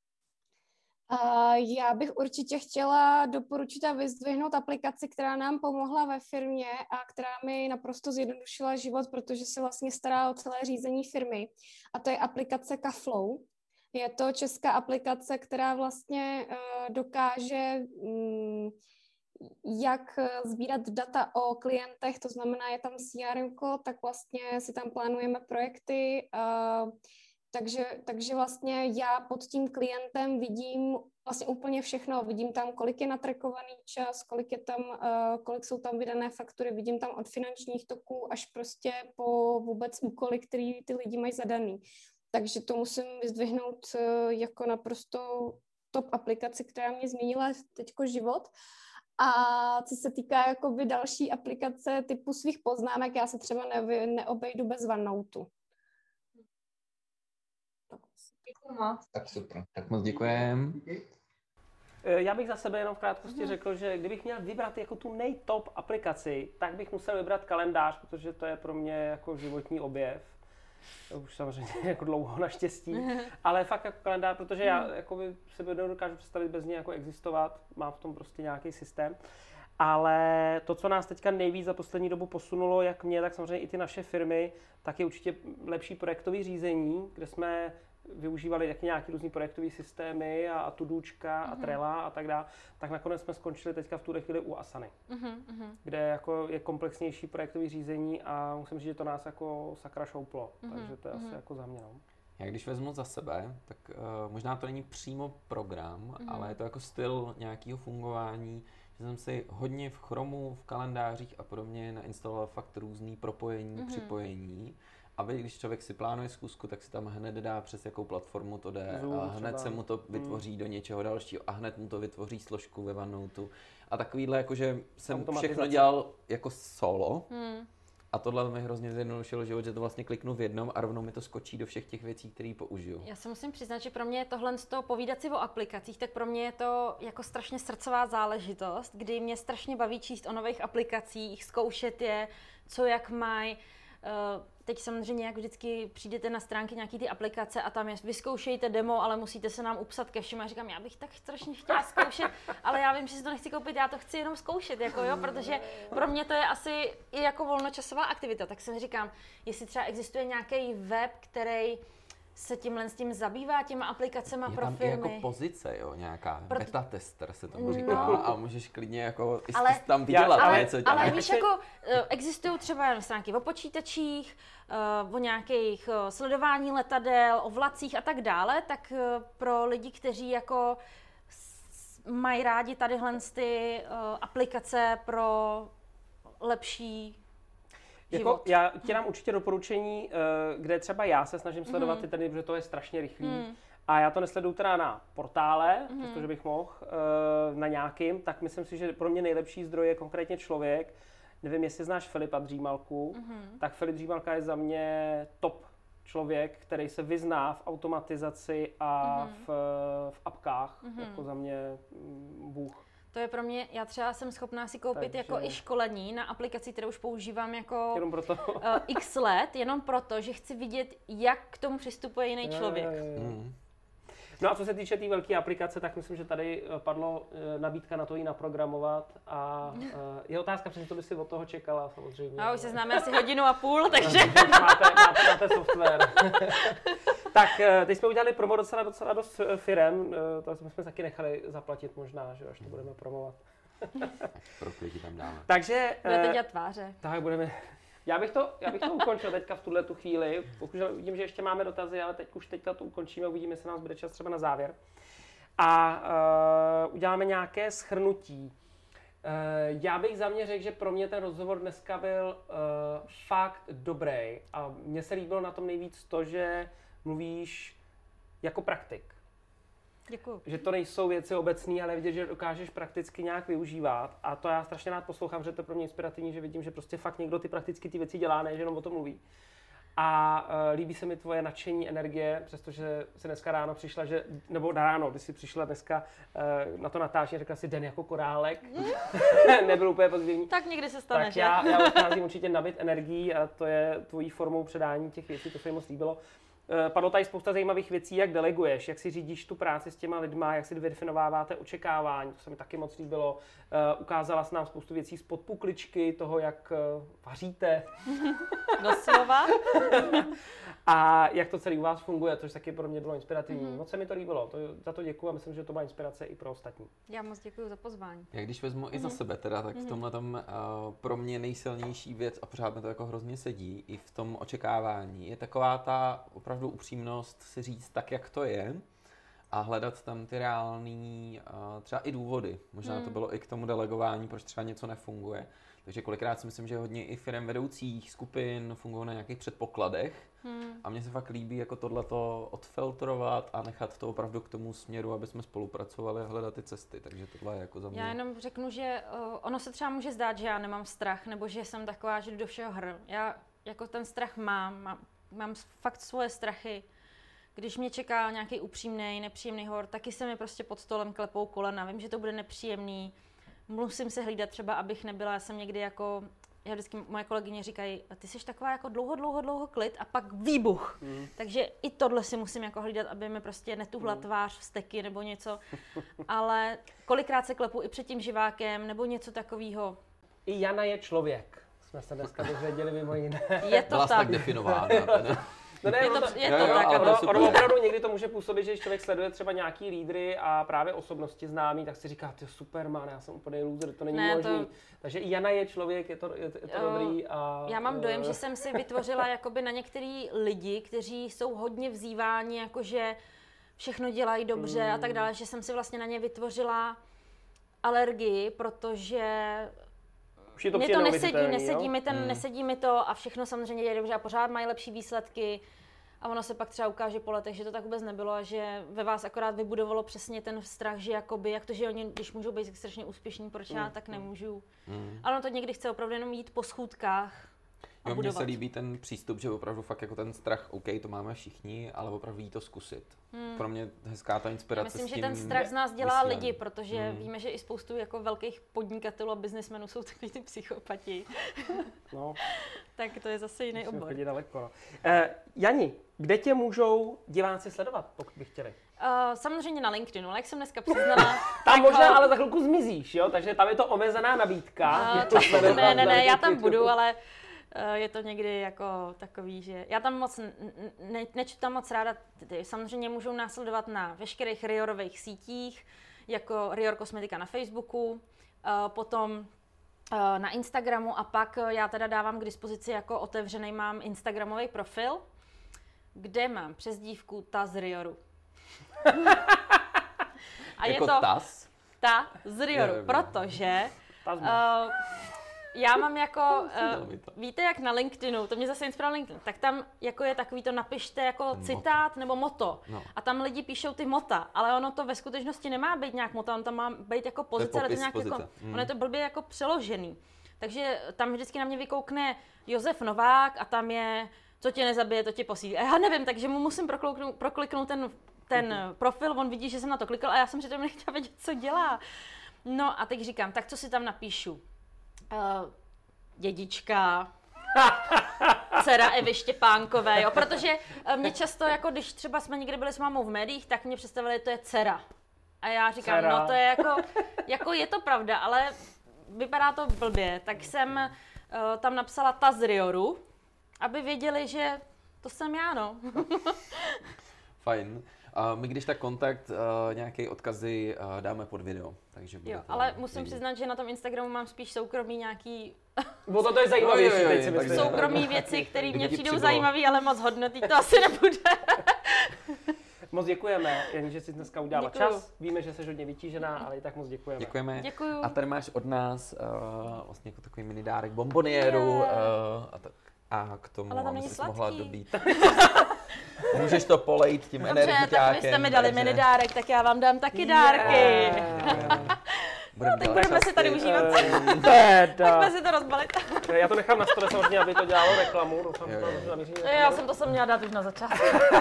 S6: Uh, já bych určitě chtěla doporučit a vyzdvihnout aplikaci, která nám pomohla ve firmě a která mi naprosto zjednodušila život, protože se vlastně stará o celé řízení firmy. A to je aplikace Kaflow. Je to česká aplikace, která vlastně uh, dokáže um, jak sbírat data o klientech, to znamená, je tam C R M ko, tak vlastně si tam plánujeme projekty, uh, takže, takže vlastně já pod tím klientem vidím vlastně úplně všechno, vidím tam, kolik je natrekovaný čas, kolik, je tam, uh, kolik jsou tam vydané faktury, vidím tam od finančních toků až prostě po vůbec úkoly, který ty lidi mají zadaný. Takže to musím vyzdvihnout uh, jako naprosto top aplikaci, která mě změnila teďko život. A co se týká jakoby další aplikace typu svých poznámek, já se třeba ne, neobejdu bez OneNoteu.
S3: Děkuji moc.
S5: Tak super, tak moc děkujem.
S1: Já bych za sebe jenom v krátkosti mm. řekl, že kdybych měl vybrat jako tu nejtop aplikaci, tak bych musel vybrat kalendář, protože to je pro mě jako životní objev. Už samozřejmě jako dlouho naštěstí, ale fakt jako kalendář, protože já jakoby sebe nedokážu představit bez něj jako existovat, mám v tom prostě nějaký systém. Ale to, co nás teďka nejvíc za poslední dobu posunulo, jak mě, tak samozřejmě i ty naše firmy, tak je určitě lepší projektové řízení, kde jsme využívali taky nějaký různý projektové systémy a, a Tudůčka a Trella a tak dále, tak nakonec jsme skončili teďka v tuhle chvíli u Asany, uh-huh. kde jako je komplexnější projektové řízení a musím říct, že to nás jako sakra šouplo, uh-huh. takže to je uh-huh. asi jako za mě. No.
S2: Já když vezmu za sebe, tak uh, možná to není přímo program, uh-huh. ale je to jako styl nějakého fungování, že jsem si hodně v Chromu, v kalendářích a podobně nainstaloval fakt různý propojení, uh-huh. připojení. A vy, když člověk si plánuje zkusku, tak si tam hned dá, přes jakou platformu to jde Zoom, a hned třeba. se mu to vytvoří hmm. do něčeho dalšího a hned mu to vytvoří složku ve OneNoteu. A takovýhle, jakože jsem všechno dělal jako solo hmm. a tohle mi hrozně zjednodušilo život, že to vlastně kliknu v jednom a rovnou mi to skočí do všech těch věcí, které použiju.
S3: Já se musím přiznat, že pro mě je tohle z toho povídat si o aplikacích, tak pro mě je to jako strašně srdcová záležitost, kdy mě strašně baví číst o nových aplikacích, zkoušet je, co jak mají. Teď samozřejmě, jak vždycky přijdete na stránky nějaký ty aplikace a tam je, vyzkoušejte demo, ale musíte se nám upsat ke všemu. Já říkám, já bych tak strašně chtěla zkoušet, ale já vím, že si to nechci koupit, já to chci jenom zkoušet, jako jo, protože pro mě to je asi i jako volnočasová aktivita. Tak si říkám, jestli třeba existuje nějaký web, který se tímhle s tím zabývá, těma aplikacema pro firmy.
S2: Je tam i jako pozice, jo, nějaká
S3: Proto...
S2: beta tester se tomu říká
S3: no.
S2: a můžeš klidně jako
S3: ale,
S2: tam vydělat
S3: ale,
S2: něco.
S3: Ale víš, jako existují třeba stránky o počítačích, o nějakých sledování letadel, o vlacích a tak dále, tak pro lidi, kteří jako mají rádi tadyhle ty uh, aplikace pro lepší život.
S1: Jako, já ti dám určitě doporučení, uh, kde třeba já se snažím sledovat mm. ty tady, protože to je strašně rychlý. Mm. A já to nesleduju teda na portále, mm. přestože bych mohl, uh, na nějakým, tak myslím si, že pro mě nejlepší zdroj je konkrétně člověk. Nevím, jestli znáš Filipa Dřímalku, mm. tak Filip Dřímalka je za mě top člověk, který se vyzná v automatizaci a mm. v, v apkách, mm. jako za mě mm, bůh.
S3: To je pro mě, já třeba jsem schopná si koupit Takže... jako i školení na aplikaci, kterou už používám jako
S1: jenom proto.
S3: uh, x let, jenom proto, že chci vidět, jak k tomu přistupuje jiný člověk.
S1: Je, je, je. Mm. No a co se týče té tý velké aplikace, tak myslím, že tady padlo uh, nabídka na to ji naprogramovat a uh, je otázka, přesně to by si od toho čekala samozřejmě.
S3: A už se známe asi hodinu a půl, takže...
S1: máte, máte, máte software. Tak teď jsme udělali promo docela, docela dost firem, to jsme taky nechali zaplatit možná, že až to budeme promovat.
S2: Pro lidi tam dáme.
S1: Takže...
S3: Budete dělat tváře.
S1: Tak budeme... Já bych to, já bych to ukončil teďka v tuhle tu chvíli, pokud vidím, že ještě máme dotazy, ale teď už teďka to ukončíme, uvidíme, jestli nás bude čas třeba na závěr. A uh, uděláme nějaké shrnutí. Uh, já bych za mě řekl, že pro mě ten rozhovor dneska byl uh, fakt dobrý a mně se líbilo na tom nejvíc to, že mluvíš jako praktik.
S3: Děkuju.
S1: Že to nejsou věci obecné, ale vidět, že dokážeš prakticky nějak využívat. A to já strašně rád poslouchám, že to je pro mě inspirativní, že vidím, že prostě fakt někdo ty prakticky ty věci dělá, ne, že jenom o tom mluví. A uh, líbí se mi tvoje nadšení, energie, přestože jsi dneska ráno přišla, že, nebo ráno, když jsi přišla dneska uh, na to natáčení, řekla si den jako korálek. Nebyl úplně pozitivní.
S3: Tak někdy se stane,
S1: tak
S3: že?
S1: já, já odcházím určitě nabit energií a to je tvojí formou předání těch věcí, to se mi moc líbilo. Padlo tady spousta zajímavých věcí, jak deleguješ, jak si řídíš tu práci s těma lidma, jak si vydefinováváte očekávání, to se mi taky moc líbilo. Uh, ukázala jsi nám spoustu věcí z podpukličky, toho, jak uh, vaříte.
S3: Doslova.
S1: A jak to celý u vás funguje, což taky pro mě bylo inspirativní. Mm-hmm. Moc se mi to líbilo, to, za to děkuji a myslím, že to byla inspirace i pro ostatní.
S3: Já moc děkuji za pozvání.
S2: Já když vezmu mm-hmm. i za sebe teda, tak v tomhle tom uh, pro mě nejsilnější věc, a pořád mi to jako hrozně sedí, i v tom očekávání, je taková ta opravdu upřímnost si říct tak, jak to je a hledat tam ty reální uh, třeba i důvody. Možná mm. to bylo i k tomu delegování, proč třeba něco nefunguje. Takže kolikrát si myslím, že hodně i firem vedoucích skupin fungují na nějakých předpokladech hmm. a mně se fakt líbí jako tohleto odfiltrovat a nechat to opravdu k tomu směru, aby jsme spolupracovali a hledat ty cesty, takže tohle je jako za mě.
S3: Já jenom řeknu, že uh, ono se třeba může zdát, že já nemám strach, nebo že jsem taková, že jdu do všeho hr. Já jako ten strach mám, mám, mám fakt svoje strachy. Když mě čeká nějaký upřímný, nepříjemný hor, taky se mi prostě pod stolem klepou kolena, vím, že to bude nepříjemný. Musím se hlídat třeba, abych nebyla, já jsem někdy jako, já vždycky moje kolegyně říkají, ty jsi taková jako dlouho, dlouho, dlouho klid a pak výbuch. Mm. Takže i tohle si musím jako hlídat, aby mi prostě netuhla mm. tvář vzteky nebo něco. Ale kolikrát se klepu i před tím živákem nebo něco takového.
S1: I Jana je člověk. Jsme se dneska dozvěděli mimo jiné.
S3: Je to
S2: Byla
S3: tak.
S2: tak definována.
S1: No ne,
S3: je to,
S1: to,
S3: je
S2: jo,
S3: to
S2: jo,
S3: tak.
S2: ale
S1: ono,
S2: to
S1: ono opravdu někdy to může působit, že když člověk sleduje třeba nějaký lídry a právě osobnosti známý, tak si říká, ty Superman, já jsem úplně loser, to není
S3: ne,
S1: možný.
S3: To...
S1: Takže i Jana je člověk, je to, je, je to dobrý. A,
S3: já mám dojem, že jsem si vytvořila jakoby na některý lidi, kteří jsou hodně vzýváni, jakože všechno dělají dobře hmm. a tak dále, že jsem si vlastně na ně vytvořila alergii, protože
S1: to
S3: mě to nesedí, nesedí
S1: jo?
S3: mi ten,
S2: hmm.
S3: nesedí mi to a všechno samozřejmě je dobře a pořád mají lepší výsledky a ono se pak třeba ukáže po letech, že to tak vůbec nebylo a že ve vás akorát vybudovalo přesně ten strach, že jakoby, jak to, že oni, když můžou být strašně úspěšní, proč já hmm. tak nemůžu. Hmm. Ale on to někdy chce opravdu jenom jít po schůdkách a
S2: jo,
S3: budovat.
S2: mně se líbí ten přístup, že opravdu fakt jako ten strach, OK, to máme všichni, ale opravdu jí to zkusit. Hmm. Pro mě hezká ta inspirace.
S3: Já myslím,
S2: s tím
S3: že ten strach z nás dělá
S2: vysílání.
S3: lidi, protože hmm. víme, že i spoustu jako velkých podnikatelů a biznismenů jsou takový ty psychopati.
S1: No.
S3: Tak to je zase jiný obor.
S1: Chodí daleko, no. eh, Jani, kde tě můžou diváci sledovat, pokud by chtěli?
S3: Uh, samozřejmě na LinkedInu, ale jak jsem dneska přiznala...
S1: Tam možná ale za chvilku zmizíš, jo? Takže tam je to omezená nabídka.
S3: Uh, ne, ne, ne, já tam budu, ale uh, je to někdy jako takový, že... Já tam moc ne, nečtu tam moc ráda, ty samozřejmě můžou následovat na veškerých Riorových sítích, jako Rior Kosmetika na Facebooku, uh, potom uh, na Instagramu a pak já teda dávám k dispozici jako otevřený mám Instagramový profil, kde mám přezdívku Taz Rioru.
S2: A
S3: jako
S2: je to, tas?
S3: ta z Rioru, protože uh, já mám jako, uh, víte jak na LinkedInu, to mě zase inspiroval LinkedIn, tak tam jako je takový to napište jako citát nebo moto no. a tam lidi píšou ty mota, ale ono to ve skutečnosti nemá být nějak mota, on tam má být jako pozice, ale to nějak jako, mm. ono je to blbě jako přeložený. Takže tam vždycky na mě vykoukne Josef Novák a tam je, co tě nezabije, to tě posílí. A já nevím, takže mu musím prokliknout ten, ten profil, on vidí, že jsem na to klikl a já jsem přitom nechtěla vědět, co dělá. No a teď říkám, tak co si tam napíšu? Uh, dědička, dcera Evy Štěpánkové, jo, protože mě často, jako když třeba jsme někdy byli s mámou v médiích, tak mě představili, to je dcera. A já říkám, dcera. No to je jako, jako je to pravda, ale vypadá to blbě, tak jsem uh, tam napsala ta z Rioru, aby věděli, že to jsem já, no.
S2: Fajn. Uh, my když tak kontakt, uh, nějaké odkazy uh, dáme pod video, takže
S3: jo, ale musím vidět. Přiznat, že na tom Instagramu mám spíš soukromý nějaký...
S1: Bo to, to je zajímavější, teď si myslím.
S3: Soukromý věci, které mě přijdou zajímavé, ale moc hodnotný to asi nebude.
S1: Moc děkujeme, Janí, že jsi dneska udělala Děkuju. čas. Víme, že jsi hodně vytížená, ale i tak moc děkujeme.
S2: Děkujeme.
S3: Děkuju.
S2: A tady máš od nás uh, vlastně jako takový mini dárek bomboniéru uh, a, tak, a k tomu
S3: ale
S2: bys mohla dobít. Můžeš to polejt tím
S3: Dobře,
S2: energiťákem.
S3: Tak vy jste mi dali mini dárek, tak já vám dám taky dárky.
S2: Yeah.
S3: Budeme, no, tak budeme si tady užívat. Pojďme si to rozbalit.
S1: Já to nechám na stole samozřejmě, aby to dělalo reklamu. Doufám, že to namíří.
S3: Já jsem to sem měla dát už na začátku.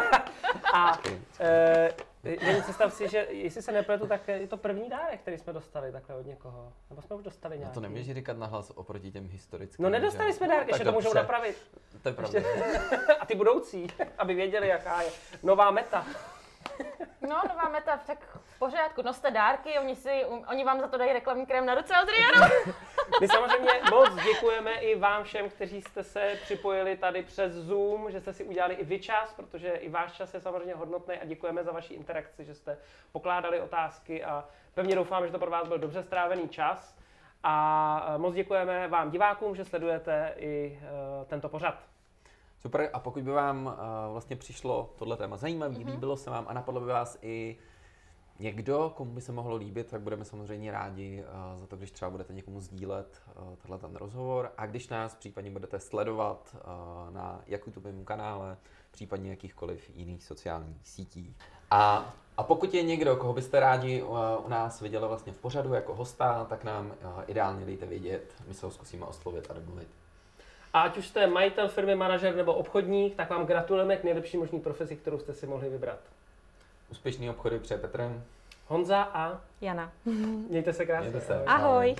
S1: A e, jen představ si, že jestli se nepletu, tak je to první dárek, který jsme dostali takhle od někoho. Nebo jsme už dostali nějaký.
S2: No to nemůžeš říkat nahlas oproti těm historickým.
S1: No nedostali jsme dárek, ještě to můžou napravit.
S2: To je pravda.
S1: A ty budoucí, aby věděli, jaká je nová meta.
S3: No, nová meta, tak v pořádku, noste dárky, oni, si, oni vám za to dají reklamní krém na ruce od Rioru.
S1: My samozřejmě moc děkujeme i vám všem, kteří jste se připojili tady přes Zoom, že jste si udělali i vy čas, protože i váš čas je samozřejmě hodnotný a děkujeme za vaši interakci, že jste pokládali otázky a pevně doufám, že to pro vás byl dobře strávený čas. A moc děkujeme vám divákům, že sledujete i uh, tento pořad.
S2: Super, a pokud by vám uh, vlastně přišlo tohle téma zajímavé, mm-hmm. líbilo se vám a napadlo by vás i někdo, komu by se mohlo líbit, tak budeme samozřejmě rádi uh, za to, když třeba budete někomu sdílet uh, tenhle ten rozhovor a když nás případně budete sledovat uh, na jak YouTubovém kanále, případně jakýchkoliv jiných sociálních sítích. A, a pokud je někdo, koho byste rádi uh, u nás viděli vlastně v pořadu jako hosta, tak nám uh, ideálně dejte vědět, my se ho zkusíme oslovit a domluvit.
S1: A ať už jste majitel firmy, manažer nebo obchodník, tak vám gratulujeme k nejlepší možný profesi, kterou jste si mohli vybrat.
S2: Úspěšný obchody přeje Petr,
S1: Honza a
S3: Jana.
S1: Mějte se krásně.
S2: Mějte se.
S3: Ahoj.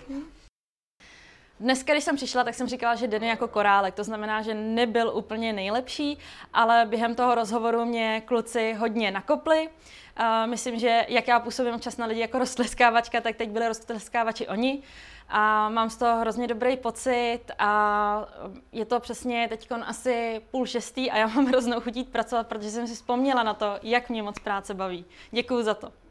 S3: Dneska, když jsem přišla, tak jsem říkala, že den je jako korálek, to znamená, že nebyl úplně nejlepší, ale během toho rozhovoru mě kluci hodně nakopli. Uh, myslím, že jak já působím občas na lidi jako roztleskávačka, tak teď byli roztleskávači oni. A mám z toho hrozně dobrý pocit a je to přesně teď asi půl šestý a já mám hroznou chutí pracovat, protože jsem si vzpomněla na to, jak mě moc práce baví. Děkuju za to.